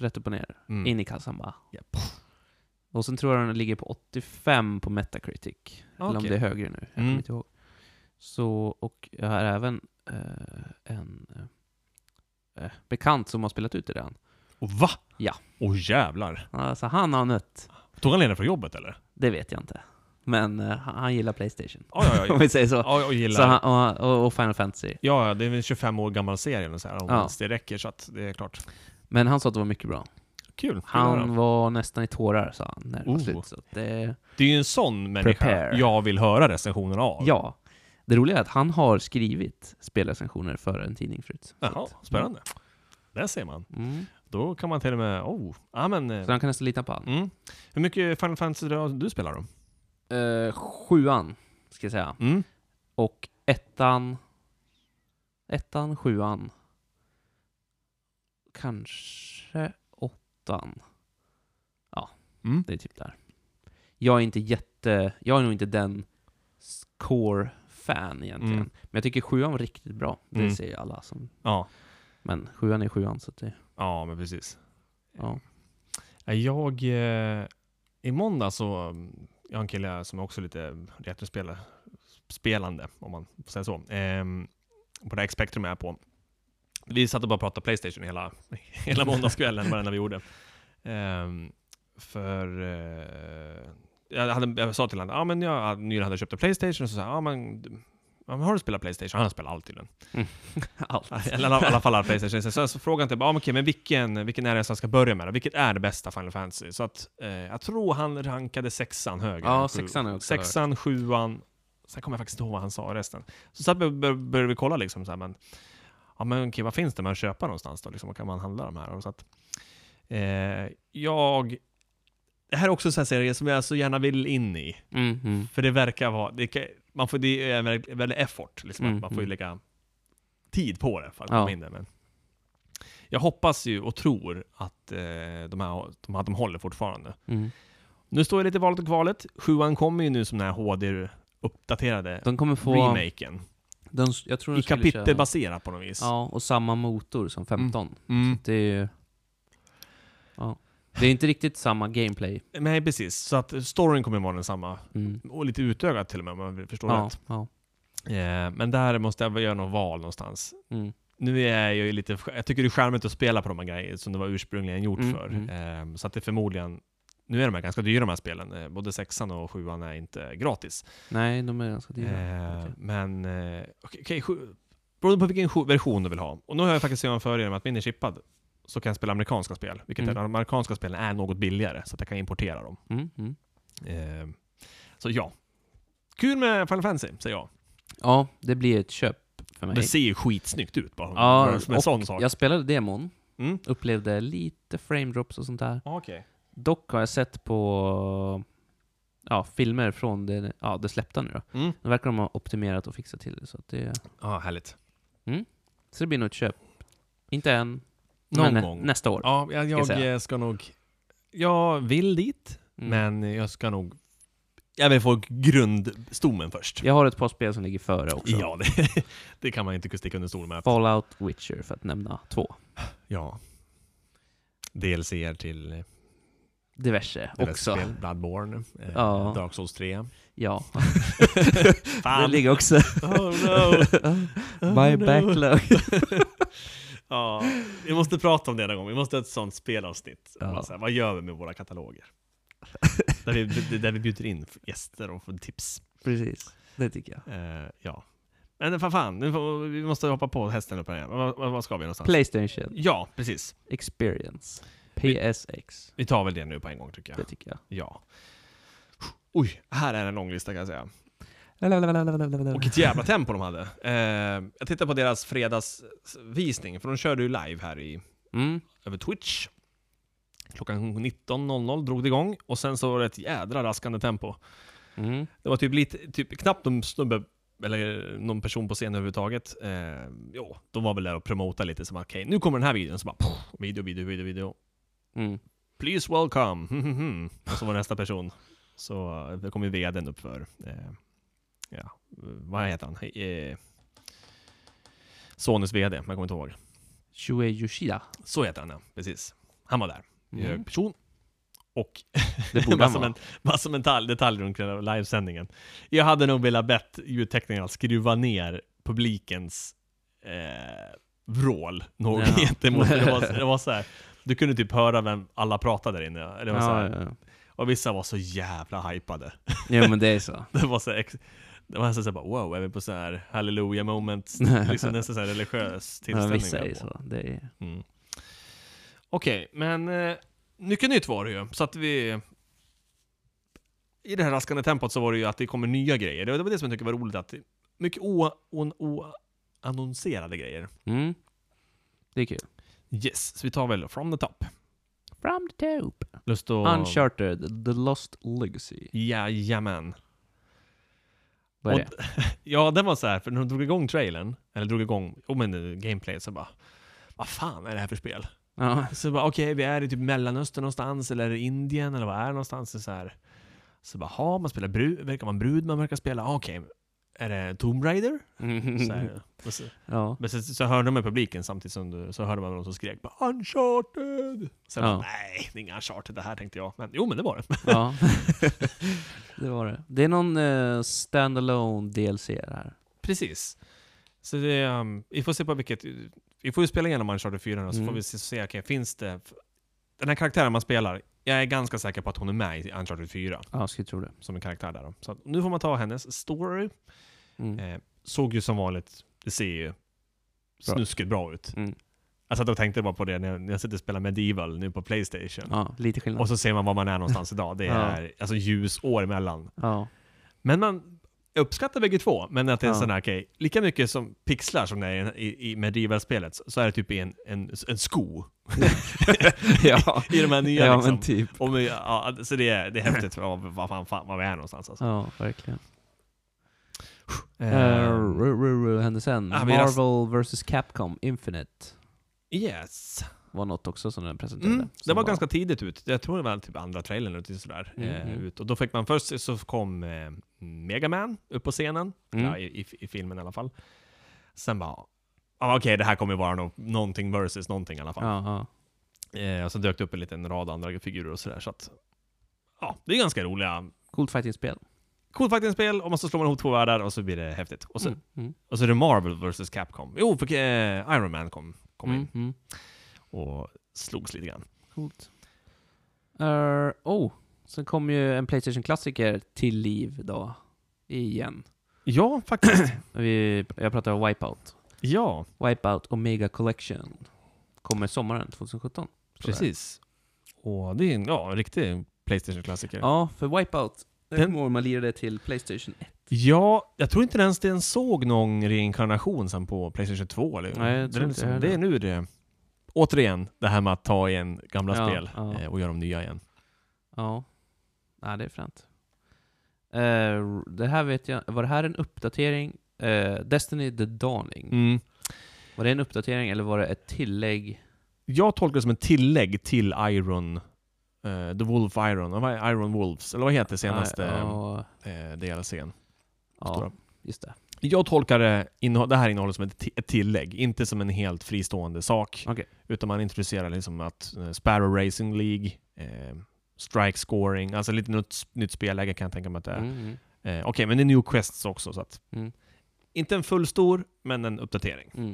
Speaker 2: rätt upp och ner.
Speaker 1: Mm.
Speaker 2: In i kassan bara.
Speaker 1: Yep.
Speaker 2: Och sen tror jag den ligger på åttiofem på Metacritic.
Speaker 1: Okay.
Speaker 2: Eller om det är högre nu. Jag
Speaker 1: Mm.
Speaker 2: kommer inte ihåg. Så, och jag har även eh, en eh, bekant som har spelat ut det redan.
Speaker 1: Och va?
Speaker 2: Ja.
Speaker 1: Åh jävlar.
Speaker 2: Alltså han har nött.
Speaker 1: Tog han ledigt från jobbet eller?
Speaker 2: Det vet jag inte. Men eh, han, han gillar PlayStation.
Speaker 1: Oj, oj, oj.
Speaker 2: Om vi säger så.
Speaker 1: Ja, och gillar.
Speaker 2: så han, och, och, och Final Fantasy.
Speaker 1: Ja, det är en tjugofem år gammal serie eller så här, om
Speaker 2: Ja.
Speaker 1: det räcker så att det är klart.
Speaker 2: Men han sa att det var mycket bra.
Speaker 1: Kul.
Speaker 2: Han var nästan i tårar, sa han, när det var
Speaker 1: Oh.
Speaker 2: slut. Så att det,
Speaker 1: Det är ju en sån människa
Speaker 2: Prepare.
Speaker 1: jag vill höra recensioner av.
Speaker 2: ja. Det roliga är att han har skrivit spelrecensioner för en tidning förut. Så
Speaker 1: Jaha,
Speaker 2: att-
Speaker 1: spännande. Där ser man.
Speaker 2: Mm.
Speaker 1: Då kan man till och med, oh, ja men... eh,
Speaker 2: Så han kan nästan lita på han.
Speaker 1: Mm. Hur mycket Final Fantasy du, du spelar då?
Speaker 2: Eh, sjuan, ska jag säga.
Speaker 1: Mm.
Speaker 2: Och ettan... Ettan, sjuan. Kanske åttan.
Speaker 1: Mm.
Speaker 2: Det är typ där. Jag är inte jätte... Jag är nog inte den core-fan egentligen.
Speaker 1: Mm.
Speaker 2: Men jag tycker sjuan var riktigt bra. Det
Speaker 1: Mm.
Speaker 2: säger alla som...
Speaker 1: Ja.
Speaker 2: Men sjuan är sjuan, så att det...
Speaker 1: Ja, men precis.
Speaker 2: Ja.
Speaker 1: Jag... Eh, I måndag så... Jag har en kille som är också lite retrospelare spelande, om man får säga så. Eh, på det här Spectrum jag är på. Vi satt och bara pratade PlayStation hela, hela måndagskvällen, varenda vi gjorde. Eh, för... Eh, jag, hade, jag sa till honom, ja men jag nyligen hade köpt en PlayStation, och så sa jag, ja men... Ja, men har du spelat PlayStation? Han har spelat allt tydligen.
Speaker 2: Mm. Allt.
Speaker 1: Eller i alla fall alla PlayStation. Så, så, så frågan till, ja men okej, men vilken, vilken är det som ska börja med då? Vilket är det bästa Final Fantasy? Så att, eh, jag tror han rankade sexan högre.
Speaker 2: Ja,
Speaker 1: än sju.
Speaker 2: sexan är också
Speaker 1: Sexan, sjuan, sen kommer jag faktiskt inte ihåg vad han sa resten. Så satt vi bör, började vi kolla liksom så här, men ja men okej, vad finns det med att köpa någonstans då? Liksom, vad kan man handla de här? Och så att, eh, jag, det här är också en serie som jag så gärna vill in i.
Speaker 2: Mm, mm.
Speaker 1: För det verkar vara, det, kan, man får, det är väldigt, väldigt effort, liksom,
Speaker 2: Mm,
Speaker 1: att man får ju
Speaker 2: mm.
Speaker 1: lägga tid på det för att
Speaker 2: Ja.
Speaker 1: komma in där. Men jag hoppas ju och tror att eh, de, här, de, här, de håller fortfarande.
Speaker 2: Mm.
Speaker 1: Nu står jag lite i valet och kvalet. Sjuan kommer ju nu som den här H D-uppdaterade
Speaker 2: De kommer få...
Speaker 1: remaken.
Speaker 2: De, jag tror de
Speaker 1: I
Speaker 2: skulle
Speaker 1: kapitelbaserat på något vis.
Speaker 2: köra- Ja, och samma motor som femton.
Speaker 1: Mm.
Speaker 2: Så det är ju... Ja. Det är inte riktigt samma gameplay.
Speaker 1: Nej, precis. Så att storyn kommer vara densamma.
Speaker 2: Mm.
Speaker 1: Och lite utökat till och med, om man förstår
Speaker 2: Ja,
Speaker 1: rätt.
Speaker 2: ja.
Speaker 1: Eh, men där måste jag väl göra något val någonstans.
Speaker 2: Mm.
Speaker 1: Nu är jag ju lite... Jag tycker det är charmigt att spela på de här grejerna som det var ursprungligen gjort
Speaker 2: Mm,
Speaker 1: för.
Speaker 2: mm.
Speaker 1: Eh, så att det är förmodligen... Nu är de här ganska dyra, de här spelen. Eh, både sexan och sjuan är inte gratis.
Speaker 2: Nej, de är ganska dyra.
Speaker 1: Eh,
Speaker 2: Okej.
Speaker 1: Men... Eh, okej, okay, beroende på vilken sju- version du vill ha. Och nu har jag faktiskt en fördel med att min är chippad. Så kan jag spela amerikanska spel. Vilket
Speaker 2: Mm.
Speaker 1: är, de amerikanska spelen är något billigare. Så att jag kan importera dem.
Speaker 2: Mm, mm.
Speaker 1: Eh, så ja. Kul med Final Fantasy, säger jag.
Speaker 2: Ja, det blir ett köp för mig.
Speaker 1: Det ser ju skitsnyggt ut bara.
Speaker 2: Ja,
Speaker 1: bara som en
Speaker 2: och
Speaker 1: sån sak.
Speaker 2: jag spelade demon.
Speaker 1: Mm.
Speaker 2: Upplevde lite frame drops och sånt där.
Speaker 1: Okej.
Speaker 2: Dock har jag sett på ja, filmer från det, ja, det släppta nu då.
Speaker 1: Mm.
Speaker 2: Nu verkar de ha optimerat och fixat till det. Så, att det,
Speaker 1: Ja, härligt.
Speaker 2: så det blir nog ett köp. Inte än,
Speaker 1: Någon
Speaker 2: men
Speaker 1: gång.
Speaker 2: nästa år.
Speaker 1: Ja, jag, jag
Speaker 2: Ska jag säga.
Speaker 1: ska nog... Jag vill dit,
Speaker 2: Mm.
Speaker 1: men jag ska nog... Jag vill få grundstommen först.
Speaker 2: Jag har ett par spel som ligger före också.
Speaker 1: Ja, det, det kan man inte sticka under stol med.
Speaker 2: Fallout, Witcher, för att nämna två.
Speaker 1: Ja. D L C till eh,
Speaker 2: Diverse
Speaker 1: deras
Speaker 2: också.
Speaker 1: spel. Bloodborne, eh,
Speaker 2: Ja.
Speaker 1: Dark Souls tre.
Speaker 2: Ja, det
Speaker 1: Fan!
Speaker 2: ligger också.
Speaker 1: Oh no!
Speaker 2: My
Speaker 1: Oh, no.
Speaker 2: backlog.
Speaker 1: Ja, vi måste prata om det någon gång. Vi måste ha ett sånt spelavsnitt.
Speaker 2: Ja.
Speaker 1: Bara så här, vad gör vi med våra kataloger? där, vi, där vi bjuder in gäster och får tips.
Speaker 2: Precis, det tycker jag.
Speaker 1: Eh, ja. Men för fan, nu får, vi måste hoppa på hästen upp här igen. Vad, vad, vad ska vi någonstans?
Speaker 2: PlayStation
Speaker 1: Ja, precis.
Speaker 2: Experience. P S X.
Speaker 1: Vi tar väl det nu på en gång tycker
Speaker 2: Det
Speaker 1: jag.
Speaker 2: tycker jag.
Speaker 1: Ja. Oj, här är en lång lista kan jag säga. Och ett jävla tempo de hade. Eh, jag tittade på deras fredagsvisning, för de körde ju live här i
Speaker 2: Mm.
Speaker 1: över Twitch. Klockan nitton noll noll drog det igång, och sen så var det ett jädra raskande tempo.
Speaker 2: Mm.
Speaker 1: Det var typ lite, typ knappt någon snubbe eller någon person på scen överhuvudtaget. Eh, jo, de var väl där och promota lite, som okej, okay, nu kommer den här videon, så bara pff, video, video, video, video.
Speaker 2: Mm.
Speaker 1: Please welcome. Och så var nästa person. Så eh, det kom ju vdn upp för eh, ja, vad heter han? Eh, Sonys vd, men jag kommer inte ihåg.
Speaker 2: Shuei Yoshida.
Speaker 1: Så heter han, ja, precis. Han var där, i
Speaker 2: Mm.
Speaker 1: hög person. Och
Speaker 2: Det borde
Speaker 1: massa,
Speaker 2: han
Speaker 1: men, massa mental detalj runt livesändningen. Jag hade nog velat bett ljudteknikerna att skruva ner publikens eh, vrål något
Speaker 2: Ja.
Speaker 1: gentemot. Det var, det var så här, du kunde typ höra vem alla pratade där inne. Det var så
Speaker 2: Ja,
Speaker 1: här,
Speaker 2: ja, ja.
Speaker 1: och vissa var så jävla hypade.
Speaker 2: Jo, men det är så.
Speaker 1: Det var så här, ex- det var så här bara, wow, är vi på så här hallelujah moment, liksom nästan så här religiös
Speaker 2: Ja,
Speaker 1: tillställning.
Speaker 2: vissa är
Speaker 1: på.
Speaker 2: så. Det är...
Speaker 1: Mm. Okej, men eh, mycket nytt var det ju. Så att vi... I det här raskande tempot så var det ju att det kommer nya grejer. Det var det som jag tycker var roligt. Att det, mycket oannonserade grejer.
Speaker 2: Mm. Det är kul.
Speaker 1: Yes, så vi tar väl from the top.
Speaker 2: From the top.
Speaker 1: Lust att...
Speaker 2: Uncharted, The Lost Legacy.
Speaker 1: Jajamän.
Speaker 2: Vad är
Speaker 1: Och-
Speaker 2: det?
Speaker 1: Ja, det var så här, för när de drog igång trailern, eller drog igång, oh, men gameplay, så bara, vad fan är det här för spel?
Speaker 2: Ja.
Speaker 1: Så bara, okej, vi är i typ Mellanöstern någonstans, eller är det Indien, eller vad är det någonstans? Så här. Så bara, ha, man spelar brud, verkar man brud, man verkar spela, ah, okej, är det Tomb Raider? Så, här, och så,
Speaker 2: Ja.
Speaker 1: men så, så hörde man publiken samtidigt som du, så hörde man någon som skrek bara, Uncharted! Så jag
Speaker 2: Ja.
Speaker 1: bara, nej, det är inga Uncharted det här, tänkte jag. Men jo, men det var det.
Speaker 2: Ja. Det var det. Det är någon uh, standalone D L C här.
Speaker 1: Precis. Så det, um, vi får se på vilket... Vi får ju spela igenom Uncharted fyra och så
Speaker 2: Mm.
Speaker 1: får vi se, se okay, finns det... Den här karaktären man spelar, jag är ganska säker på att hon är med i Uncharted fyra
Speaker 2: Ja, jag skulle tro det.
Speaker 1: som en karaktär där. Då. Så att nu får man ta hennes story.
Speaker 2: Mm.
Speaker 1: Eh, såg ju som vanligt, det ser ju snuskigt bra ut.
Speaker 2: Mm.
Speaker 1: Jag satt och tänkte bara på det när jag, när jag sitter och spelar Medieval nu på PlayStation.
Speaker 2: Ja, lite skillnad.
Speaker 1: Och så ser man var man är någonstans idag. Det
Speaker 2: Ja.
Speaker 1: är alltså ljusår emellan.
Speaker 2: Ja.
Speaker 1: Men man uppskattar bägge två, men att det är en
Speaker 2: Ja.
Speaker 1: sån här, okej, lika mycket som pixlar som det är i, i Medieval-spelet, så är det typ i en, en, en sko.
Speaker 2: Ja.
Speaker 1: I de här nya
Speaker 2: Ja,
Speaker 1: liksom.
Speaker 2: men typ.
Speaker 1: Och med, ja, så det är, det är häftigt vad, vad, fan, fan, vad vi är någonstans alltså.
Speaker 2: Ja, verkligen.
Speaker 1: Eh,
Speaker 2: Uh, vad hände sen?
Speaker 1: ah, vi rast-
Speaker 2: Marvel versus. Capcom Infinite
Speaker 1: yes.
Speaker 2: var något också som den presenterade.
Speaker 1: Mm, det
Speaker 2: som
Speaker 1: var ganska tidigt ut. Jag tror det var typ andra trailern ut sådär.
Speaker 2: Mm,
Speaker 1: eh,
Speaker 2: mm.
Speaker 1: ut. Och då fick man först så kom eh, Mega Man upp på scenen.
Speaker 2: Mm.
Speaker 1: Ja, i, i, i filmen i alla fall. Sen bara, ah, okej, det här kommer vara no- någonting versus någonting i alla fall.
Speaker 2: Ja, ja.
Speaker 1: Eh, och så dök det upp en liten rad andra figurer och sådär. Så att, ja, det är ganska roliga.
Speaker 2: Coolt fighting-spel.
Speaker 1: Coolt fighting-spel, och så slår man ihop två världar och så blir det häftigt. Och så,
Speaker 2: Mm, mm.
Speaker 1: och så är det Marvel versus. Capcom. Jo, för eh, Iron Man kom, kom
Speaker 2: Mm,
Speaker 1: in
Speaker 2: mm.
Speaker 1: och slogs lite grann.
Speaker 2: Coolt. Uh, oh, sen kom ju en PlayStation-klassiker till liv då. Igen.
Speaker 1: Ja, faktiskt.
Speaker 2: Vi, jag pratar om Wipeout.
Speaker 1: ja,
Speaker 2: Wipeout Omega Collection. Kommer sommaren tjugosjutton.
Speaker 1: precis. Och det är en, ja, en riktig PlayStation-klassiker.
Speaker 2: Ja, för Wipeout.
Speaker 1: Den-
Speaker 2: Den år man lirade till PlayStation ett.
Speaker 1: Ja, jag tror inte ens den såg någon reinkarnation sen på PlayStation två. Eller?
Speaker 2: Nej, jag
Speaker 1: det,
Speaker 2: tror
Speaker 1: är
Speaker 2: inte
Speaker 1: liksom,
Speaker 2: jag
Speaker 1: det är
Speaker 2: heller.
Speaker 1: nu det. Återigen, det här med att ta igen gamla
Speaker 2: Ja,
Speaker 1: spel
Speaker 2: ja.
Speaker 1: eh, och göra dem nya igen.
Speaker 2: Ja. Nej, det är fränt. Uh, det här vet jag. Var det här en uppdatering? Uh, Destiny The Dawning.
Speaker 1: Mm.
Speaker 2: Var det en uppdatering eller var det ett tillägg?
Speaker 1: Jag tolkar det som ett tillägg till Iron, eh, The Wolf Iron, vad är Iron Wolves, eller vad heter senaste
Speaker 2: Ja,
Speaker 1: eh, D L C:n?
Speaker 2: ja,
Speaker 1: Står det.
Speaker 2: just det.
Speaker 1: Jag tolkar det, innehå- det här innehållet som ett, ti- ett tillägg, inte som en helt fristående sak.
Speaker 2: Okej.
Speaker 1: Utan man introducerar liksom att eh, Sparrow Racing League, eh, strike scoring, alltså lite nytt, nytt spelläge kan jag tänka mig att det är.
Speaker 2: Mm, mm,
Speaker 1: Eh, Okej, men det är New Quests också, så att
Speaker 2: mm,
Speaker 1: inte en full stor, men en uppdatering.
Speaker 2: mm.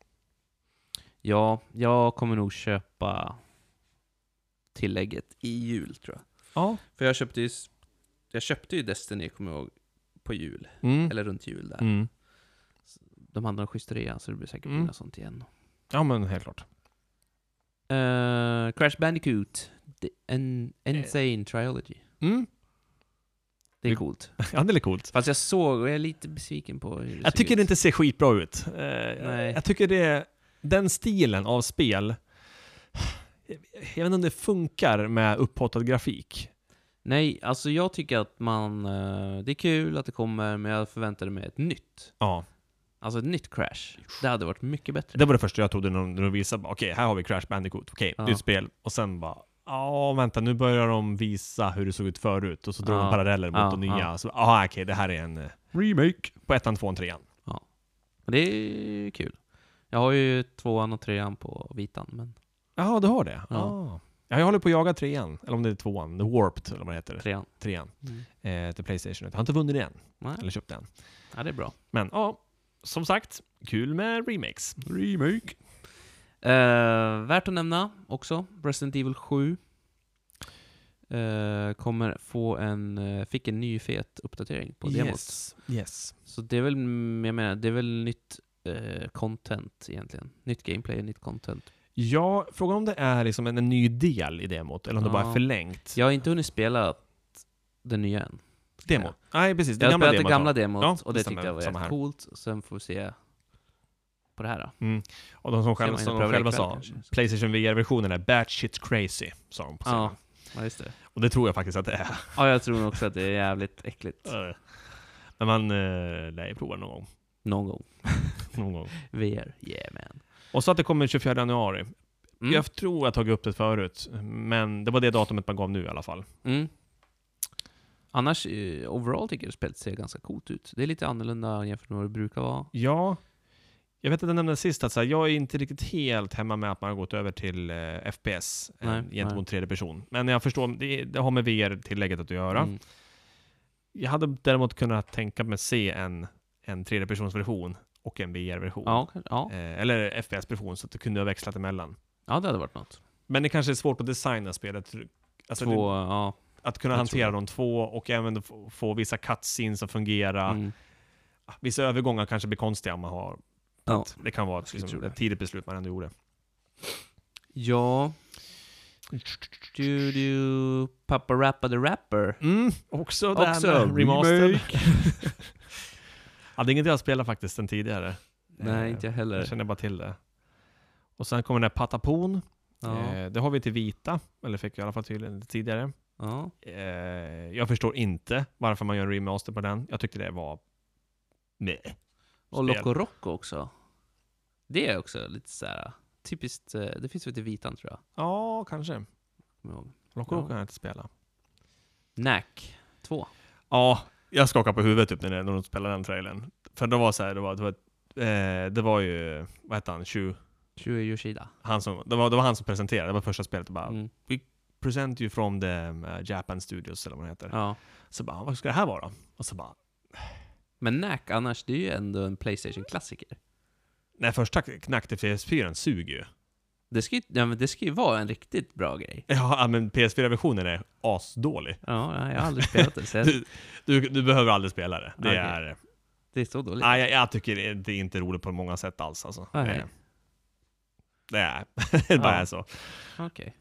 Speaker 2: Ja, jag kommer nog köpa tillägget i jul, tror jag.
Speaker 1: Ja.
Speaker 2: För jag köpte ju, jag köpte ju Destiny, kommer jag ihåg, på jul.
Speaker 1: Mm.
Speaker 2: Eller runt jul där.
Speaker 1: Mm.
Speaker 2: De hade en schysst rea, så det blir säkert bli
Speaker 1: Mm.
Speaker 2: något sånt igen.
Speaker 1: Ja, men helt klart.
Speaker 2: Uh, Crash Bandicoot. The en, Insane Trilogy.
Speaker 1: Mm.
Speaker 2: Det är
Speaker 1: Vi-
Speaker 2: coolt.
Speaker 1: Ja, det är coolt.
Speaker 2: Fast jag såg, och jag är lite besviken på hur det
Speaker 1: Jag
Speaker 2: ser
Speaker 1: tycker
Speaker 2: ut.
Speaker 1: det inte ser skitbra ut. Eh,
Speaker 2: Nej.
Speaker 1: Jag tycker det, den stilen av spel, jag vet inte om det funkar med upphottad grafik.
Speaker 2: Nej, alltså jag tycker att man... eh, det är kul att det kommer, men jag förväntade mig ett nytt.
Speaker 1: Ja,
Speaker 2: Alltså ett nytt Crash. Det hade varit mycket bättre.
Speaker 1: det var det första jag trodde när de, när de visade. bara, Okej, här har vi Crash Bandicoot. Okej,
Speaker 2: Ja.
Speaker 1: nytt spel. Och sen bara, ja vänta, nu börjar de visa hur det såg ut förut. Och så drar
Speaker 2: Ja.
Speaker 1: de paralleller mot
Speaker 2: Ja,
Speaker 1: de nya.
Speaker 2: ja.
Speaker 1: Så, aha, okej, det här är en eh,
Speaker 2: Remake.
Speaker 1: på ettan, tvåan, trean.
Speaker 2: Men det är kul. Jag har ju tvåan och trean på vitan, men
Speaker 1: Ja, du har det?
Speaker 2: Ja.
Speaker 1: Ah. Ja, jag håller på att jaga trean. Eller om det är tvåan. The Warped, eller vad det heter.
Speaker 2: Trean.
Speaker 1: Trean.
Speaker 2: Mm.
Speaker 1: Eh, till PlayStation. Jag har inte vunnit den.
Speaker 2: Nej.
Speaker 1: Eller köpt den.
Speaker 2: Ja, det är bra.
Speaker 1: Men ja, som sagt. Kul med remakes. Remake.
Speaker 2: Eh, värt att nämna också, Resident Evil sju eh, kommer få en, eh, fick en ny fet uppdatering på demot.
Speaker 1: Yes. Yes.
Speaker 2: Så det är väl, mm, jag menar, det är väl nytt eh, content egentligen. Nytt gameplay, nytt content.
Speaker 1: Ja, frågan om det är liksom en, en ny del i demot. Eller om det
Speaker 2: Ja.
Speaker 1: bara är förlängt.
Speaker 2: Jag har inte hunnit spela det nya än.
Speaker 1: Demo.
Speaker 2: Ja.
Speaker 1: Nej, precis. Det
Speaker 2: Jag har
Speaker 1: gamla
Speaker 2: spelat det
Speaker 1: demot,
Speaker 2: gamla
Speaker 1: ja.
Speaker 2: demot
Speaker 1: Ja,
Speaker 2: och
Speaker 1: det
Speaker 2: det
Speaker 1: stämmer.
Speaker 2: tyckte jag var
Speaker 1: Samma
Speaker 2: jävligt
Speaker 1: här.
Speaker 2: coolt. Och sen får vi se på det här då.
Speaker 1: Mm. Och de som, själva,
Speaker 2: man
Speaker 1: som
Speaker 2: hinner
Speaker 1: de
Speaker 2: pröva
Speaker 1: själva
Speaker 2: ikväll
Speaker 1: sa,
Speaker 2: kanske, så.
Speaker 1: PlayStation V R-versionen är batshit crazy, sa de på scenen.
Speaker 2: Ja, ja, just det.
Speaker 1: Och det tror jag faktiskt att det är.
Speaker 2: Ja, jag tror nog också att det är jävligt äckligt.
Speaker 1: Men man eh, lär ju prova någon gång.
Speaker 2: Någon gång.
Speaker 1: någon gång.
Speaker 2: V R, yeah man.
Speaker 1: Och så att det kommer tjugofjärde januari.
Speaker 2: Mm.
Speaker 1: Jag tror jag tagit upp det förut, men det var det datumet man gav nu i alla fall.
Speaker 2: Mm. Annars, eh, overall tycker jag spelet ser ganska coolt ut. Det är lite annorlunda jämfört med vad det brukar vara.
Speaker 1: Ja, jag vet att jag nämnde sist att så här, jag är inte riktigt helt hemma med att man har gått över till eh, F P S eh,
Speaker 2: Nej,
Speaker 1: gentemot
Speaker 2: nej.
Speaker 1: tredje person. Men jag förstår, det, det har med V R-tillägget att göra.
Speaker 2: Mm.
Speaker 1: Jag hade däremot kunnat tänka mig se en, en tredje persons version och en V R-version.
Speaker 2: Ja, ja.
Speaker 1: Eh, eller F P S-version, så att det kunde ha växlat emellan.
Speaker 2: ja, det hade varit något.
Speaker 1: Men det kanske är svårt att designa spelet. Alltså
Speaker 2: Två,
Speaker 1: det,
Speaker 2: ja.
Speaker 1: att kunna
Speaker 2: jag
Speaker 1: hantera
Speaker 2: tror
Speaker 1: de två och även få, få vissa cutscenes att fungera.
Speaker 2: Mm.
Speaker 1: Vissa övergångar kanske blir konstiga om man har...
Speaker 2: Ja.
Speaker 1: Det kan vara
Speaker 2: Jag skulle
Speaker 1: liksom,
Speaker 2: tro det.
Speaker 1: ett tidigt beslut man ändå gjorde.
Speaker 2: Ja. Du, du, Papa Rappa the Rapper.
Speaker 1: Mm, också det
Speaker 2: Också
Speaker 1: här med remaster.
Speaker 2: remake.
Speaker 1: Ja, det är inget jag spelat faktiskt sen tidigare.
Speaker 2: Nej,
Speaker 1: Eh,
Speaker 2: inte jag heller.
Speaker 1: Jag känner bara till det. Och sen kommer den här Patapon.
Speaker 2: Ja.
Speaker 1: Eh, det har vi till vita, eller fick vi i alla fall tydligen tidigare.
Speaker 2: Ja.
Speaker 1: Eh, jag förstår inte varför man gör en remaster på den. Jag tyckte det var... Nej.
Speaker 2: Och
Speaker 1: Spel.
Speaker 2: Loco Roco också. Det är också lite så här typiskt, eh, det finns väl till vitan tror jag.
Speaker 1: Ja, kanske.
Speaker 2: Kommer jag ihåg.
Speaker 1: Loco
Speaker 2: Ja.
Speaker 1: Roco kan jag inte spela.
Speaker 2: Knack två.
Speaker 1: Ja, jag skakar på huvudet typ när, när de spelade den trailern. För det var så här, det var, det var, eh, det var ju, vad hette han, Shu,
Speaker 2: Shuei Yoshida.
Speaker 1: han som, det var, det var han som presenterade, det var första spelet och bara,
Speaker 2: Mm.
Speaker 1: present you from the uh, Japan Studios eller vad det heter.
Speaker 2: Ja.
Speaker 1: Så bara, vad ska det här vara? Och så bara,
Speaker 2: Men Knack annars, det är ju ändå en PlayStation-klassiker.
Speaker 1: nej, första Knack till P S fyra suger ju.
Speaker 2: Det ska ju, ja, men det ska ju vara en riktigt bra grej.
Speaker 1: Ja, men P S fyra-versionen är asdålig.
Speaker 2: Ja, jag har aldrig spelat det. Så jag,
Speaker 1: Du, du, du behöver aldrig spela det. Det
Speaker 2: Okej.
Speaker 1: är...
Speaker 2: det är så dåligt.
Speaker 1: Nej, jag, jag tycker det är, det är inte roligt på många sätt alls. Alltså.
Speaker 2: Nej.
Speaker 1: Det, det är det bara
Speaker 2: Ja.
Speaker 1: är så.
Speaker 2: Okej.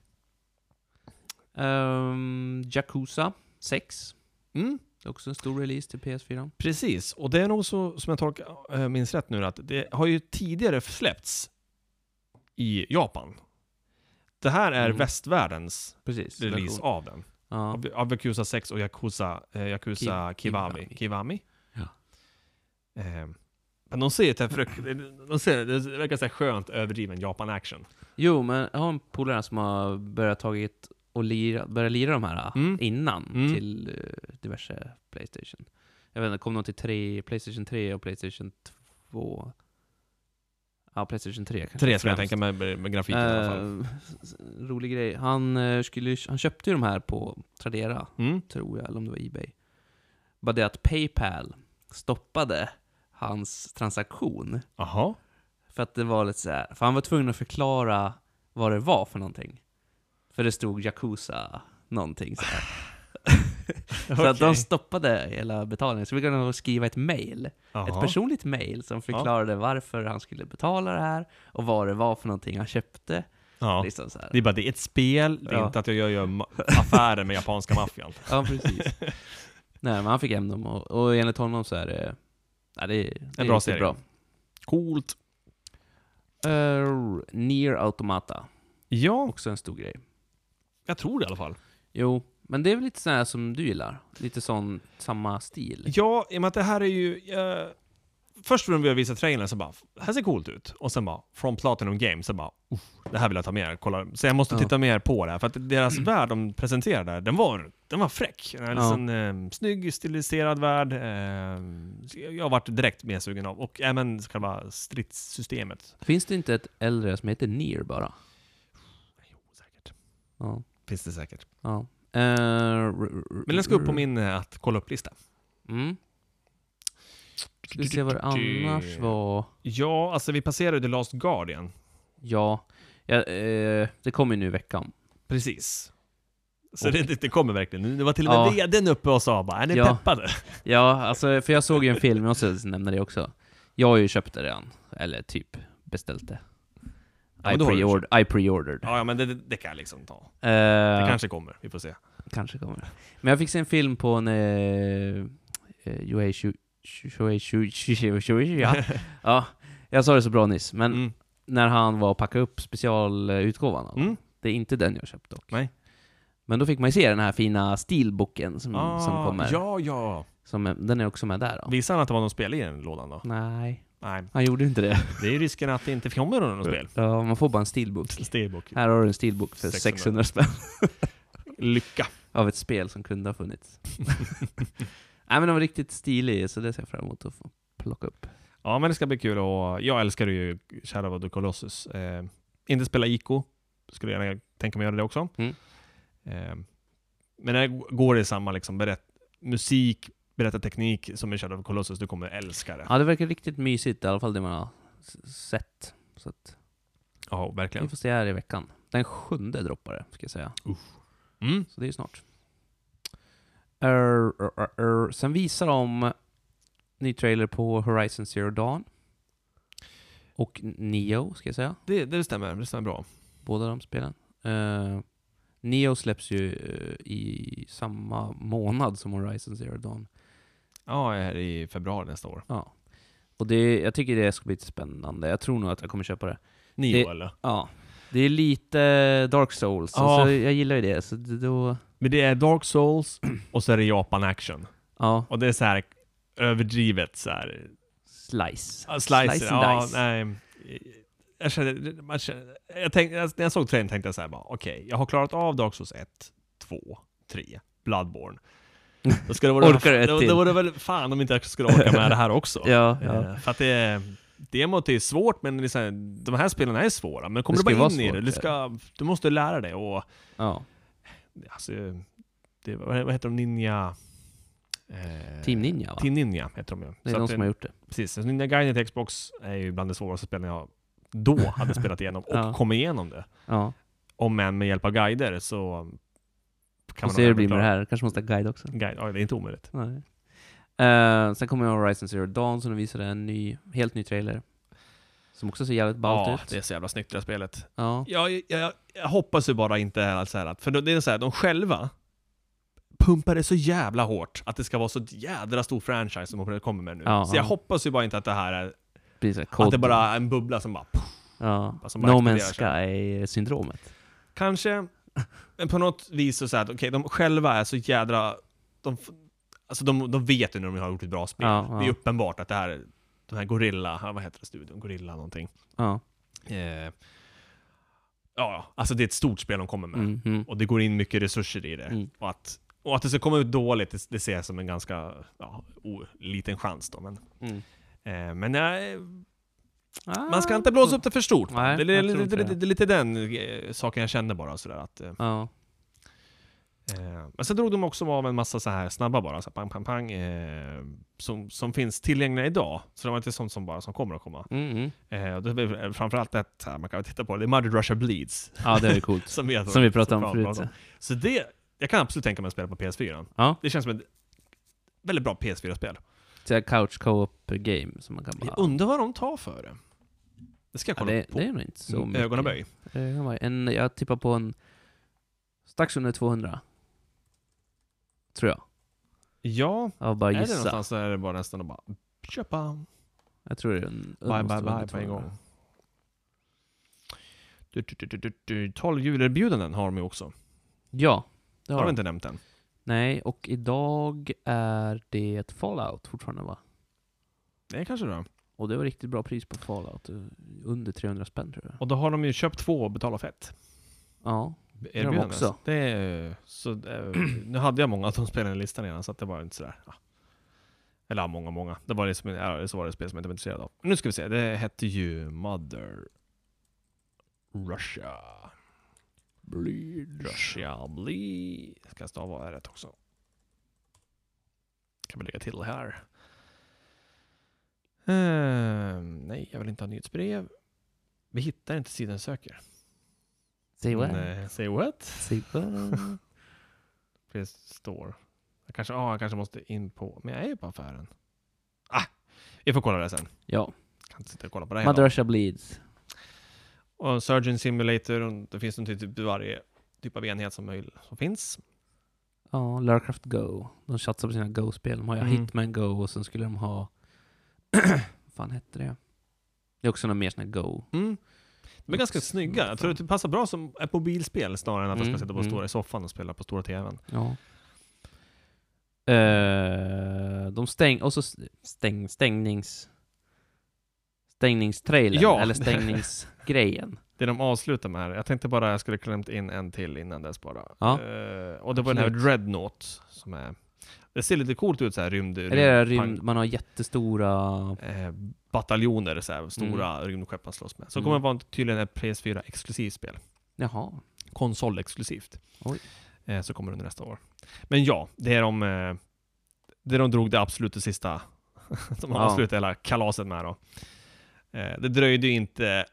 Speaker 2: Um, Yakuza sex.
Speaker 1: Mm,
Speaker 2: Det är också en stor release till P S fyra.
Speaker 1: precis. Och det är nog så, som jag tolkar, äh, minns rätt nu, att det har ju tidigare släppts i Japan. Det här är
Speaker 2: Mm.
Speaker 1: västvärldens
Speaker 2: Precis.
Speaker 1: release
Speaker 2: version.
Speaker 1: av den.
Speaker 2: Ja.
Speaker 1: Av, av Yakuza sex och Yakuza, eh, Yakuza
Speaker 2: Ki-
Speaker 1: Kiwami.
Speaker 2: Kiwami.
Speaker 1: Kiwami?
Speaker 2: Ja.
Speaker 1: Eh, men de ser ju till frukt- de ser, det verkar så här skönt överdriven Japan-action.
Speaker 2: Jo, men jag har en polare som har börjat tagit och lira, börjat lira de här
Speaker 1: Mm.
Speaker 2: innan
Speaker 1: Mm.
Speaker 2: till uh, diverse PlayStation. Jag vet inte, kom de till tre, PlayStation tre och PlayStation två? Ja, PlayStation tre kanske.
Speaker 1: Tre ska jag
Speaker 2: främst.
Speaker 1: tänka med, med, med grafiken i alla fall.
Speaker 2: Eh, s- s- rolig grej. Han, eh, skulle, han köpte ju de här på Tradera,
Speaker 1: Mm.
Speaker 2: tror jag, eller om det var eBay. Bara det att Paypal stoppade hans transaktion.
Speaker 1: Jaha.
Speaker 2: För att det var lite så här, för han var tvungen att förklara vad det var för någonting. För det stod Yakuza någonting så här. Så att de
Speaker 1: Okej.
Speaker 2: stoppade hela betalningen. Så vi kunde skriva ett mail.
Speaker 1: Jaha.
Speaker 2: Ett personligt mail som förklarade varför han skulle betala det här och vad det var för någonting han köpte.
Speaker 1: Ja.
Speaker 2: Liksom så här.
Speaker 1: Det är bara, det är ett spel, det är
Speaker 2: Ja.
Speaker 1: inte att jag gör, gör ma- affärer med japanska maffian.
Speaker 2: Ja, precis. Nej, men han fick hem dem och, och enligt honom så är det... Ja, det, det
Speaker 1: En
Speaker 2: är
Speaker 1: bra
Speaker 2: riktigt
Speaker 1: serie.
Speaker 2: bra.
Speaker 1: Coolt.
Speaker 2: Uh, Nier Automata.
Speaker 1: Ja,
Speaker 2: Också en stor grej.
Speaker 1: jag tror det i alla fall.
Speaker 2: Jo, men det är väl lite så här som du gillar. Lite sån, samma stil.
Speaker 1: Ja, i och med att det här är ju... eh, först när de började visa trailern så bara, det här ser coolt ut. Och sen bara, från Platinum Games så bara, "Uff, det här vill jag ta mer. Kolla. Så jag måste
Speaker 2: Ja.
Speaker 1: titta mer på det här. För att deras värld de presenterade där, den var, den var fräck. En
Speaker 2: Ja.
Speaker 1: liksom, eh, snygg, stiliserad värld. Eh, så jag har varit direkt medsugen av. Och även själva stridssystemet.
Speaker 2: Finns det inte ett äldre som heter Nier bara? Ja.
Speaker 1: Finns det säkert.
Speaker 2: Ja. Uh, r- r-
Speaker 1: Men den ska upp på min eh, att kolla upp-lista.
Speaker 2: Mm. Ska vi se vad det annars var.
Speaker 1: Ja, alltså vi passerade The Last Guardian.
Speaker 2: Ja, ja eh, det kommer ju nu i veckan.
Speaker 1: Precis. Så
Speaker 2: Och-
Speaker 1: det, det kommer verkligen. Det var till och med
Speaker 2: Ja.
Speaker 1: vdn uppe och sa bara, är ni
Speaker 2: Ja.
Speaker 1: peppade?
Speaker 2: Ja, alltså, för jag såg ju en film, jag måste nämna det också. Jag har ju köpt det redan. Eller typ beställt det.
Speaker 1: Ja,
Speaker 2: I,
Speaker 1: men då har du
Speaker 2: pre-ordered, I pre-ordered.
Speaker 1: Ja, ja men det, det, det kan jag liksom ta.
Speaker 2: Eh,
Speaker 1: Det kanske kommer, vi får se.
Speaker 2: kanske kommer. Men jag fick se en film på en... Eh, Yohei Shu... Shohei Shu... Shu... Shu... Ja. Ja, jag sa det så bra nyss. Men
Speaker 1: Mm.
Speaker 2: när han var och packade upp specialutgåvan av den.
Speaker 1: Mm.
Speaker 2: Det är inte den jag köpt dock.
Speaker 1: Nej.
Speaker 2: Men då fick man ju se den här fina steelbooken som,
Speaker 1: Ah,
Speaker 2: som kommer.
Speaker 1: Ja, ja.
Speaker 2: Som, är- den är också med där då.
Speaker 1: Visar han att det var någon spel i den lådan då?
Speaker 2: Nej,
Speaker 1: Nej.
Speaker 2: han gjorde inte det.
Speaker 1: Det är ju risken att det inte kommer någon spel.
Speaker 2: Ja, man får bara en steelbook.
Speaker 1: Steelbook.
Speaker 2: Här har du en steelbook för
Speaker 1: sexhundra.
Speaker 2: sexhundra spänn.
Speaker 1: Lycka.
Speaker 2: Av ett spel som kunde ha funnits. Nej, men den var riktigt stilig, så det ser jag fram emot att få plocka upp.
Speaker 1: Ja, men det ska bli kul och jag älskar ju Shadow of the Colossus. Eh, inte spela I K O. Skulle gärna tänka mig göra det också.
Speaker 2: Mm.
Speaker 1: Eh, men det går i samma liksom berätt musik, berättarteknik som i Shadow of the Colossus. Du kommer älska det.
Speaker 2: Ja, det verkar riktigt mysigt, i alla fall det man har s- sett. Så att
Speaker 1: Ja,
Speaker 2: vi
Speaker 1: verkligen.
Speaker 2: får se här i veckan. Den sjunde droppar det, ska jag säga.
Speaker 1: Mm.
Speaker 2: Så det är ju snart. Er, er, er, er. Sen visar de ny trailer på Horizon Zero Dawn. Och Neo, ska jag säga.
Speaker 1: Det, det stämmer, det stämmer bra.
Speaker 2: Båda de spelen. Uh, Neo släpps ju uh, i samma månad som Horizon Zero Dawn.
Speaker 1: Ja, här i februari nästa år.
Speaker 2: Ja. Och det, jag tycker det ska bli lite spännande. Jag tror nog att jag kommer köpa det.
Speaker 1: Nio
Speaker 2: Det-
Speaker 1: eller?
Speaker 2: Ja. Det är lite Dark Souls,
Speaker 1: Ja.
Speaker 2: så jag gillar ju det. Så det- då...
Speaker 1: Men det är Dark Souls och så är det Japan Action.
Speaker 2: Ja.
Speaker 1: Och det är så här överdrivet så här.
Speaker 2: Slice.
Speaker 1: Ja, slicer.
Speaker 2: Slice and
Speaker 1: Ja,
Speaker 2: dice.
Speaker 1: nej. Jag kände, man kände, jag tänkte, när jag såg trailern tänkte jag så här bara, okej, okay, jag har klarat av Dark Souls ett, två, tre, Bloodborne. Då ska det vara,
Speaker 2: Orkar du ett
Speaker 1: då,
Speaker 2: till?
Speaker 1: då var det väl fan om inte jag skulle orka med det här också.
Speaker 2: Ja, ja.
Speaker 1: Eh, För att det är, demot är svårt, men det är så här, de här spelen är svåra. Men kommer
Speaker 2: Det
Speaker 1: du
Speaker 2: ska
Speaker 1: bara
Speaker 2: vara
Speaker 1: in i
Speaker 2: svårt,
Speaker 1: det, du, ska, du måste lära dig. Och,
Speaker 2: Ja.
Speaker 1: alltså, det, vad heter de? Ninja... Eh,
Speaker 2: Team Ninja, va?
Speaker 1: Team Ninja heter de ju.
Speaker 2: Det är
Speaker 1: Så
Speaker 2: de
Speaker 1: att
Speaker 2: som har gjort det.
Speaker 1: Precis, så Ninja Gaiden till Xbox är ju bland de svåraste spelen jag då hade spelat igenom och
Speaker 2: Ja.
Speaker 1: kom igenom det.
Speaker 2: Ja.
Speaker 1: Om än med hjälp av guider så kan
Speaker 2: Och
Speaker 1: man
Speaker 2: se hur det
Speaker 1: nog
Speaker 2: blir med det
Speaker 1: klara-
Speaker 2: här. Kanske måste ha guide också.
Speaker 1: Guide, ja, det är inte omöjligt.
Speaker 2: Nej. Uh, sen kommer Horizon Zero Dawn som de visade en ny, helt ny trailer. Som också ser jävligt ballt
Speaker 1: Ja,
Speaker 2: ut.
Speaker 1: det är så jävla snyggt det här spelet.
Speaker 2: Ja.
Speaker 1: Ja, jag, jag, jag hoppas ju bara inte här, så här att, för det är så här, de själva pumpar det så jävla hårt att det ska vara så jädra stor franchise som de kommer med nu.
Speaker 2: Ja,
Speaker 1: så jag
Speaker 2: ja.
Speaker 1: hoppas ju bara inte att det här är,
Speaker 2: Blir så här
Speaker 1: att
Speaker 2: cold.
Speaker 1: det bara är en bubbla som bara
Speaker 2: Ja.
Speaker 1: som bara
Speaker 2: No Man's
Speaker 1: exploderar
Speaker 2: Sky-syndromet.
Speaker 1: kanske, men på något vis så att okej, de själva är så jädra, de, f- alltså de, de vet ju när de har gjort ett bra spel.
Speaker 2: Ja, ja.
Speaker 1: Det är uppenbart att det här, den här Gorilla, ja, vad heter det studion? Gorilla någonting.
Speaker 2: Ja.
Speaker 1: Eh, ja, alltså det är ett stort spel de kommer med.
Speaker 2: Mm, mm.
Speaker 1: Och det går in mycket resurser i det.
Speaker 2: Mm.
Speaker 1: Och, att, och att det ska komma ut dåligt, det, det ser jag som en ganska ja, o, liten chans då. Men,
Speaker 2: Mm.
Speaker 1: eh, men nej,
Speaker 2: Ah,
Speaker 1: man ska inte blåsa upp det för stort. va?
Speaker 2: Nej,
Speaker 1: det, är,
Speaker 2: jag
Speaker 1: det,
Speaker 2: tror
Speaker 1: det,
Speaker 2: inte
Speaker 1: det,
Speaker 2: det.
Speaker 1: det är lite den eh, saken jag känner bara. Sådär, att, eh,
Speaker 2: Ja.
Speaker 1: Eh, men så drog de också av en massa så här snabba bara, så här pang, pang, pang, eh, som, som finns tillgängliga idag. Så det var inte sånt som bara som kommer att komma.
Speaker 2: Mm, mm.
Speaker 1: Eh, och det är framförallt ett här, man kan titta på det, det är Mother Russia Bleeds.
Speaker 2: Ja, det är coolt.
Speaker 1: som, vi,
Speaker 2: Som vi pratade om
Speaker 1: som
Speaker 2: förut.
Speaker 1: pratade om. Så det, jag kan absolut tänka mig att spela på P S fyra.
Speaker 2: Ja.
Speaker 1: Det känns som ett väldigt bra P S fyra-spel.
Speaker 2: Så här couch co-op game som man kan bara...
Speaker 1: Jag undrar vad de tar för det. Det ska jag
Speaker 2: Ja,
Speaker 1: kolla
Speaker 2: det,
Speaker 1: upp på.
Speaker 2: det är nog inte så
Speaker 1: Mm,
Speaker 2: mycket.
Speaker 1: Ögonaböj.
Speaker 2: Ögonaböj. En, jag tippar på en strax under tvåhundra. Tror jag.
Speaker 1: Ja,
Speaker 2: Jag bara
Speaker 1: är det
Speaker 2: gissa.
Speaker 1: någonstans så är det bara nästan att bara köpa.
Speaker 2: Jag tror det är en...
Speaker 1: Bye,
Speaker 2: måste
Speaker 1: bye,
Speaker 2: vara
Speaker 1: bye på en
Speaker 2: tvåhundra.
Speaker 1: gång. Du, du, du, du, du, du. tolv julerbjudanden har de ju också.
Speaker 2: Ja, det
Speaker 1: Har
Speaker 2: har
Speaker 1: de
Speaker 2: de.
Speaker 1: inte nämnt än.
Speaker 2: Nej, och idag är det Fallout fortfarande, va?
Speaker 1: Det är kanske det.
Speaker 2: Och det var riktigt bra pris på Fallout. Under trehundra spänn, tror jag.
Speaker 1: Och då har de ju köpt två och betalat fett.
Speaker 2: Ja.
Speaker 1: Erbjudandes.
Speaker 2: också.
Speaker 1: Det är, så, eh, nu hade jag många av de spelen i listan redan, så att det var inte sådär. Ja. Eller ja, många, många. Det var liksom, ja, så var det ett spel som jag inte var intresserad av. Nu ska vi se, det hette ju Mother Russia.
Speaker 2: Bleed.
Speaker 1: Russia Bleed. Ska jag stava rätt också. Kan vi lägga till det här. Uh, nej, jag vill inte ha nyhetsbrev. Vi hittar inte sidan söker.
Speaker 2: Say what?
Speaker 1: Nej, say what?
Speaker 2: Say what?
Speaker 1: Det står. Jag kanske, ah, jag kanske måste in på... Men jag är ju på affären. Ah, vi får kolla det sen.
Speaker 2: Ja.
Speaker 1: Kan inte sitta och kolla på det här.
Speaker 2: Mother Russia Bleeds.
Speaker 1: Och Surgeon Simulator. Och det finns en typ varje typ av enhet som, möjligt, som finns.
Speaker 2: Ja, Lara-Croft Go. De satsar på sina Go-spel. De har ju
Speaker 1: Mm.
Speaker 2: Hitman Go och sen skulle de ha... vad fan hette det? Det är också något mer sån här Go.
Speaker 1: Mm. De är ganska snygga. Jag tror att det passar bra som ett mobilspel snarare än att de ska
Speaker 2: Mm,
Speaker 1: sitta på
Speaker 2: mm.
Speaker 1: stora i soffan och spela på stora tvn.
Speaker 2: Ja. Uh, de stäng... Och så stäng... stängnings... Stängningstrailern.
Speaker 1: Ja.
Speaker 2: Eller stängningsgrejen.
Speaker 1: Det de avslutar med här. Jag tänkte bara jag skulle klämt in en till innan dess bara.
Speaker 2: Ja.
Speaker 1: Uh, och det var den här
Speaker 2: Absolut.
Speaker 1: Dreadnought som är... Det ser lite coolt ut så här rymd...
Speaker 2: Eller är det
Speaker 1: rymd
Speaker 2: rymd, man har jättestora...
Speaker 1: eh, bataljoner, så här, stora
Speaker 2: Mm.
Speaker 1: rymdskepp man slåss med. Så
Speaker 2: Mm.
Speaker 1: kommer det vara tydligen ett P S fyra exklusivt spel.
Speaker 2: Jaha.
Speaker 1: Konsol exklusivt.
Speaker 2: Oj.
Speaker 1: Eh, så kommer det under nästa år. Men ja, det är de... Eh, det de drog det absolut det sista. Som
Speaker 2: Ja.
Speaker 1: avslutade hela kalaset med då. Eh, det dröjde ju inte...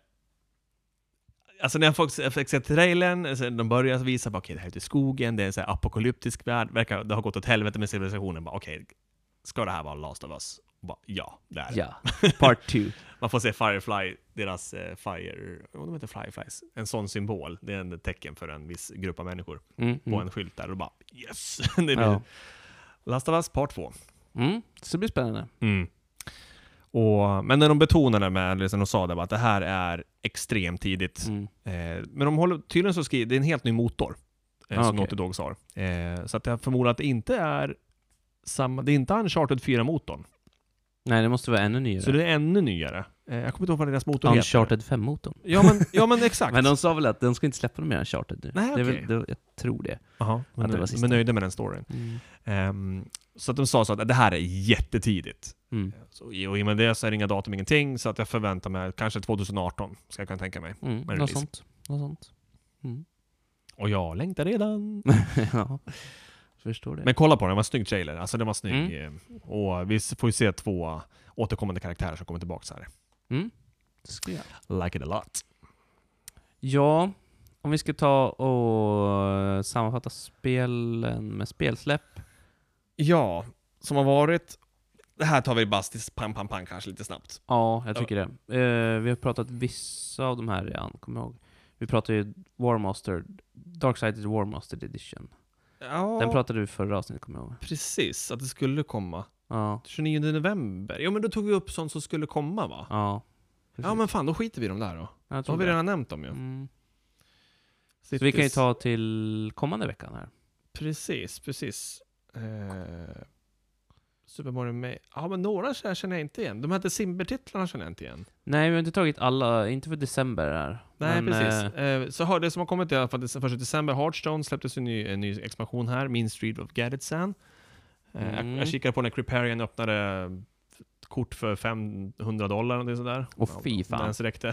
Speaker 1: Alltså när folk fick se trailern, så de började visa bara okej, det här är ute i skogen, det är en så här apokalyptisk värld, verkar, det har gått åt helvete med civilisationen, bara okej, ska det här vara Last of Us? Bara, ja, det är det.
Speaker 2: Ja. Part two.
Speaker 1: Man får se Firefly, deras eh, fire, vad de heter Fireflies, en sån symbol, det är en tecken för en viss grupp av människor
Speaker 2: Mm,
Speaker 1: på
Speaker 2: mm.
Speaker 1: en skylt där och bara yes, det blir
Speaker 2: Ja.
Speaker 1: Last of Us part två.
Speaker 2: Mm. Så det blir spännande.
Speaker 1: Mm. Och, men när de betonade med, liksom de sa det, var att det här är extremt tidigt.
Speaker 2: Mm.
Speaker 1: Eh, men de håller tydligen så skriver det är en helt ny motor eh,
Speaker 2: Ah,
Speaker 1: som
Speaker 2: okej.
Speaker 1: Naughty Dogs har. Eh, så att jag förmodar att det inte är samma, det är inte Uncharted fyra-motorn.
Speaker 2: Nej, det måste vara ännu nyare.
Speaker 1: Så det är ännu nyare. Eh, jag kommer inte ihåg vad deras motor heter.
Speaker 2: Uncharted fem-motorn.
Speaker 1: Ja men, ja men exakt.
Speaker 2: Men de sa väl att de ska inte släppa något mer Uncharted nu.
Speaker 1: Nej,
Speaker 2: det är
Speaker 1: okej.
Speaker 2: väl, det, jag tror det.
Speaker 1: Aha, men,
Speaker 2: att det var
Speaker 1: de
Speaker 2: sista.
Speaker 1: är nöjda med den storyn.
Speaker 2: Mm.
Speaker 1: Ehm, så att de sa så att det här är jättetidigt.
Speaker 2: Mm.
Speaker 1: Så, och i och med det så är det inga datum, ingenting. Så att jag förväntar mig kanske tjugo arton, ska jag kunna tänka mig.
Speaker 2: Mm.
Speaker 1: Med
Speaker 2: Något
Speaker 1: release.
Speaker 2: sånt. Något sånt. Mm.
Speaker 1: Och jag längtar redan.
Speaker 2: Ja, förstår det.
Speaker 1: Men kolla på den, det var en snygg trailer. Alltså den var snygg.
Speaker 2: Mm.
Speaker 1: Eh, Och vi får ju se två återkommande karaktärer som kommer tillbaka så här.
Speaker 2: Mm. Det ska jag.
Speaker 1: Like it a lot.
Speaker 2: Ja, om vi ska ta och sammanfatta spelen med spelsläpp.
Speaker 1: Ja, som har varit. Det här tar vi bara till pang, pang, pang kanske lite snabbt.
Speaker 2: Ja, jag tycker det. Eh, vi har pratat vissa av de här redan, kommer jag ihåg. Vi pratade ju Warmaster, Darksided Warmaster Edition.
Speaker 1: Ja,
Speaker 2: Den pratade vi förra avsnittet, kommer jag ihåg.
Speaker 1: precis. Att det skulle komma.
Speaker 2: Ja,
Speaker 1: tjugonionde november. Ja, men då tog vi upp sånt som skulle komma, va?
Speaker 2: ja. Precis.
Speaker 1: Ja, men fan, då skiter vi i dem där då.
Speaker 2: jag
Speaker 1: Då
Speaker 2: tror
Speaker 1: har vi
Speaker 2: det.
Speaker 1: redan nämnt dem ju.
Speaker 2: Mm. Så
Speaker 1: Cities.
Speaker 2: vi kan ju ta till kommande veckan här.
Speaker 1: Precis, precis. Eh, Super Mario Maker. Ja, men några så här känner jag inte igen. De här December-titlarna känner jag inte igen.
Speaker 2: Nej, vi har inte tagit alla, inte för december här.
Speaker 1: Nej,
Speaker 2: Men,
Speaker 1: precis.
Speaker 2: eh,
Speaker 1: Eh, så har det som har kommit i alla fall första december, Hearthstone släpptes en ny, en ny expansion här, Mean Street of Gadgetsan. Eh,
Speaker 2: Mm.
Speaker 1: jag, jag kikade på när Creparian öppnade kort för femhundra dollar och det sådär.
Speaker 2: Åh, fy fan.
Speaker 1: Den ens räckte.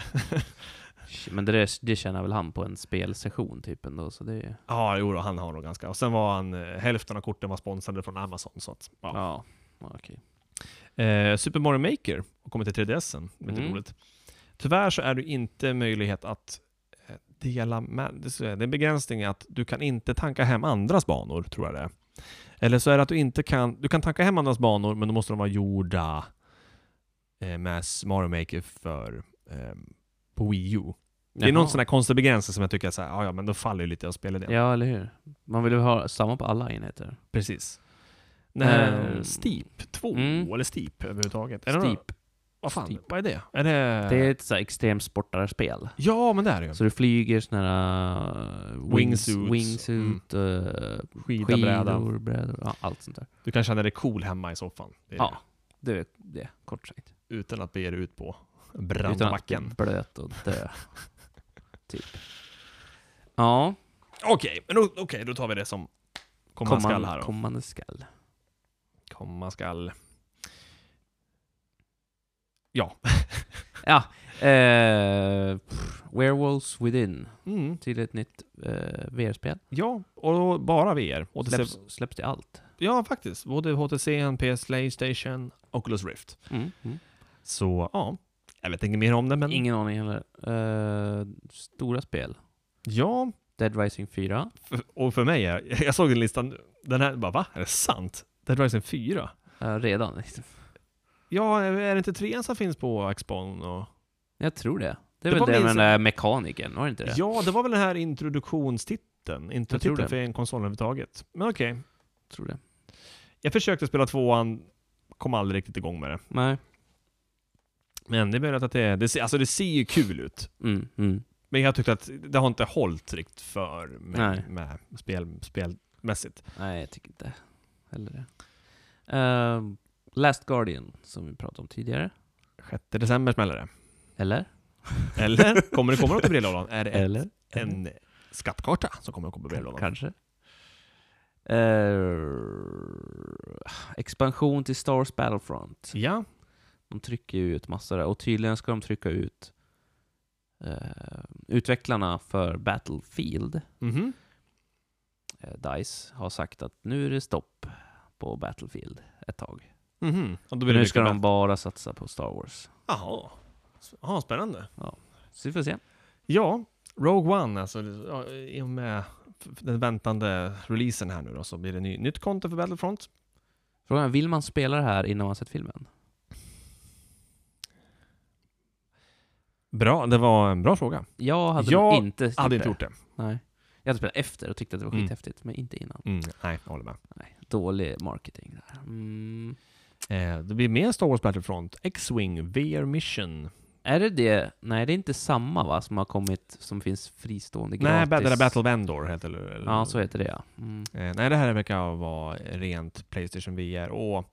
Speaker 2: Men det, det känner väl han på en spelsession typ ändå, så det är...
Speaker 1: Ja, jo då, han har nog ganska. Och sen var han, eh, hälften av korten var sponsrade från Amazon. Så att, ja.
Speaker 2: Ja, ja okej.
Speaker 1: Eh, Super Mario Maker har kommit till tre D S-en. Lite
Speaker 2: Mm.
Speaker 1: roligt. Tyvärr så är det inte möjlighet att eh, dela med. Det är en begränsning att du kan inte tanka hem andras banor, tror jag det är. Eller så är det att du inte kan, du kan tanka hem andras banor, men då måste de vara gjorda eh, med Mario Maker för eh, på Wii U. Det är
Speaker 2: Jaha.
Speaker 1: någon sån här konstig begränsning som jag tycker att ja, ja, men då faller ju lite av spelet.
Speaker 2: Ja, eller hur? Man vill ju ha samma på alla enheter.
Speaker 1: Precis. Nej,
Speaker 2: Ehm,
Speaker 1: Steep två,
Speaker 2: mm.
Speaker 1: eller Steep överhuvudtaget. Är det någon-
Speaker 2: Steep.
Speaker 1: Vad fan,
Speaker 2: Steep.
Speaker 1: vad är det? Är det...
Speaker 2: Det är ett så här extremsportarspel.
Speaker 1: Ja, men det är det ju.
Speaker 2: Så du flyger såna här uh, wings,
Speaker 1: Wingsuits.
Speaker 2: wingsuit, uh,
Speaker 1: Skida, bräda.
Speaker 2: skidor, brädor, ja, allt sånt där.
Speaker 1: Du kan känna dig cool hemma i soffan. Det är
Speaker 2: Ja, det är det, kort sagt.
Speaker 1: det. Utan att bege dig ut på
Speaker 2: Utan att
Speaker 1: brandbacken.
Speaker 2: bli blöt och dö. Typ. Ja,
Speaker 1: Okej, men då, okej, då tar vi det som komma skall här då.
Speaker 2: kommande skall.
Speaker 1: Komma skall. Ja.
Speaker 2: Ja, Eh, pff, Werewolves Within.
Speaker 1: Mm.
Speaker 2: Till ett nytt eh, V R-spel.
Speaker 1: Ja, och bara V R. H T C,
Speaker 2: Släpps, släpps det allt?
Speaker 1: ja, faktiskt. Både H T C, P S, PlayStation, Oculus Rift.
Speaker 2: Mm. Mm.
Speaker 1: Så, ja. Jag vet inte mer om det, men...
Speaker 2: Ingen aning heller. Eh, stora spel.
Speaker 1: Ja,
Speaker 2: Dead Rising fyra.
Speaker 1: för, och för mig, är, jag såg den listan, den här, bara va? Är det sant? Dead Rising fyra?
Speaker 2: Eh, redan.
Speaker 1: Ja, är det inte trean som finns på Xbox? Och...
Speaker 2: Jag tror det. Det är
Speaker 1: Det
Speaker 2: väl
Speaker 1: var
Speaker 2: det med
Speaker 1: min
Speaker 2: den
Speaker 1: så-
Speaker 2: där mekaniken, var det inte det?
Speaker 1: Ja, det var väl den här introduktionstiteln.
Speaker 2: Jag tror
Speaker 1: Introduktionen
Speaker 2: det.
Speaker 1: för en konsol överhuvudtaget. Men okej.
Speaker 2: Jag tror det.
Speaker 1: Jag försökte spela tvåan, kom aldrig riktigt igång med det.
Speaker 2: Nej.
Speaker 1: Men det är möjligt att det, det, ser, alltså det ser ju kul ut.
Speaker 2: Mm, mm.
Speaker 1: Men jag tyckte att det har inte hållit riktigt för
Speaker 2: Nej.
Speaker 1: med, med spel, spelmässigt.
Speaker 2: Nej, jag tycker inte heller det. Eh, Last Guardian, som vi pratade om tidigare.
Speaker 1: sjätte december smäller det.
Speaker 2: Eller?
Speaker 1: Eller? Kommer det komma något i brevlådan? Är det ett,
Speaker 2: Eller?
Speaker 1: en skattkarta som kommer att komma i brevlådan?
Speaker 2: Kanske. Eh, expansion till Star Wars Battlefront.
Speaker 1: Ja.
Speaker 2: De trycker ju ut massor där. Och tydligen ska de trycka ut eh, utvecklarna för Battlefield.
Speaker 1: Mhm.
Speaker 2: Eh, DICE har sagt att nu är det stopp på Battlefield ett tag.
Speaker 1: Mhm. Och då
Speaker 2: Men
Speaker 1: blir det
Speaker 2: nu ska
Speaker 1: mycket
Speaker 2: de bara satsa på Star Wars.
Speaker 1: Jaha. Jaha, spännande.
Speaker 2: Så vi får se.
Speaker 1: Ja, Rogue One, alltså ja, i och med f- den väntande releasen här nu då, så blir det ny, nytt konto för Battlefront.
Speaker 2: Frågan är, vill man spela det här innan man sett filmen?
Speaker 1: Bra, det var en bra fråga.
Speaker 2: Jag hade
Speaker 1: Jag
Speaker 2: nog inte
Speaker 1: Jag hade inte gjort det.
Speaker 2: Nej. Jag hade spelat efter och tyckte att det var
Speaker 1: Mm.
Speaker 2: skithäftigt, men inte innan.
Speaker 1: Mm, nej, jag håller med.
Speaker 2: Nej. Dålig marketing där. Mm.
Speaker 1: Eh, det blir mer Star Wars Battlefront, X-Wing, V R Mission.
Speaker 2: Är det det? Nej, det är inte samma va, som har kommit, som finns fristående
Speaker 1: Nej,
Speaker 2: gratis.
Speaker 1: ba- det där Battle Vendor heter det. Eller?
Speaker 2: Ja, så heter det ja. Mm.
Speaker 1: Eh, nej, det här verkar vara rent PlayStation V R och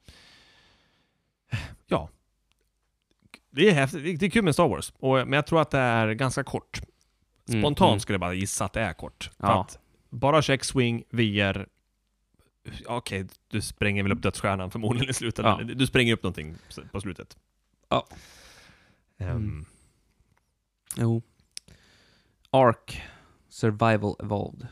Speaker 1: ja, det är häftigt. Det är kul med Star Wars, och, men jag tror att det är ganska kort.
Speaker 2: Mm,
Speaker 1: Spontant
Speaker 2: mm.
Speaker 1: skulle jag bara gissa att det är kort. För
Speaker 2: Ja.
Speaker 1: att bara X-Wing, V R, ja, okej, du spränger väl upp dödsstjärnan förmodligen i slutet.
Speaker 2: Ja.
Speaker 1: Du spränger upp någonting på slutet.
Speaker 2: Ja.
Speaker 1: Ehm,
Speaker 2: Mm. Jo. Ark Survival Evolved.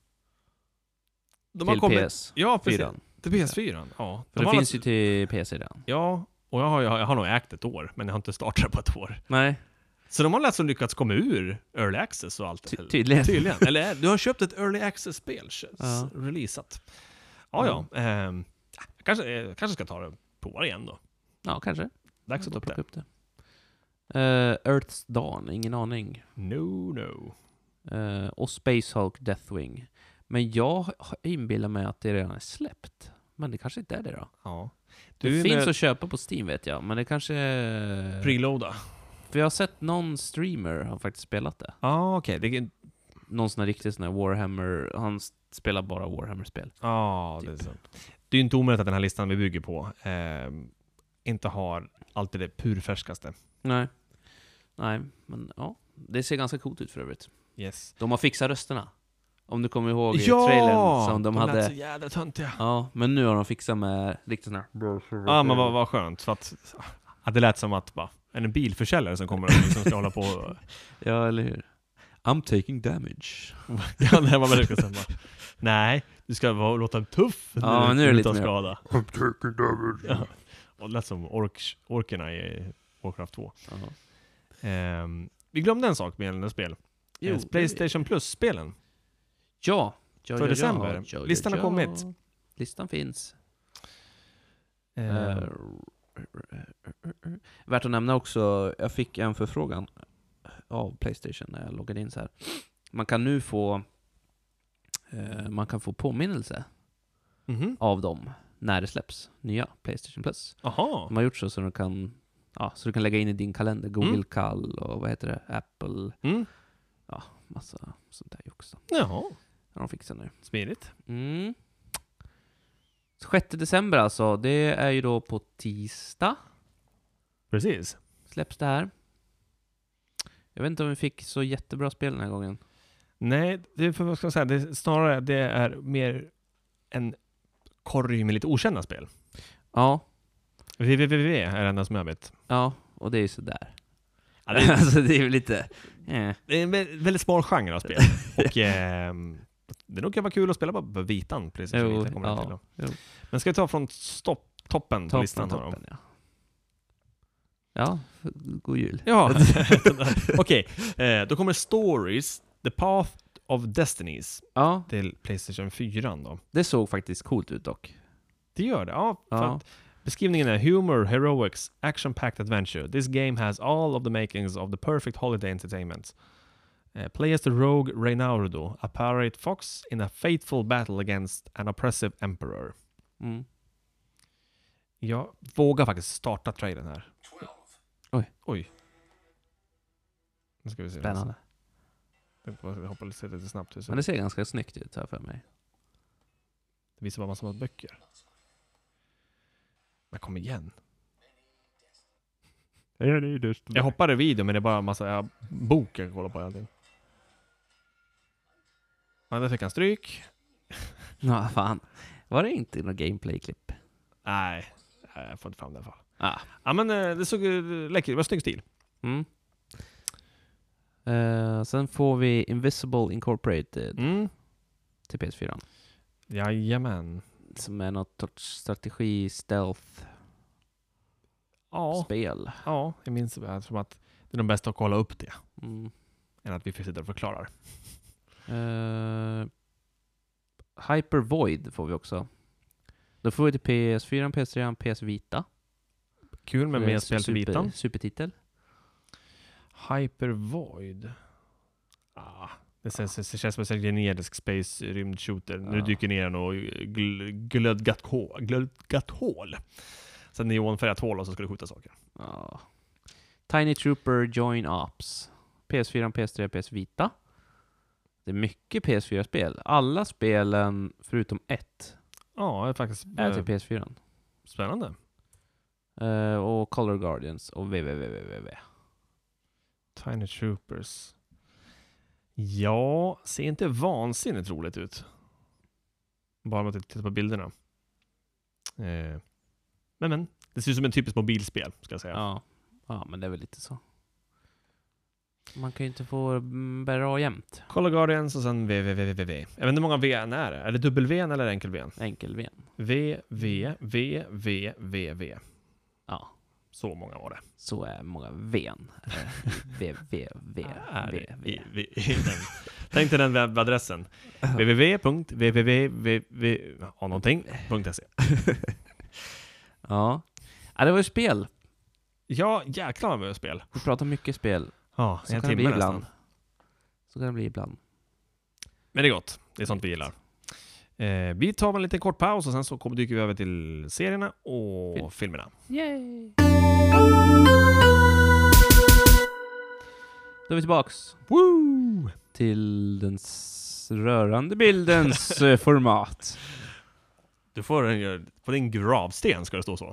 Speaker 1: de har
Speaker 2: Till
Speaker 1: kommit,
Speaker 2: P S
Speaker 1: ja, precis.
Speaker 2: fyra.
Speaker 1: Till P S fyra. Ja.
Speaker 2: För
Speaker 1: De
Speaker 2: det
Speaker 1: har
Speaker 2: finns ju
Speaker 1: alltså-
Speaker 2: till P C redan.
Speaker 1: Ja, och jag har, jag, har, jag har nog ägt ett år, men jag har inte startat på ett år.
Speaker 2: Nej,
Speaker 1: Så de har alltså lyckats komma ur Early Access och allt.
Speaker 2: ty- tydligen.
Speaker 1: Tydligen. Eller du har köpt ett Early Access-spel,
Speaker 2: Ja.
Speaker 1: releasat. Ja, ja. Ehm, kanske, eh, kanske ska ta det och prova det igen då.
Speaker 2: Ja, kanske.
Speaker 1: Dags att ta upp
Speaker 2: Plocka
Speaker 1: det.
Speaker 2: upp det. Uh, Earth's Dawn, ingen aning.
Speaker 1: No, no.
Speaker 2: Uh, och Space Hulk Deathwing. Men jag har- inbillar mig att det redan är släppt. Men det kanske inte är det då.
Speaker 1: Ja.
Speaker 2: Det
Speaker 1: Du är
Speaker 2: finns
Speaker 1: med-
Speaker 2: att köpa på Steam vet jag, men det kanske...
Speaker 1: Preloada.
Speaker 2: För jag har sett någon streamer har faktiskt spelat det.
Speaker 1: Ja, ah, okej. Okay. Det...
Speaker 2: Någon sån här riktig sån här Warhammer, han s- spelar bara Warhammer-spel.
Speaker 1: Ja, det är
Speaker 2: Typ.
Speaker 1: så. Det är ju inte omöjligt att den här listan vi bygger på ehm, inte har alltid det purfärskaste.
Speaker 2: Nej. Nej, men ja. Det ser ganska coolt ut för övrigt.
Speaker 1: Yes.
Speaker 2: De har fixat rösterna. Om du kommer ihåg
Speaker 1: Ja!
Speaker 2: trailern som de,
Speaker 1: lät
Speaker 2: hade.
Speaker 1: så jävla töntiga.
Speaker 2: Ja, men nu har de fixat med riktigt sån här...
Speaker 1: Ja, men vad, vad skönt. För att, att det lät som att bara, är det en bilförsäljare som kommer och liksom ska hålla på och...
Speaker 2: Ja, eller hur? I'm taking damage.
Speaker 1: Ja, det var väldigt sen bara, nej, du ska vara, låta en tuff
Speaker 2: Ja, nu är det lite
Speaker 1: utan
Speaker 2: mer-
Speaker 1: skada.
Speaker 2: I'm taking damage.
Speaker 1: Ja. Och det lät som ork, orkerna i Warcraft två.
Speaker 2: Ja.
Speaker 1: Ehm, vi glömde en sak med gällande spel.
Speaker 2: Jo,
Speaker 1: Eh, PlayStation Plus-spelen.
Speaker 2: Ja. ja
Speaker 1: För
Speaker 2: ja,
Speaker 1: december.
Speaker 2: Ja, ja,
Speaker 1: Listan har
Speaker 2: ja.
Speaker 1: kommit.
Speaker 2: Listan finns.
Speaker 1: Ehm,
Speaker 2: Eh, Värt att nämna också, jag fick en förfrågan av PlayStation när jag loggade in så här. Man kan nu få eh, man kan få påminnelse
Speaker 1: mhm.
Speaker 2: av dem när det släpps nya PlayStation Plus.
Speaker 1: Aha.
Speaker 2: De har gjort så så du kan ja, så du kan lägga in i din kalender Google
Speaker 1: Mm.
Speaker 2: Call och vad heter det? Apple,
Speaker 1: Mm.
Speaker 2: massa sånt där också.
Speaker 1: Jaha,
Speaker 2: Har de fixat nu.
Speaker 1: smidigt.
Speaker 2: Mm. Så sjätte december alltså, det är ju då på tisdag
Speaker 1: Precis.
Speaker 2: släpps det här. Jag vet inte om vi fick så jättebra spel den här gången.
Speaker 1: Nej, det är för vad ska jag säga, det är snarare det är mer en korg med lite okända spel.
Speaker 2: Ja,
Speaker 1: W W W är det enda som jag vet.
Speaker 2: ja, och det är ju sådär.
Speaker 1: Ja, det, är,
Speaker 2: Alltså det är ju lite... Eh.
Speaker 1: det är en vä- väldigt smal genre av spel. Och ehm, det nog kan vara kul att spela på Vitan. Precis,
Speaker 2: Jo,
Speaker 1: Vita kommer jag till
Speaker 2: ja,
Speaker 1: då.
Speaker 2: jo.
Speaker 1: Men ska vi ta från stopp, toppen på
Speaker 2: Toppen,
Speaker 1: listan? Här då?
Speaker 2: toppen, ja. Ja, god jul.
Speaker 1: Ja, okej. Eh, då kommer Stories, The Path of Destinies
Speaker 2: Ja,
Speaker 1: till PlayStation fyra då.
Speaker 2: det såg faktiskt coolt ut dock.
Speaker 1: Det gör det, ja. För
Speaker 2: Ja.
Speaker 1: att beskrivningen är humor, heroics, action-packed adventure. This game has all of the makings of the perfect holiday entertainment. Uh, play as the rogue Reynardo, a pirate fox in a fateful battle against an oppressive emperor.
Speaker 2: Mm.
Speaker 1: Jag vågar faktiskt starta trailern här.
Speaker 2: Oj.
Speaker 1: Oj. Nu ska vi se.
Speaker 2: Spännande.
Speaker 1: Jag hoppar lite, lite snabbt.
Speaker 2: Men det ser ganska snyggt ut här för mig.
Speaker 1: Det visar bara massor av böcker. Men kom igen. Jag hoppar i video, men det är bara en massa ja, bok jag kollar på hela tiden. Ja, där fick han stryk.
Speaker 2: Ja, fan. Var det inte någon gameplay-klipp?
Speaker 1: Nej, jag får inte fram det i alla fall.
Speaker 2: Ah.
Speaker 1: Ja, men eh, det såg eh, läckert. Det var snygg stil.
Speaker 2: Mm. Uh, sen får vi Invisible Incorporated
Speaker 1: Mm.
Speaker 2: till P S fyra.
Speaker 1: Jajamän.
Speaker 2: Som är något sorts strategi, stealth,
Speaker 1: Ja,
Speaker 2: spel.
Speaker 1: ja, jag minns det som att det är de bästa att kolla upp det.
Speaker 2: Mm.
Speaker 1: Än att vi sitter och förklarar.
Speaker 2: Uh, Hyper Void får vi också. Då får vi till P S fyra, P S tre, P S Vita.
Speaker 1: Kul med
Speaker 2: Det är
Speaker 1: mer spel till
Speaker 2: super-
Speaker 1: Vitan.
Speaker 2: Supertitel.
Speaker 1: Hyper Void. Ah, det känns, det känns som en generisk space rymdshooter. När du
Speaker 2: Ja.
Speaker 1: dyker ner och gl- glödgat hål. Glödgat hål. Sen neonfärgat hål och så ska du skjuta saker.
Speaker 2: Ja. Tiny Trooper Join Ops. P S fyra, P S tre, P S Vita. Det är mycket P S fyra-spel. Alla spelen förutom ett
Speaker 1: Ja, det är faktiskt
Speaker 2: är
Speaker 1: eh,
Speaker 2: till P S fyra.
Speaker 1: spännande.
Speaker 2: Uh, och Color Guardians och www.
Speaker 1: Tiny Troopers. Ja, ser inte vansinnigt roligt ut. Bara om man tittar på bilderna. Eh, men men, det ser ut som en typisk mobilspel, ska jag säga.
Speaker 2: Ja. Ja, men det är väl lite så. Man kan ju inte få mm, bära jämt.
Speaker 1: Color Guardians och sen www. Jag vet inte hur många V N är det. Är det dubbel-V eller enkel-V?
Speaker 2: Enkel-V.
Speaker 1: V, V, V, V, V, V.
Speaker 2: Ja,
Speaker 1: Så många var det.
Speaker 2: så är många V:n. Eh, V, V, V,
Speaker 1: Är
Speaker 2: V,
Speaker 1: det
Speaker 2: V.
Speaker 1: i, i, i den. Tänk dig den webbadressen. www punkt www ja, någonting punkt se.
Speaker 2: Ja. Ja, det var ju spel.
Speaker 1: Ja, jäklar vad spel.
Speaker 2: Vi pratar mycket spel.
Speaker 1: Ja,
Speaker 2: Så
Speaker 1: en
Speaker 2: kan det bli
Speaker 1: timme
Speaker 2: ibland.
Speaker 1: nästan.
Speaker 2: Så kan det bli ibland.
Speaker 1: Men det är gott. Det är sånt vi gillar. Eh, vi tar en liten kort paus och sen så kommer dyker vi över till serierna och
Speaker 2: Film.
Speaker 1: filmerna.
Speaker 2: Yay! Då är vi tillbaks
Speaker 1: Woo!
Speaker 2: till den s- rörande bildens eh, format.
Speaker 1: Du får en, på din gravsten ska det stå så.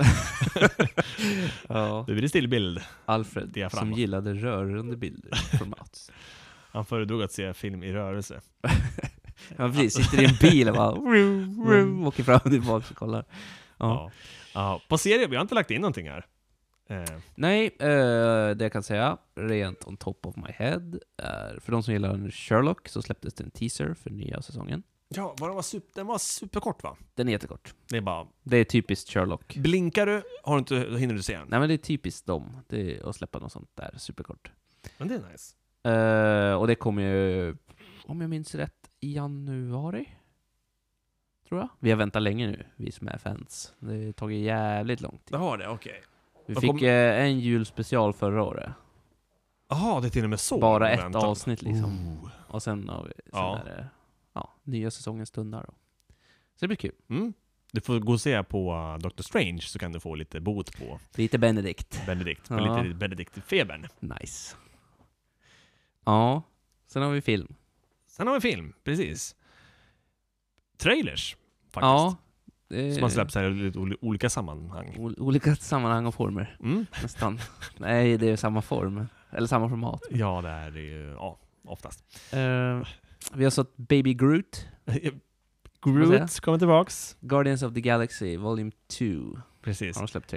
Speaker 2: Ja.
Speaker 1: Det blir en stillbild.
Speaker 2: Alfred,
Speaker 1: Det är
Speaker 2: som
Speaker 1: framåt.
Speaker 2: gillade rörande bilder format.
Speaker 1: Han föredrog att se film i rörelse.
Speaker 2: Ja, precis. Sitter i en bil och bara vroom, vroom, åker fram och tillbaka och kollar. Ja.
Speaker 1: Ja. Ja. På serier, vi har inte lagt in någonting här. Eh,
Speaker 2: Nej, eh, det jag kan säga, rent on top of my head, är för de som gillar Sherlock så släpptes det en teaser för nya säsongen.
Speaker 1: ja, den var, super, den var superkort va?
Speaker 2: Den är jättekort.
Speaker 1: Det är bara,
Speaker 2: Det är typiskt Sherlock.
Speaker 1: blinkar du, har du inte, då hinner du se den.
Speaker 2: Nej, men det är typiskt dem. Det är att släppa något sånt där superkort.
Speaker 1: Men det är nice.
Speaker 2: Eh, och det kommer ju, om jag minns rätt, i januari. Tror jag. Vi har väntat länge nu, vi som är fans. Det har tagit jävligt lång tid.
Speaker 1: Det har det, okej. Okay.
Speaker 2: Vi
Speaker 1: Vad
Speaker 2: fick
Speaker 1: kom-
Speaker 2: eh, en julspecial förra året.
Speaker 1: Jaha, det är till och med så.
Speaker 2: Bara ett
Speaker 1: oväntat.
Speaker 2: avsnitt liksom.
Speaker 1: Ooh.
Speaker 2: Och sen, har vi, sen
Speaker 1: Ja.
Speaker 2: är det ja, nya säsongen stundar då. Så det blir kul.
Speaker 1: Mm. Du får gå och se på uh, Doctor Strange så kan du få lite bot på
Speaker 2: Lite Benedict.
Speaker 1: Benedict. På
Speaker 2: Ja.
Speaker 1: lite Benedict-febern.
Speaker 2: Nice. Ja, sen har vi film.
Speaker 1: Sen har vi film, precis. Trailers, faktiskt.
Speaker 2: Ja. det-
Speaker 1: Som har släppts här i lite oli- olika sammanhang.
Speaker 2: ol- olika sammanhang och former.
Speaker 1: Mm.
Speaker 2: Nästan. Nej, det är samma form. Eller samma format.
Speaker 1: Ja, det är det ju, ja, oftast.
Speaker 2: Eh, vi har sett Baby Groot.
Speaker 1: Groot kommer tillbaks.
Speaker 2: Guardians of the Galaxy Volume två.
Speaker 1: Precis.
Speaker 2: Har de släppt trailer för.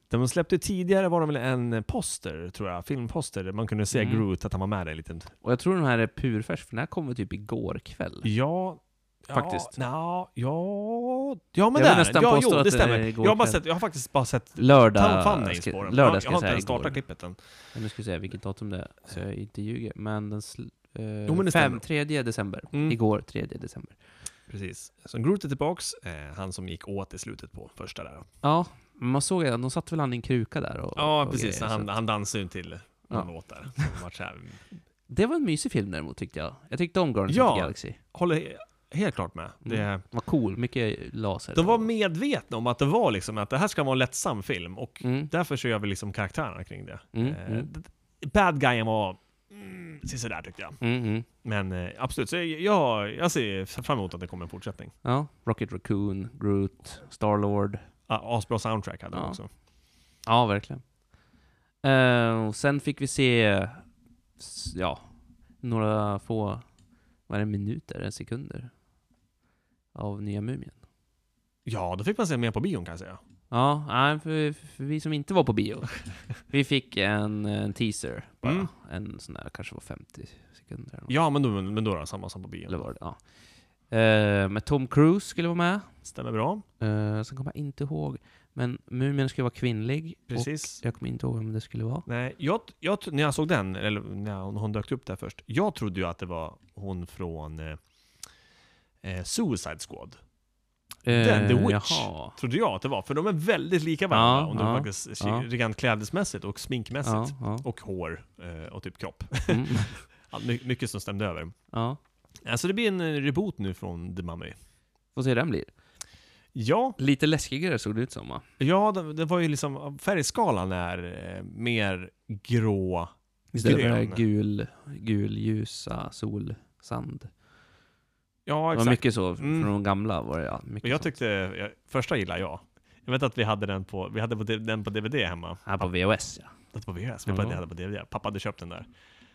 Speaker 1: De släppte tidigare var de väl en poster, tror jag, filmposter, där man kunde se
Speaker 2: Mm.
Speaker 1: Groot, att han var med där lite.
Speaker 2: Och jag tror den här är purfärsk, för den här kommer typ igår kväll.
Speaker 1: Ja,
Speaker 2: Faktiskt.
Speaker 1: Ja, ja, ja men
Speaker 2: Jag vill
Speaker 1: där.
Speaker 2: nästan
Speaker 1: Ja,
Speaker 2: påstå
Speaker 1: jo,
Speaker 2: att
Speaker 1: det
Speaker 2: det
Speaker 1: stämmer.
Speaker 2: är
Speaker 1: Jag
Speaker 2: igår
Speaker 1: har, bara
Speaker 2: kväll.
Speaker 1: sett, jag har faktiskt bara sett
Speaker 2: Lördag,
Speaker 1: thumbnails
Speaker 2: ska,
Speaker 1: på den.
Speaker 2: lördag
Speaker 1: jag,
Speaker 2: ska
Speaker 1: jag har
Speaker 2: jag
Speaker 1: inte
Speaker 2: säga
Speaker 1: ens startat
Speaker 2: igår.
Speaker 1: klippet än.
Speaker 2: Ja, nu ska vi säga vilket datum det är, så jag inte ljuger. Men den sl- eh,
Speaker 1: Jo, men det
Speaker 2: fem,
Speaker 1: stämmer.
Speaker 2: tredje december.
Speaker 1: Mm.
Speaker 2: Igår, tredje december.
Speaker 1: Precis. Så Groot är tillbaks, eh, han som gick åt i slutet på första där.
Speaker 2: Ja, men man såg att de satte väl han i en kruka där. Och,
Speaker 1: Ja,
Speaker 2: och
Speaker 1: precis.
Speaker 2: grejer,
Speaker 1: han,
Speaker 2: så att-
Speaker 1: han dansade ju till någon
Speaker 2: Ja.
Speaker 1: låt där. Som var så här,
Speaker 2: Det var en mysig film däremot, tyckte jag. Jag tyckte om Guardians
Speaker 1: Ja.
Speaker 2: of the Galaxy.
Speaker 1: håller he- helt klart med. Det,
Speaker 2: Mm. Var cool, mycket laser.
Speaker 1: de var
Speaker 2: och-
Speaker 1: medvetna om att det var liksom att det här ska vara en lättsam film, och
Speaker 2: Mm.
Speaker 1: därför så gör vi liksom karaktärerna kring det.
Speaker 2: Mm,
Speaker 1: Eh,
Speaker 2: mm.
Speaker 1: d- Bad guyen var mm, sådär tyckte jag.
Speaker 2: Mm, mm.
Speaker 1: Men eh, absolut, så jag, jag, jag ser fram emot att det kommer en fortsättning.
Speaker 2: Ja, Rocket Raccoon, Groot, Star-Lord.
Speaker 1: Ah, asbra soundtrack hade de
Speaker 2: Ja.
Speaker 1: också.
Speaker 2: Ja, verkligen. Eh, och sen fick vi se, s- ja, några få, vad är det, minuter, en sekunder av nya Mumien.
Speaker 1: Ja, då fick man se mer på bion kan jag säga.
Speaker 2: Ja, nej, för, för vi som inte var på bio. Vi fick en, en teaser bara.
Speaker 1: Mm.
Speaker 2: En sån där, kanske var femtio sekunder. Eller, något.
Speaker 1: Ja, men då, men då är det samma som på bion.
Speaker 2: eller var det? Ja. Eh, men Tom Cruise skulle vara med.
Speaker 1: Stämmer bra.
Speaker 2: Eh, sen kommer jag inte ihåg. Men Mumien skulle vara kvinnlig.
Speaker 1: Precis.
Speaker 2: Och jag kommer inte ihåg vem det skulle vara.
Speaker 1: Nej, jag, jag, när jag såg den, eller när hon, hon dök upp där först, jag trodde ju att det var hon från eh, eh, Suicide Squad. Den, The
Speaker 2: Eh,
Speaker 1: Witch.
Speaker 2: Jaha.
Speaker 1: Trodde jag att det var, för de är väldigt lika varandra.
Speaker 2: Ja,
Speaker 1: om de
Speaker 2: ja,
Speaker 1: faktiskt,
Speaker 2: ja.
Speaker 1: rent klädesmässigt och sminkmässigt.
Speaker 2: Ja, ja.
Speaker 1: Och hår eh, och typ kropp.
Speaker 2: Mm.
Speaker 1: Ja, my- mycket som stämde över.
Speaker 2: Ja.
Speaker 1: Alltså det blir en eh, reboot nu från The Mummy.
Speaker 2: Får se hur den blir.
Speaker 1: Ja,
Speaker 2: Lite läskigare såg det ut som, va?
Speaker 1: ja det, det var ju liksom, färgskalan är eh, mer grå,
Speaker 2: Istället för det här
Speaker 1: grön.
Speaker 2: gul, gul, ljusa, sol, sand.
Speaker 1: Ja,
Speaker 2: Det var
Speaker 1: exakt.
Speaker 2: mycket så,
Speaker 1: Mm.
Speaker 2: från de gamla var det, ja. Mycket
Speaker 1: Och jag
Speaker 2: sånt.
Speaker 1: tyckte, jag, första gillade jag. Jag vet att vi hade den på, vi hade på, D- den på D V D hemma.
Speaker 2: Här på V H S, ja.
Speaker 1: Det var V H S, vi
Speaker 2: Ja.
Speaker 1: bara hade på D V D. Pappa hade köpt den där.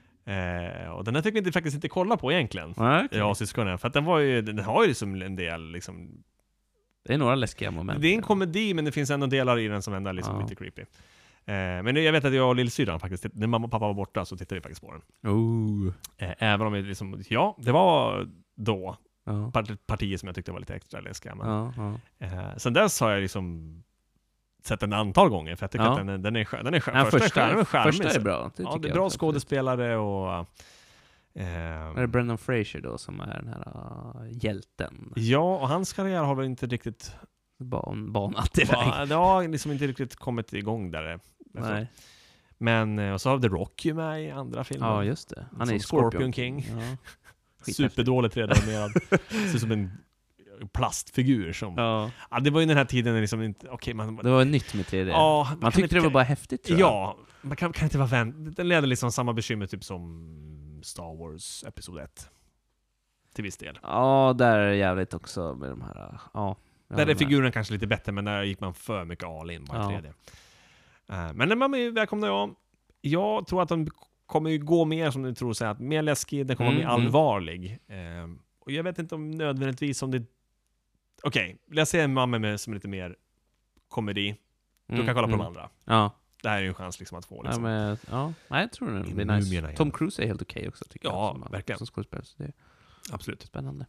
Speaker 1: Eh, och den här fick vi inte, faktiskt inte kolla på egentligen.
Speaker 2: Ja, okej.
Speaker 1: Ja, syskonen. För att den var ju, den har ju liksom en del liksom,
Speaker 2: Det är några läskiga moment.
Speaker 1: det är en komedi, men det finns ändå delar i den som ändå är liksom
Speaker 2: Ja.
Speaker 1: lite creepy. Eh, men jag vet att jag och lillsyrran faktiskt, när mamma och pappa var borta så tittade vi faktiskt på den.
Speaker 2: Oh.
Speaker 1: Eh, även om vi liksom, ja, det var då
Speaker 2: Ja.
Speaker 1: part- partier som jag tyckte var lite extra läskiga. Men,
Speaker 2: Ja, ja.
Speaker 1: eh, sen dess har jag liksom sett den ett antal gånger, för jag tycker
Speaker 2: Ja.
Speaker 1: att den är, den är, skär- den är skär,
Speaker 2: Ja,
Speaker 1: första,
Speaker 2: första,
Speaker 1: är skärm, skärmig,
Speaker 2: första är
Speaker 1: så.
Speaker 2: bra. Det
Speaker 1: Ja,
Speaker 2: tycker
Speaker 1: det är
Speaker 2: jag
Speaker 1: bra
Speaker 2: också,
Speaker 1: skådespelare och... Eh,
Speaker 2: Är det Brendan Fraser då som är den här uh, hjälten?
Speaker 1: ja, och hans karriär har väl inte riktigt...
Speaker 2: Ban, banat iväg.
Speaker 1: Va, det har liksom inte riktigt kommit igång där.
Speaker 2: Nej.
Speaker 1: Men, eh, och så har The Rock ju med i andra filmer.
Speaker 2: Ja, just det. Han är
Speaker 1: Som
Speaker 2: i Scorpion,
Speaker 1: Scorpion King.
Speaker 2: Ja. Skithäftigt.
Speaker 1: Superdåligt redan. Ser ut som en plastfigur som... Ja.
Speaker 2: Ja.
Speaker 1: det var ju den här tiden när liksom inte... Okej, man...
Speaker 2: Det var nytt med tre D.
Speaker 1: ja,
Speaker 2: Man
Speaker 1: kan
Speaker 2: tyckte
Speaker 1: inte-
Speaker 2: det var bara häftigt, tror jag.
Speaker 1: Ja, man kan, kan inte vara vän. Den leder liksom samma bekymmer typ som Star Wars Episod ett. Till viss del.
Speaker 2: Ja, där är det jävligt också med de här... Ja.
Speaker 1: Där är
Speaker 2: de här-
Speaker 1: figuren kanske lite bättre, men där gick man för mycket all in bara i
Speaker 2: Ja.
Speaker 1: tre D. Uh, men den var med, välkomnar jag. Jag tror att de kommer ju gå mer, som du tror, så att mer läskig, den kommer
Speaker 2: Mm,
Speaker 1: bli
Speaker 2: mm.
Speaker 1: allvarlig. Eh, och jag vet inte om nödvändigtvis om det... Okej, jag ser en mamma med som är lite mer komedi. Du
Speaker 2: Mm,
Speaker 1: kan kolla på
Speaker 2: mm.
Speaker 1: de andra.
Speaker 2: Ja.
Speaker 1: Det här är ju en chans liksom att få
Speaker 2: Ja,
Speaker 1: liksom.
Speaker 2: men, ja. Nej, jag tror den
Speaker 1: In
Speaker 2: blir
Speaker 1: mumierna
Speaker 2: nice.
Speaker 1: igen.
Speaker 2: Tom Cruise är helt okej också, tycker
Speaker 1: Ja,
Speaker 2: jag. Som,
Speaker 1: verkligen.
Speaker 2: Som skådespelare, så det är
Speaker 1: Absolut.
Speaker 2: spännande.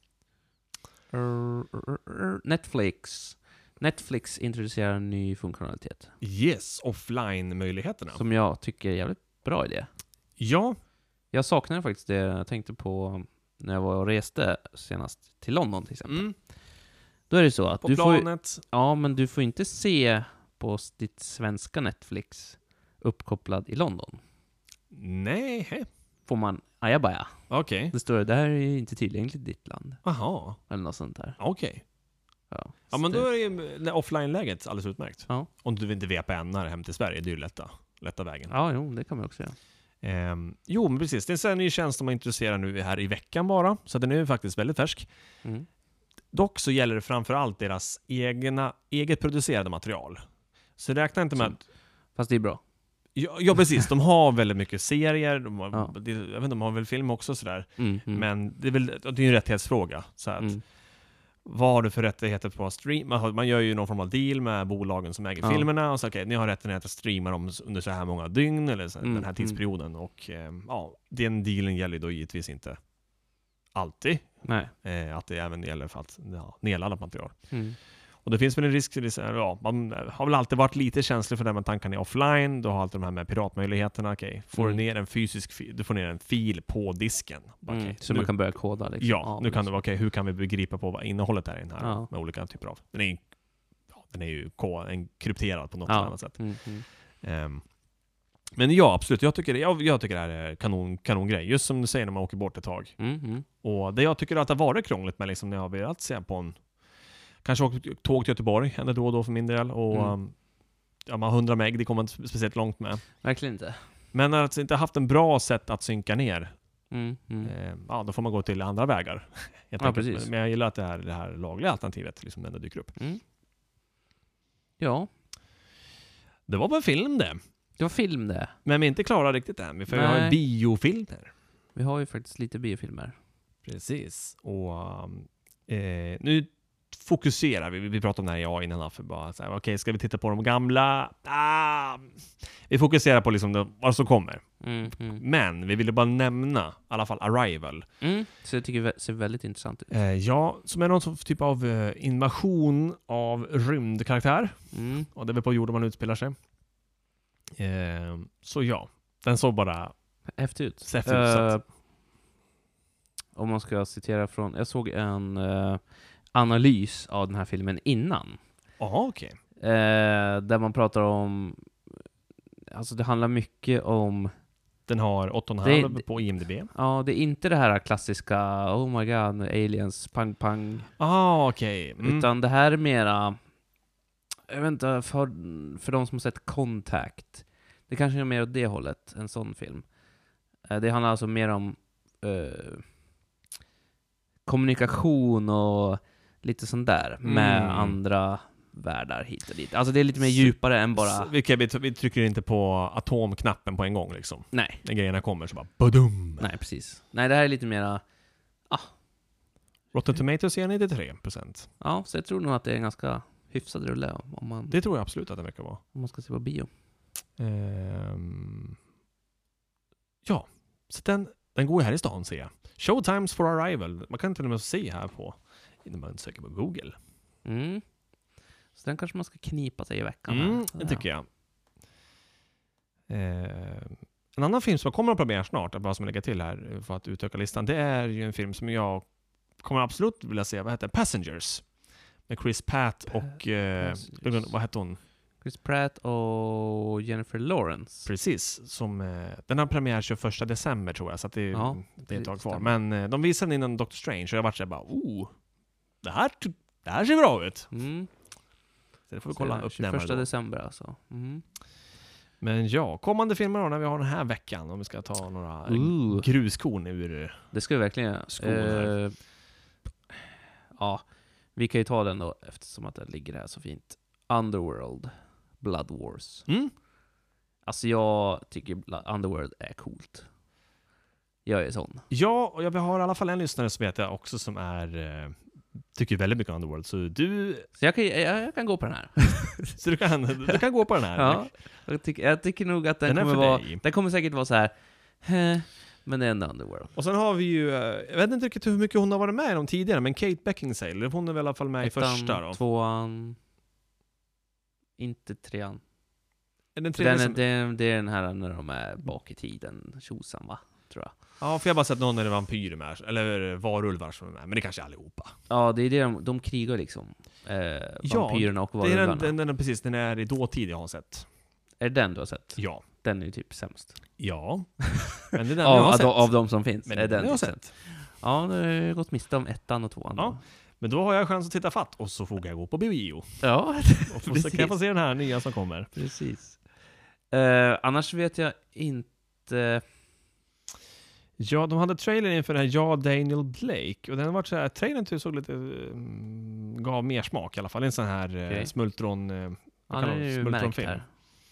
Speaker 2: Uh, uh, uh, Netflix. Netflix introducerar en ny funktionalitet.
Speaker 1: Yes, offline-möjligheterna.
Speaker 2: Som jag tycker är jävligt bra idé.
Speaker 1: Ja,
Speaker 2: Jag saknar faktiskt det. Jag tänkte på när jag var och reste senast till London till exempel.
Speaker 1: mm,
Speaker 2: Då är det så att
Speaker 1: på
Speaker 2: du får, ju-
Speaker 1: planet.
Speaker 2: ja, men du får inte se på s- ditt svenska Netflix uppkopplad i London.
Speaker 1: Nej, hej.
Speaker 2: Får man ajabaja.
Speaker 1: Okej.
Speaker 2: Det står det där är inte tillgängligt i ditt land.
Speaker 1: Jaha,
Speaker 2: Eller något sånt där.
Speaker 1: okej.
Speaker 2: Ja,
Speaker 1: Ja,
Speaker 2: Så
Speaker 1: men då
Speaker 2: det-
Speaker 1: är det ju det offline-läget alldeles utmärkt.
Speaker 2: Ja.
Speaker 1: Om du inte V P N-ar hem till Sverige, det är ju lätta, lätta vägen.
Speaker 2: Ja, jo, det kan man också göra.
Speaker 1: Ehm, jo, men precis. Det är en ny tjänst som man introducerar nu här i veckan bara, så den är ju faktiskt väldigt färsk.
Speaker 2: Mm.
Speaker 1: Dock så gäller det framför allt deras egna, eget producerade material. Så räkna inte med
Speaker 2: Så-
Speaker 1: att...
Speaker 2: Fast det är bra.
Speaker 1: Ja, ja, precis. De har väldigt mycket serier, de har,
Speaker 2: Ja.
Speaker 1: det, jag vet inte, de har väl film också sådär.
Speaker 2: Mm, mm.
Speaker 1: Men det är väl det är ju en rättighetsfråga. Så att,
Speaker 2: Mm.
Speaker 1: vad har du för rättigheter på att streama? Man gör ju någon form av deal med bolagen som äger
Speaker 2: Ja.
Speaker 1: filmerna och så okej, okay, ni har rätten att streama dem under så här många dygn eller så,
Speaker 2: Mm,
Speaker 1: den här tidsperioden
Speaker 2: mm.
Speaker 1: och eh, ja, den dealen gäller då givetvis inte alltid.
Speaker 2: Nej.
Speaker 1: Eh, att det även gäller för att ja, nedladdat material.
Speaker 2: Mm.
Speaker 1: Och det finns väl en risk till det, ja, man har väl alltid varit lite känslig för det med tankarna är offline, då har alltid de här med piratmöjligheterna, okej, okay. får
Speaker 2: Mm.
Speaker 1: du ner en fysisk fi- du får ner en fil på disken. Okay.
Speaker 2: Mm. Så
Speaker 1: nu,
Speaker 2: man kan börja koda liksom.
Speaker 1: Ja,
Speaker 2: ja
Speaker 1: nu kan det vara okej, okay, hur kan vi begripa på vad innehållet är i den här
Speaker 2: Ja.
Speaker 1: med olika typer av. Den är ju, ja, den är ju k- en krypterad på något
Speaker 2: ja.
Speaker 1: annat sätt.
Speaker 2: Mm, mm.
Speaker 1: Um, men ja, absolut. Jag tycker, jag, jag tycker det här är kanon, kanongrej. Just som du säger när man åker bort ett tag.
Speaker 2: Mm, mm.
Speaker 1: Och det jag tycker att det har varit krångligt med liksom när jag har velat se på en kanske åkt tåg till Göteborg eller då och då för min del. Och
Speaker 2: Mm.
Speaker 1: um, ja, man har hundra meg, det kommer inte speciellt långt med.
Speaker 2: Verkligen inte.
Speaker 1: Men att inte haft en bra sätt att synka ner,
Speaker 2: Mm, mm.
Speaker 1: eh, ja, då får man gå till andra vägar. Helt
Speaker 2: Ja,
Speaker 1: enkelt.
Speaker 2: precis.
Speaker 1: Men, men jag gillar att det här, det här lagliga alternativet liksom ändå dyker upp.
Speaker 2: Mm. Ja,
Speaker 1: Det var bara en film det.
Speaker 2: det var film det.
Speaker 1: Men vi är inte klara riktigt än. För vi har ju
Speaker 2: Nej.
Speaker 1: biofilmer.
Speaker 2: Vi har ju faktiskt lite biofilmer.
Speaker 1: Precis. Och um, eh, nu fokuserar vi. Vi pratade om det här i A I innan. För bara så här, okej, okay, ska vi titta på de gamla? Ah, vi fokuserar på liksom det, vad som kommer.
Speaker 2: Mm, mm.
Speaker 1: Men vi ville bara nämna i alla fall Arrival.
Speaker 2: Mm. Så jag tycker det ser väldigt intressant ut.
Speaker 1: Eh, ja, som är någon sorts typ av eh, invasion av rymdkaraktär.
Speaker 2: Mm.
Speaker 1: Och det är väl på jorden man utspelar sig. Eh, så ja, den såg bara
Speaker 2: Häftigt ut.
Speaker 1: så häftigt ut, så
Speaker 2: Eh,
Speaker 1: att-
Speaker 2: om man ska citera från... Jag såg en eh, analys av den här filmen innan.
Speaker 1: Jaha, okej.
Speaker 2: Eh, där man pratar om... Alltså det handlar mycket om...
Speaker 1: Den har åtta komma fem
Speaker 2: Det-
Speaker 1: på I M D B.
Speaker 2: Ja, det är inte det här klassiska oh my god, aliens, pang pang.
Speaker 1: Ah, okej. Mm.
Speaker 2: Utan det här är mera... Jag vet inte, för, för de som har sett Contact. Det kanske är mer åt det hållet, en sån film. Eh, det handlar alltså mer om eh, kommunikation och lite sånt där med
Speaker 1: Mm.
Speaker 2: andra världar hit och dit. Alltså det är lite mer
Speaker 1: Så-
Speaker 2: djupare än bara...
Speaker 1: Så, vi, vi, vi trycker inte på atomknappen på en gång liksom.
Speaker 2: Nej,
Speaker 1: När grejerna kommer så bara badum.
Speaker 2: nej precis. Nej, det här är lite mera...
Speaker 1: Rotten Tomatoes är nittiotre procent.
Speaker 2: Ja, så jag tror nog att det är en ganska hyfsad rulle om man,
Speaker 1: Det tror jag absolut att det verkar vara.
Speaker 2: om man ska se på bio.
Speaker 1: Ehm, ja, så den, den går ju här i stan ser jag. Showtimes for Arrival. Man kan till och med se här på när man söker på Google.
Speaker 2: Mm. Så den kanske man ska knipa sig i veckan. här.
Speaker 1: Mm, det tycker jag. Ehm, en annan film som kommer att premiär snart, bara som jag lägger till här för att utöka listan, det är ju en film som jag kommer absolut vilja se. Vad heter det? Passengers. Med Chris Pratt och... Eh,
Speaker 2: Passengers.
Speaker 1: vad hette hon?
Speaker 2: Chris Pratt och Jennifer Lawrence.
Speaker 1: Precis. Som, eh, den har premiär tjugoförsta december tror jag, så att det,
Speaker 2: Ja,
Speaker 1: det är ett
Speaker 2: det
Speaker 1: tag kvar.
Speaker 2: stämmer.
Speaker 1: Men eh, de visade den innan Doctor Strange och jag vart så här bara, oh, det här, det här ser bra ut.
Speaker 2: Mm.
Speaker 1: Så det får vi kolla upp närmare
Speaker 2: tjugoförsta
Speaker 1: då.
Speaker 2: december alltså. Mm.
Speaker 1: Men ja, kommande filmer då när vi har den här veckan, om vi ska ta några
Speaker 2: Ooh.
Speaker 1: gruskorn ur...
Speaker 2: Det ska vi verkligen göra.
Speaker 1: Skål här.
Speaker 2: Eh, ja, vi kan ju ta den då eftersom att den ligger här så fint. Underworld, Blood Wars.
Speaker 1: Mm?
Speaker 2: Alltså jag tycker Bla- Underworld är coolt. Jag är sån.
Speaker 1: Ja, och jag har i alla fall en lyssnare som vet jag också som är... Eh, tycker väldigt mycket om Underworld, så du...
Speaker 2: Så jag kan, jag, jag kan gå på den här.
Speaker 1: Så du kan, du kan gå på den här.
Speaker 2: Ja, jag, tycker, jag tycker nog att den,
Speaker 1: Den är
Speaker 2: kommer
Speaker 1: för
Speaker 2: vara...
Speaker 1: dig.
Speaker 2: Den kommer säkert vara så här. "Heh", men det är ändå Underworld.
Speaker 1: Och sen har vi ju, eh, jag vet inte riktigt hur mycket hon har varit med i dem tidigare, men Kate Beckinsale, hon är väl i alla fall med i
Speaker 2: Ettan,
Speaker 1: första då.
Speaker 2: tvåan, inte trean.
Speaker 1: Är den tredje
Speaker 2: Den är,
Speaker 1: som,
Speaker 2: det, det är den här när de är bak i tiden, tjosan va? Tror jag.
Speaker 1: ja, för jag har bara sett någon när det är vampyrer med, eller varulvar som är med, men det kanske är allihopa.
Speaker 2: Ja, det är det de, de krigar liksom. Eh,
Speaker 1: Ja,
Speaker 2: vampyrerna och
Speaker 1: Det är
Speaker 2: varulvarna.
Speaker 1: den, den, den, precis, den är i dåtid jag har sett.
Speaker 2: Är det den du har sett?
Speaker 1: Ja.
Speaker 2: Den är ju typ sämst.
Speaker 1: Ja. Men det är den
Speaker 2: Av,
Speaker 1: jag har
Speaker 2: av,
Speaker 1: sett.
Speaker 2: av de som finns.
Speaker 1: Men
Speaker 2: är
Speaker 1: det är
Speaker 2: den
Speaker 1: den jag har
Speaker 2: typ sämst.
Speaker 1: sett.
Speaker 2: Ja, nu har jag gått miste om ettan och tvåan.
Speaker 1: Ja.
Speaker 2: då.
Speaker 1: Men då har jag chans att titta fatt och så får jag gå på bio.
Speaker 2: Ja,
Speaker 1: Och så kan jag få se den här nya som kommer.
Speaker 2: precis. Eh, annars vet jag inte...
Speaker 1: Ja, de hade trailern inför den här Ja, Daniel Blake. Och den var så här, trailern typ såg lite, mm, gav mer smak i alla fall. En sån här okay.
Speaker 2: Okej.
Speaker 1: smultron, eh,
Speaker 2: Ja,
Speaker 1: vad
Speaker 2: det
Speaker 1: kallar
Speaker 2: är
Speaker 1: de?
Speaker 2: ju märkt
Speaker 1: smultronfilm.
Speaker 2: här.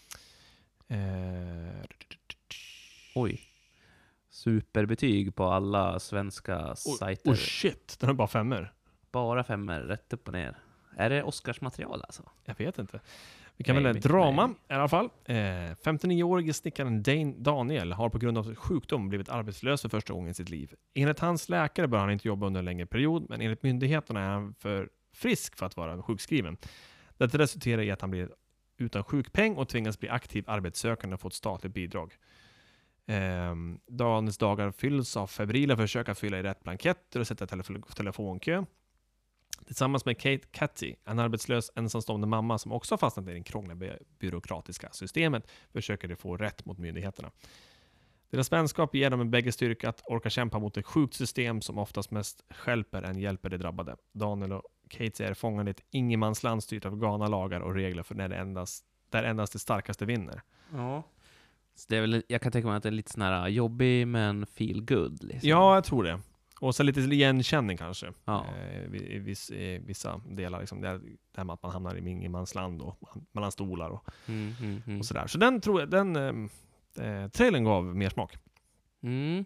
Speaker 1: Eh,
Speaker 2: Oj. Superbetyg på alla svenska
Speaker 1: oh,
Speaker 2: sajter.
Speaker 1: oh shit, den har bara femmer.
Speaker 2: Bara femmer, rätt upp och ner. Är det Oscars material alltså?
Speaker 1: Jag vet inte. Vi kan
Speaker 2: Nej,
Speaker 1: väl
Speaker 2: men-
Speaker 1: drama
Speaker 2: nej.
Speaker 1: i alla fall. Eh, femtionio-årige snickaren Dane Daniel har på grund av sjukdom blivit arbetslös för första gången i sitt liv. Enligt hans läkare bör han inte jobba under en längre period, men enligt myndigheterna är han för frisk för att vara sjukskriven. Detta resulterar i att han blir utan sjukpeng och tvingas bli aktiv arbetssökande och få ett statligt bidrag. Eh, Daniels dagar fylls av febrila försök att fylla i rätt blanketter och sätta telefo- telefonkö. Tillsammans med Kate Catty, en arbetslös ensamstående mamma som också har fastnat i det krångliga by- byråkratiska systemet, försöker de få rätt mot myndigheterna. Deras vänskap ger dem en bägge styrka att orka kämpa mot ett sjukt system som oftast mest stjälper än hjälper de drabbade. Daniel och Kate är fångade i ett ingenmansland styrt av galna lagar och regler för när det endast, där endast det starkaste vinner.
Speaker 2: Ja. Så det är väl, jag kan tänka mig att det är lite sån här jobbig men feel good. Liksom.
Speaker 1: Ja, jag tror det. Och så lite igenkänning kanske.
Speaker 2: Ja.
Speaker 1: Eh, i, i, viss, i vissa delar. Liksom, det, här, det här med att man hamnar i ingenmansland och man- mellan stolar och,
Speaker 2: Mm, mm, mm.
Speaker 1: och sådär. Så den tror jag, den eh, eh, trailern gav mer smak.
Speaker 2: Mm.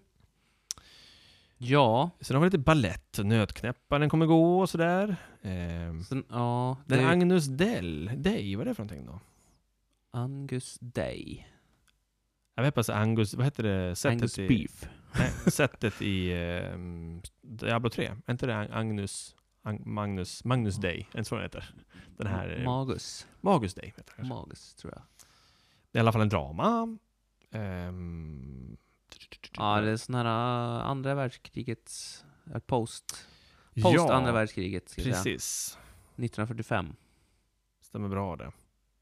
Speaker 2: Ja.
Speaker 1: Sen har vi lite ballett, nötknäpparen kommer gå och sådär. Eh,
Speaker 2: Sen, ja.
Speaker 1: det är
Speaker 2: det-
Speaker 1: Agnus Dell. Day, vad är det för någonting då?
Speaker 2: Angus Day.
Speaker 1: Jag vet inte, Angus, vad heter det? Sättet
Speaker 2: Angus
Speaker 1: i,
Speaker 2: Beef.
Speaker 1: nej, sättet i eh, Diablo tre. Är inte det Agnus, Ang, Magnus, Magnus Day? En sån heter. Den här... eh,
Speaker 2: Magus.
Speaker 1: Magus Day heter det kanske.
Speaker 2: Magus, tror jag.
Speaker 1: Det är i alla fall en drama. Ehm,
Speaker 2: Ja, det är sån här uh, andra världskrigets... Uh, post. Post
Speaker 1: ja,
Speaker 2: andra världskriget, ska jag säga.
Speaker 1: precis.
Speaker 2: nittonhundrafyrtiofem.
Speaker 1: Stämmer bra det.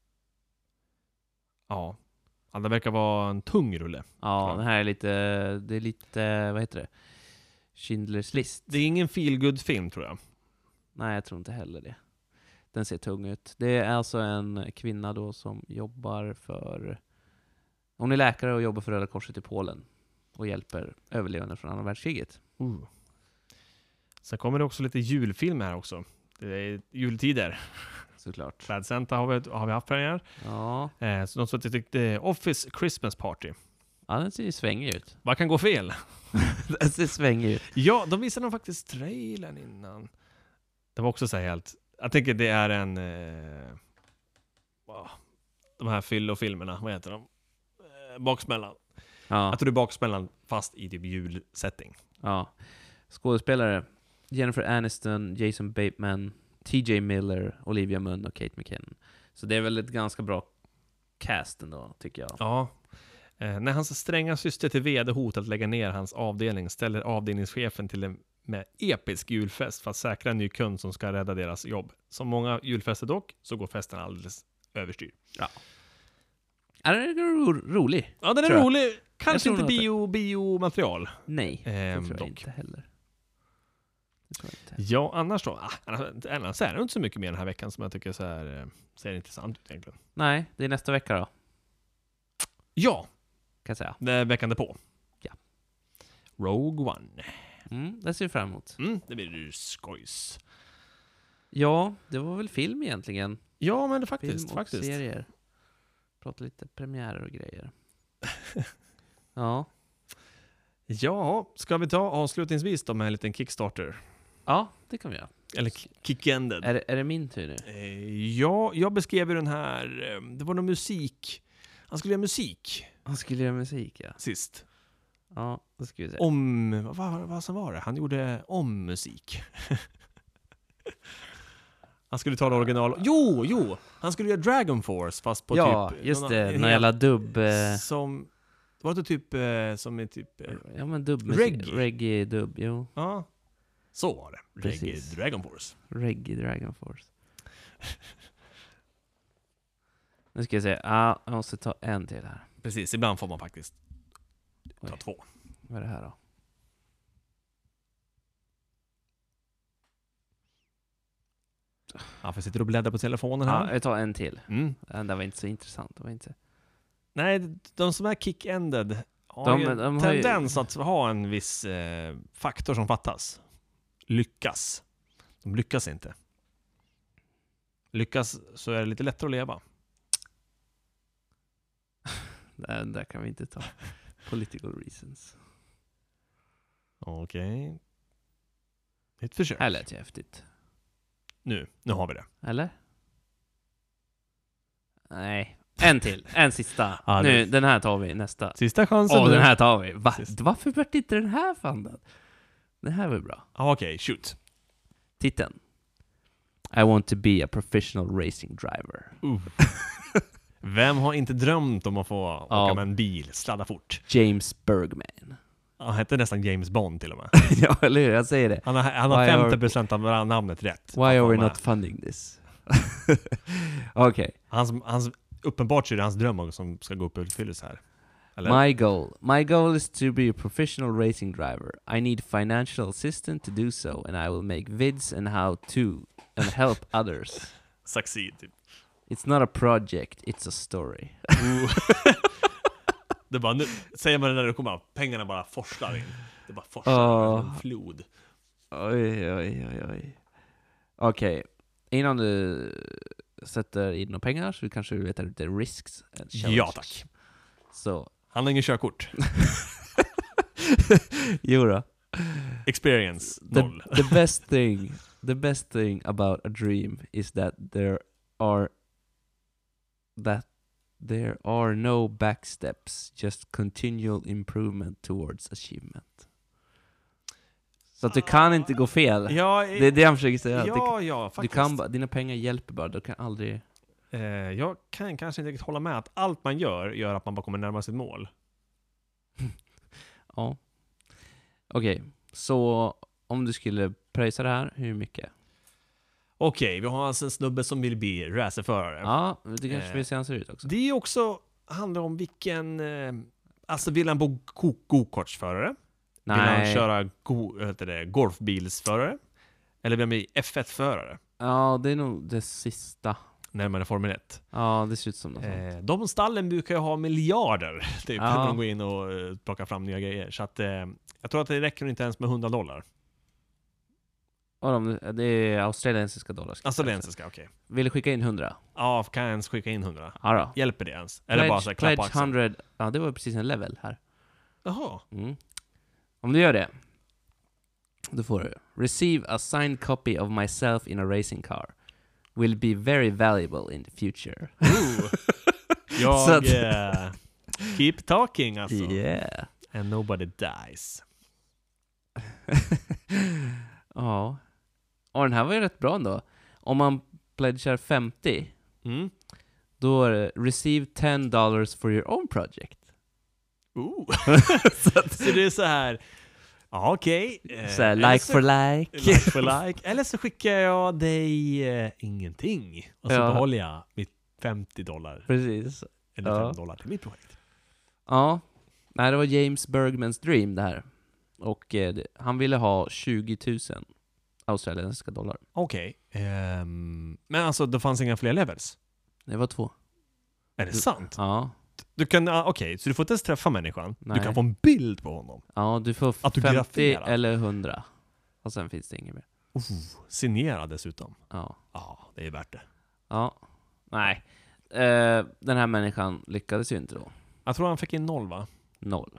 Speaker 1: Ja. ja. Det verkar vara en tung rulle.
Speaker 2: Ja,
Speaker 1: Bra.
Speaker 2: den här är lite... Det är lite... Vad heter det? Schindler's list.
Speaker 1: Det är ingen feel-good-film tror jag.
Speaker 2: Nej, jag tror inte heller det. Den ser tung ut. Det är alltså en kvinna då som jobbar för... Hon är läkare och jobbar för Röda Korset i Polen. Och hjälper överlevande från andra världskriget.
Speaker 1: Uh. Sen kommer det också lite julfilm här också. Det är jultider.
Speaker 2: Såklart.
Speaker 1: Bad Santa har vi, har vi haft premiär.
Speaker 2: Ja,
Speaker 1: Eh, så något som jag tyckte Office Christmas Party.
Speaker 2: ja den ser ju svängig ut.
Speaker 1: Vad kan gå fel?
Speaker 2: Den ser svängig ut.
Speaker 1: Ja, de visade nog faktiskt trailern innan. Det var också så här helt... Jag tänker det är en... Eh, wow, de här fyllofilmerna, vad heter de? Eh, baksmällan.
Speaker 2: Ja,
Speaker 1: Jag tror det är baksmällan fast i typ julsetting.
Speaker 2: ja. Skådespelare. Jennifer Aniston, Jason Bateman, T J Miller, Olivia Munn och Kate McKinnon. Så det är väl ett ganska bra cast ändå, tycker jag.
Speaker 1: Ja. Eh, när hans stränga syster till vd hotar att lägga ner hans avdelning ställer avdelningschefen till en med episk julfest för att säkra en ny kund som ska rädda deras jobb. Som många julfester dock, så går festen alldeles överstyr.
Speaker 2: Ja, den är ro rolig.
Speaker 1: Ja, den är
Speaker 2: Tror jag.
Speaker 1: rolig. Kanske
Speaker 2: tror
Speaker 1: inte
Speaker 2: nog att det-
Speaker 1: bio, biomaterial.
Speaker 2: Nej, det
Speaker 1: Ehm,
Speaker 2: tror jag
Speaker 1: dock.
Speaker 2: inte heller. Det tror jag inte.
Speaker 1: Ja, annars då? Ah, annars, annars är det inte så mycket mer den här veckan som jag tycker så här, eh, ser intressant ut egentligen.
Speaker 2: Nej, det är nästa vecka då,
Speaker 1: Ja,
Speaker 2: kan jag säga.
Speaker 1: det är veckan därpå.
Speaker 2: Ja.
Speaker 1: Rogue One.
Speaker 2: Mm, det ser vi fram emot.
Speaker 1: Mm, det blir ju skojs.
Speaker 2: Ja, det var väl film egentligen.
Speaker 1: Ja, men det
Speaker 2: Film
Speaker 1: faktiskt.
Speaker 2: och
Speaker 1: faktiskt.
Speaker 2: serier. Prata lite premiärer och grejer. Ja.
Speaker 1: Ja, ska vi ta avslutningsvis då med en liten Kickstarter?
Speaker 2: Ja, det kan vi göra.
Speaker 1: Eller ki- Kickended.
Speaker 2: Är, det- är det min tur nu?
Speaker 1: Eh, ja, jag beskrev ju den här, eh, det var någon musik. Han skulle göra musik
Speaker 2: Han skulle göra musik, ja.
Speaker 1: sist.
Speaker 2: Ja, då ska vi se.
Speaker 1: Om, vad, vad, vad som var det? Han gjorde om musik. Han skulle ta det original. Jo, jo! Han skulle göra Dragon Force fast på
Speaker 2: ja,
Speaker 1: typ...
Speaker 2: just
Speaker 1: någon-
Speaker 2: det.
Speaker 1: en
Speaker 2: Någon
Speaker 1: hel-
Speaker 2: jävla dubb... Eh,
Speaker 1: Som... Var det typ eh, som är typ... Eh,
Speaker 2: ja, men dubbmusik.
Speaker 1: reggae.
Speaker 2: Reggae-dubb, jo.
Speaker 1: ja, så var det. Reggae
Speaker 2: Precis.
Speaker 1: Dragon Force.
Speaker 2: Reggae Dragon Force. Nu ska jag se. Ja, jag måste ta en till här.
Speaker 1: Precis, ibland får man faktiskt ta
Speaker 2: Oj.
Speaker 1: två.
Speaker 2: Vad är det här då?
Speaker 1: Ja, för jag sitter och bläddrar på telefonen här.
Speaker 2: Ja, jag tar en till.
Speaker 1: Mm.
Speaker 2: Den där var inte så intressant. Det var inte...
Speaker 1: Nej, de som är kick-ended har
Speaker 2: De-
Speaker 1: ju en
Speaker 2: de har ju-
Speaker 1: tendens att ha en viss eh, faktor som fattas. Lyckas. De lyckas inte. Lyckas så är det lite lättare att leva.
Speaker 2: där, där kan vi inte ta. Political reasons.
Speaker 1: Okej. Ett försök.
Speaker 2: Här lät ju häftigt.
Speaker 1: Nu, nu har vi det.
Speaker 2: Eller? Nej. En till. En sista.
Speaker 1: Ja,
Speaker 2: nu,
Speaker 1: det-
Speaker 2: den här tar vi nästa.
Speaker 1: Sista chansen.
Speaker 2: Åh,
Speaker 1: nu.
Speaker 2: den här tar vi. Va?
Speaker 1: Sist.
Speaker 2: Varför vart inte den här fandad? Den här var bra.
Speaker 1: Ah, Okej, shoot.
Speaker 2: Titeln. I want to be a professional racing driver.
Speaker 1: Uh. Vem har inte drömt om att få
Speaker 2: Ja.
Speaker 1: åka med en bil, sladda fort?
Speaker 2: James Bergman.
Speaker 1: Han hette nästan James Bond till och med.
Speaker 2: Ja, eller hur? Jag säger det.
Speaker 1: Han har, han har
Speaker 2: Why are-
Speaker 1: femtio procent av namnet rätt.
Speaker 2: Why are we
Speaker 1: Han har-
Speaker 2: not funding this? Okej.
Speaker 1: Hans, hans, uppenbart så är det hans dröm som ska gå upp i uppfyllelse här. Eller?
Speaker 2: My goal. My goal is to be a professional racing driver. I need financial assistance to do so, and I will make vids and how to and help others.
Speaker 1: Succeed, typ.
Speaker 2: It's not a project, it's a story.
Speaker 1: Uh. Det bara, nu säger man det när det kommer, pengarna bara forslar in. Det bara forslar
Speaker 2: Oh.
Speaker 1: som en flod.
Speaker 2: Oj, oj, oj, oj. Okej. Innan du sätter in några pengar så kanske du vet att det är risks and challenges.
Speaker 1: Ja, tack.
Speaker 2: Så.
Speaker 1: Han har ingen körkort.
Speaker 2: Jo då.
Speaker 1: Experience,
Speaker 2: The,
Speaker 1: noll.
Speaker 2: the best thing, the best thing about a dream is that there are that there are no backsteps, just continual improvement towards achievement. Så att du kan inte gå fel.
Speaker 1: Ja,
Speaker 2: Det är det han försöker säga.
Speaker 1: ja,
Speaker 2: du,
Speaker 1: ja,
Speaker 2: du
Speaker 1: faktiskt.
Speaker 2: kan, ba- dina pengar hjälper bara, du kan aldrig...
Speaker 1: Eh, jag kan kanske inte riktigt hålla med att allt man gör gör att man bara kommer närmare sitt mål.
Speaker 2: Ja. Okej, så om du skulle pröjsa det här, hur mycket?
Speaker 1: Okej, vi har alltså en snubbe som vill bli racerförare.
Speaker 2: Ja, du kanske
Speaker 1: Eh,
Speaker 2: vill se hur han ser ut också.
Speaker 1: Det är också, handlar om vilken, eh, alltså vill han bo go- go-kartsförare? Vill han
Speaker 2: Nej.
Speaker 1: köra go, vad heter det, golfbilsförare? Eller vill han bli F ett-förare?
Speaker 2: Ja, det är nog det sista.
Speaker 1: Närmare Formel ett.
Speaker 2: Ja, det ser ut som något sånt.
Speaker 1: Eh, de stallen brukar ju ha miljarder typ,
Speaker 2: Ja.
Speaker 1: när de går in och eh, plockar fram nya grejer. Så att, eh, jag tror att det räcker inte ens med hundra dollar.
Speaker 2: Och de, det är australiensiska dollar. ska jag säga.
Speaker 1: Australiensiska, okej.
Speaker 2: Vill du skicka in hundra?
Speaker 1: Ja, kan jag ens skicka in hundra?
Speaker 2: Ja då.
Speaker 1: Hjälper det ens? Eller bara så här, klappa
Speaker 2: pledge
Speaker 1: axeln?
Speaker 2: hundra. Ja, det var precis en level här.
Speaker 1: Jaha.
Speaker 2: Mm. Om du gör det, då får du receive a signed copy of myself in a racing car. Will be very valuable in the future.
Speaker 1: Ooh. Jag...
Speaker 2: Så att-
Speaker 1: eh, keep talking alltså.
Speaker 2: Yeah.
Speaker 1: And nobody dies.
Speaker 2: Ja. Och den här var ju rätt bra ändå. Om man pledgar femtio,
Speaker 1: Mm.
Speaker 2: då är det receive ten dollars for your own project.
Speaker 1: Ooh.
Speaker 2: Så att-
Speaker 1: Så det är så här. Ja, okej. Eh,
Speaker 2: Så här,
Speaker 1: eller
Speaker 2: like
Speaker 1: så-
Speaker 2: for like.
Speaker 1: like for like. Eller så skickar jag dig eh, ingenting. Och så
Speaker 2: Ja.
Speaker 1: behåller jag mitt femtio dollar.
Speaker 2: Precis.
Speaker 1: Eller
Speaker 2: Ja.
Speaker 1: fem dollar till mitt projekt.
Speaker 2: Ja. Nej, det var James Bergmans dream det här. Och eh, det, han ville ha tjugo tusen australiensiska dollar.
Speaker 1: Okej. Ehm, men alltså, det fanns inga fler levels?
Speaker 2: Det var två.
Speaker 1: Är det
Speaker 2: Du-
Speaker 1: sant?
Speaker 2: Ja.
Speaker 1: Du kan, ah, okej, så du får inte ens träffa människan.
Speaker 2: Nej.
Speaker 1: Du kan få en bild på honom.
Speaker 2: Ja, du får femtio
Speaker 1: Autografera.
Speaker 2: eller hundra. Och sen finns det inget mer.
Speaker 1: Oh, signerad dessutom.
Speaker 2: Ja.
Speaker 1: Ja, det är värt det.
Speaker 2: Ja. Nej. Eh, den här människan lyckades ju inte då.
Speaker 1: Jag tror han fick in noll, va?
Speaker 2: Noll.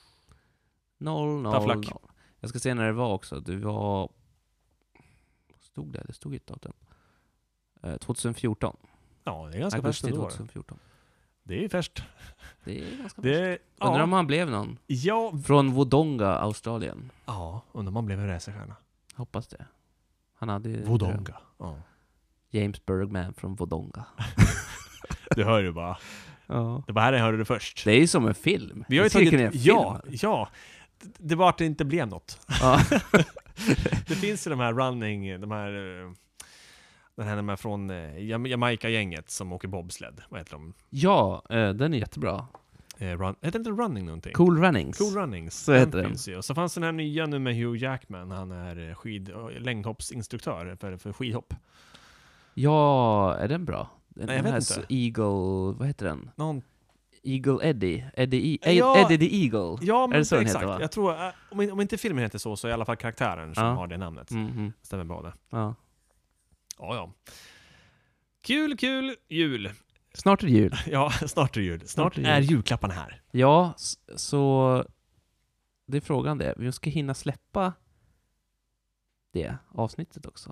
Speaker 2: Noll,
Speaker 1: Tough
Speaker 2: noll,
Speaker 1: luck.
Speaker 2: noll. Jag ska se när det var också. Det var... Vad stod det? Det stod ett datum. Eh, tjugohundrafjorton.
Speaker 1: Ja, det är ganska färskt
Speaker 2: Augusti
Speaker 1: ändå.
Speaker 2: tjugohundrafjorton.
Speaker 1: Det är ju färskt.
Speaker 2: Det är ganska
Speaker 1: Det
Speaker 2: det...
Speaker 1: är,
Speaker 2: Undrar om
Speaker 1: ja,
Speaker 2: han blev någon.
Speaker 1: ja,
Speaker 2: Från Wodonga, Australien.
Speaker 1: ja, undrar om han blev en racerstjärna.
Speaker 2: Hoppas det. Han hade ju...
Speaker 1: Wodonga. Ja.
Speaker 2: James Bergman från Wodonga.
Speaker 1: Du hör ju bara.
Speaker 2: Ja.
Speaker 1: Det var här jag hörde det först.
Speaker 2: Det är ju som en film.
Speaker 1: Vi har ju
Speaker 2: Det skulle kunna
Speaker 1: tagit,
Speaker 2: göra
Speaker 1: ja,
Speaker 2: film.
Speaker 1: ja. Det- Det var att det inte blev något.
Speaker 2: Ja.
Speaker 1: Det finns ju de här running, de här, eh, den här, de här från eh, Jam- Jamaica-gänget som åker bobsled. Vad heter de?
Speaker 2: Ja, eh, den är jättebra.
Speaker 1: Eh, run, heter inte running någonting?
Speaker 2: Cool Runnings.
Speaker 1: Cool Runnings.
Speaker 2: Så heter den.
Speaker 1: finns ju. Och så fanns den här nya nu med Hugh Jackman. Han är eh, skid, längdhoppsinstruktör för, för skidhopp.
Speaker 2: Ja, är den bra? Den,
Speaker 1: Nej, jag
Speaker 2: den
Speaker 1: vet
Speaker 2: här
Speaker 1: inte.
Speaker 2: s- Eagle, vad heter den?
Speaker 1: Någon,
Speaker 2: Eagle Eddie. Eddie, e-
Speaker 1: Ja.
Speaker 2: Eddie the Eagle.
Speaker 1: ja, men
Speaker 2: Är det så den
Speaker 1: exakt.
Speaker 2: heter, va?
Speaker 1: Jag tror, eh, om, in- om inte filmen heter så, så är i alla fall karaktären som
Speaker 2: Ja.
Speaker 1: har det namnet.
Speaker 2: Mhm.
Speaker 1: Stämmer bra det.
Speaker 2: Ja.
Speaker 1: Ja, ja. Kul, kul, jul.
Speaker 2: Snart är det jul.
Speaker 1: Ja, snart är det jul. Snart,
Speaker 2: Snart är det
Speaker 1: är
Speaker 2: jul.
Speaker 1: julklapparna här.
Speaker 2: Ja, s- så det är frågan det. Vi ska hinna släppa det avsnittet också.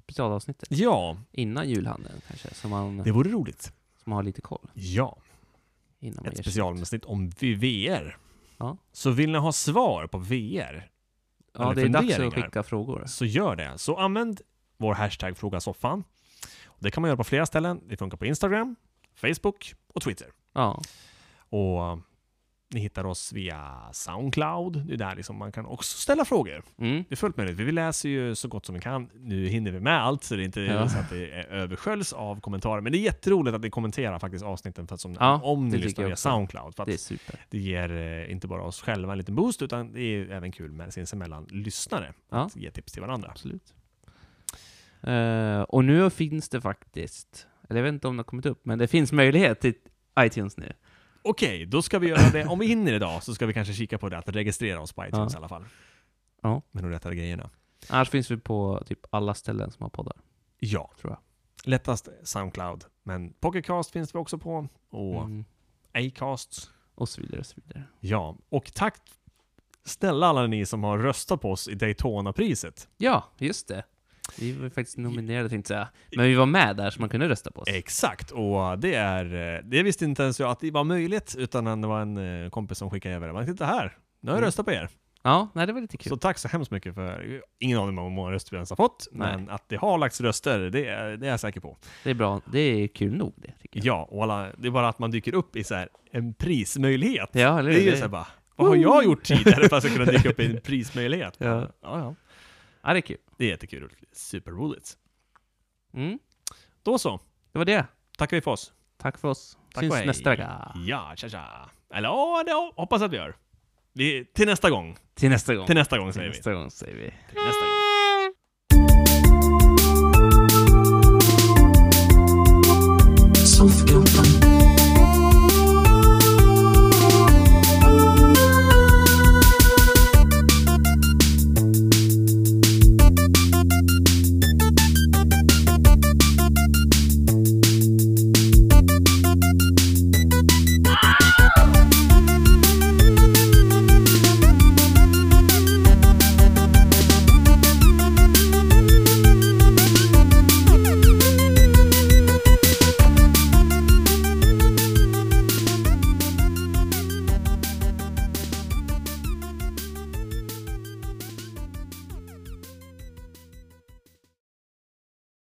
Speaker 2: specialavsnittet.
Speaker 1: Ja,
Speaker 2: Innan julhandeln kanske. Så man,
Speaker 1: det vore roligt.
Speaker 2: så man har lite koll.
Speaker 1: Ja,
Speaker 2: Innan man
Speaker 1: ett
Speaker 2: ger sig ut.
Speaker 1: specialavsnitt om V R.
Speaker 2: Ja.
Speaker 1: Så vill ni ha svar på V R,
Speaker 2: Ja,
Speaker 1: eller
Speaker 2: det är dags att
Speaker 1: funderingar,
Speaker 2: skicka frågor.
Speaker 1: så gör det. Så använd vår hashtag Fråga Soffan. Det kan man göra på flera ställen. Det funkar på Instagram, Facebook och Twitter.
Speaker 2: Ja.
Speaker 1: Och ni hittar oss via Soundcloud. Det är där liksom man kan också ställa frågor.
Speaker 2: Mm.
Speaker 1: Det är fullt möjligt. Vi läser ju så gott som vi kan. Nu hinner vi med allt så det är inte
Speaker 2: Ja.
Speaker 1: så att det är översköljs av kommentarer. Men det är jätteroligt att ni kommenterar faktiskt avsnitten för att som,
Speaker 2: Ja,
Speaker 1: om ni
Speaker 2: det tycker
Speaker 1: lyssnar
Speaker 2: jag
Speaker 1: via
Speaker 2: också.
Speaker 1: Soundcloud. För att
Speaker 2: Det är
Speaker 1: det,
Speaker 2: super.
Speaker 1: ger eh, inte bara oss själva en liten boost utan det är även kul med sinsemellan lyssnare.
Speaker 2: Ja.
Speaker 1: Att ge tips till varandra.
Speaker 2: Absolut. Eh, och nu finns det faktiskt, eller jag vet inte om det har kommit upp, men det finns möjlighet till iTunes nu.
Speaker 1: Okej, då ska vi göra det. Om vi hinner idag så ska vi kanske kika på det. Att registrera oss på iTunes
Speaker 2: Ja.
Speaker 1: i alla fall.
Speaker 2: Ja.
Speaker 1: Med de rätta grejerna.
Speaker 2: Annars finns vi på typ alla ställen som har poddar,
Speaker 1: Ja,
Speaker 2: tror jag.
Speaker 1: lättast Soundcloud. Men Pocketcast finns vi också på. Och
Speaker 2: Mm.
Speaker 1: Acast.
Speaker 2: Och så vidare, och så vidare.
Speaker 1: Ja, och tack snälla alla ni som har röstat på oss i Daytona-priset.
Speaker 2: Ja, just det. Vi var faktiskt nominerade, tänkte jag säga. Men vi var med där så man kunde rösta på oss.
Speaker 1: Exakt, och det är det visste inte ens jag att det var möjligt, utan det var en eh, kompis som skickade över det. Man titta här, nu har jag
Speaker 2: Mm.
Speaker 1: röstat på er.
Speaker 2: Ja, nej, det var lite kul.
Speaker 1: Så tack så hemskt mycket för, ingen aning om hur många röster vi ens har fått,
Speaker 2: Nej.
Speaker 1: men att det har lagts röster, det är, det är jag säker på.
Speaker 2: Det är bra. Det är kul nog det, tycker jag.
Speaker 1: Ja, och alla, det är bara att man dyker upp i så här en prismöjlighet.
Speaker 2: Ja, eller
Speaker 1: Det är ju
Speaker 2: det-
Speaker 1: så här bara, vad har jag gjort tidigare för att jag ska kunna dyka upp i en prismöjlighet?
Speaker 2: Ja.
Speaker 1: Ja, ja.
Speaker 2: Ja, det är kul.
Speaker 1: Det är jättekul, superroligt.
Speaker 2: Mm.
Speaker 1: Då så,
Speaker 2: Det var det.
Speaker 1: tackar vi för oss.
Speaker 2: Tack för oss.
Speaker 1: Tack
Speaker 2: Syns
Speaker 1: och hej.
Speaker 2: nästa vecka.
Speaker 1: Ja, tja tja. Eller ja, det hoppas att vi gör. Vi, till nästa gång.
Speaker 2: Till nästa gång.
Speaker 1: Till nästa gång
Speaker 2: Till
Speaker 1: säger vi.
Speaker 2: nästa gång säger vi.
Speaker 1: Till nästa gång.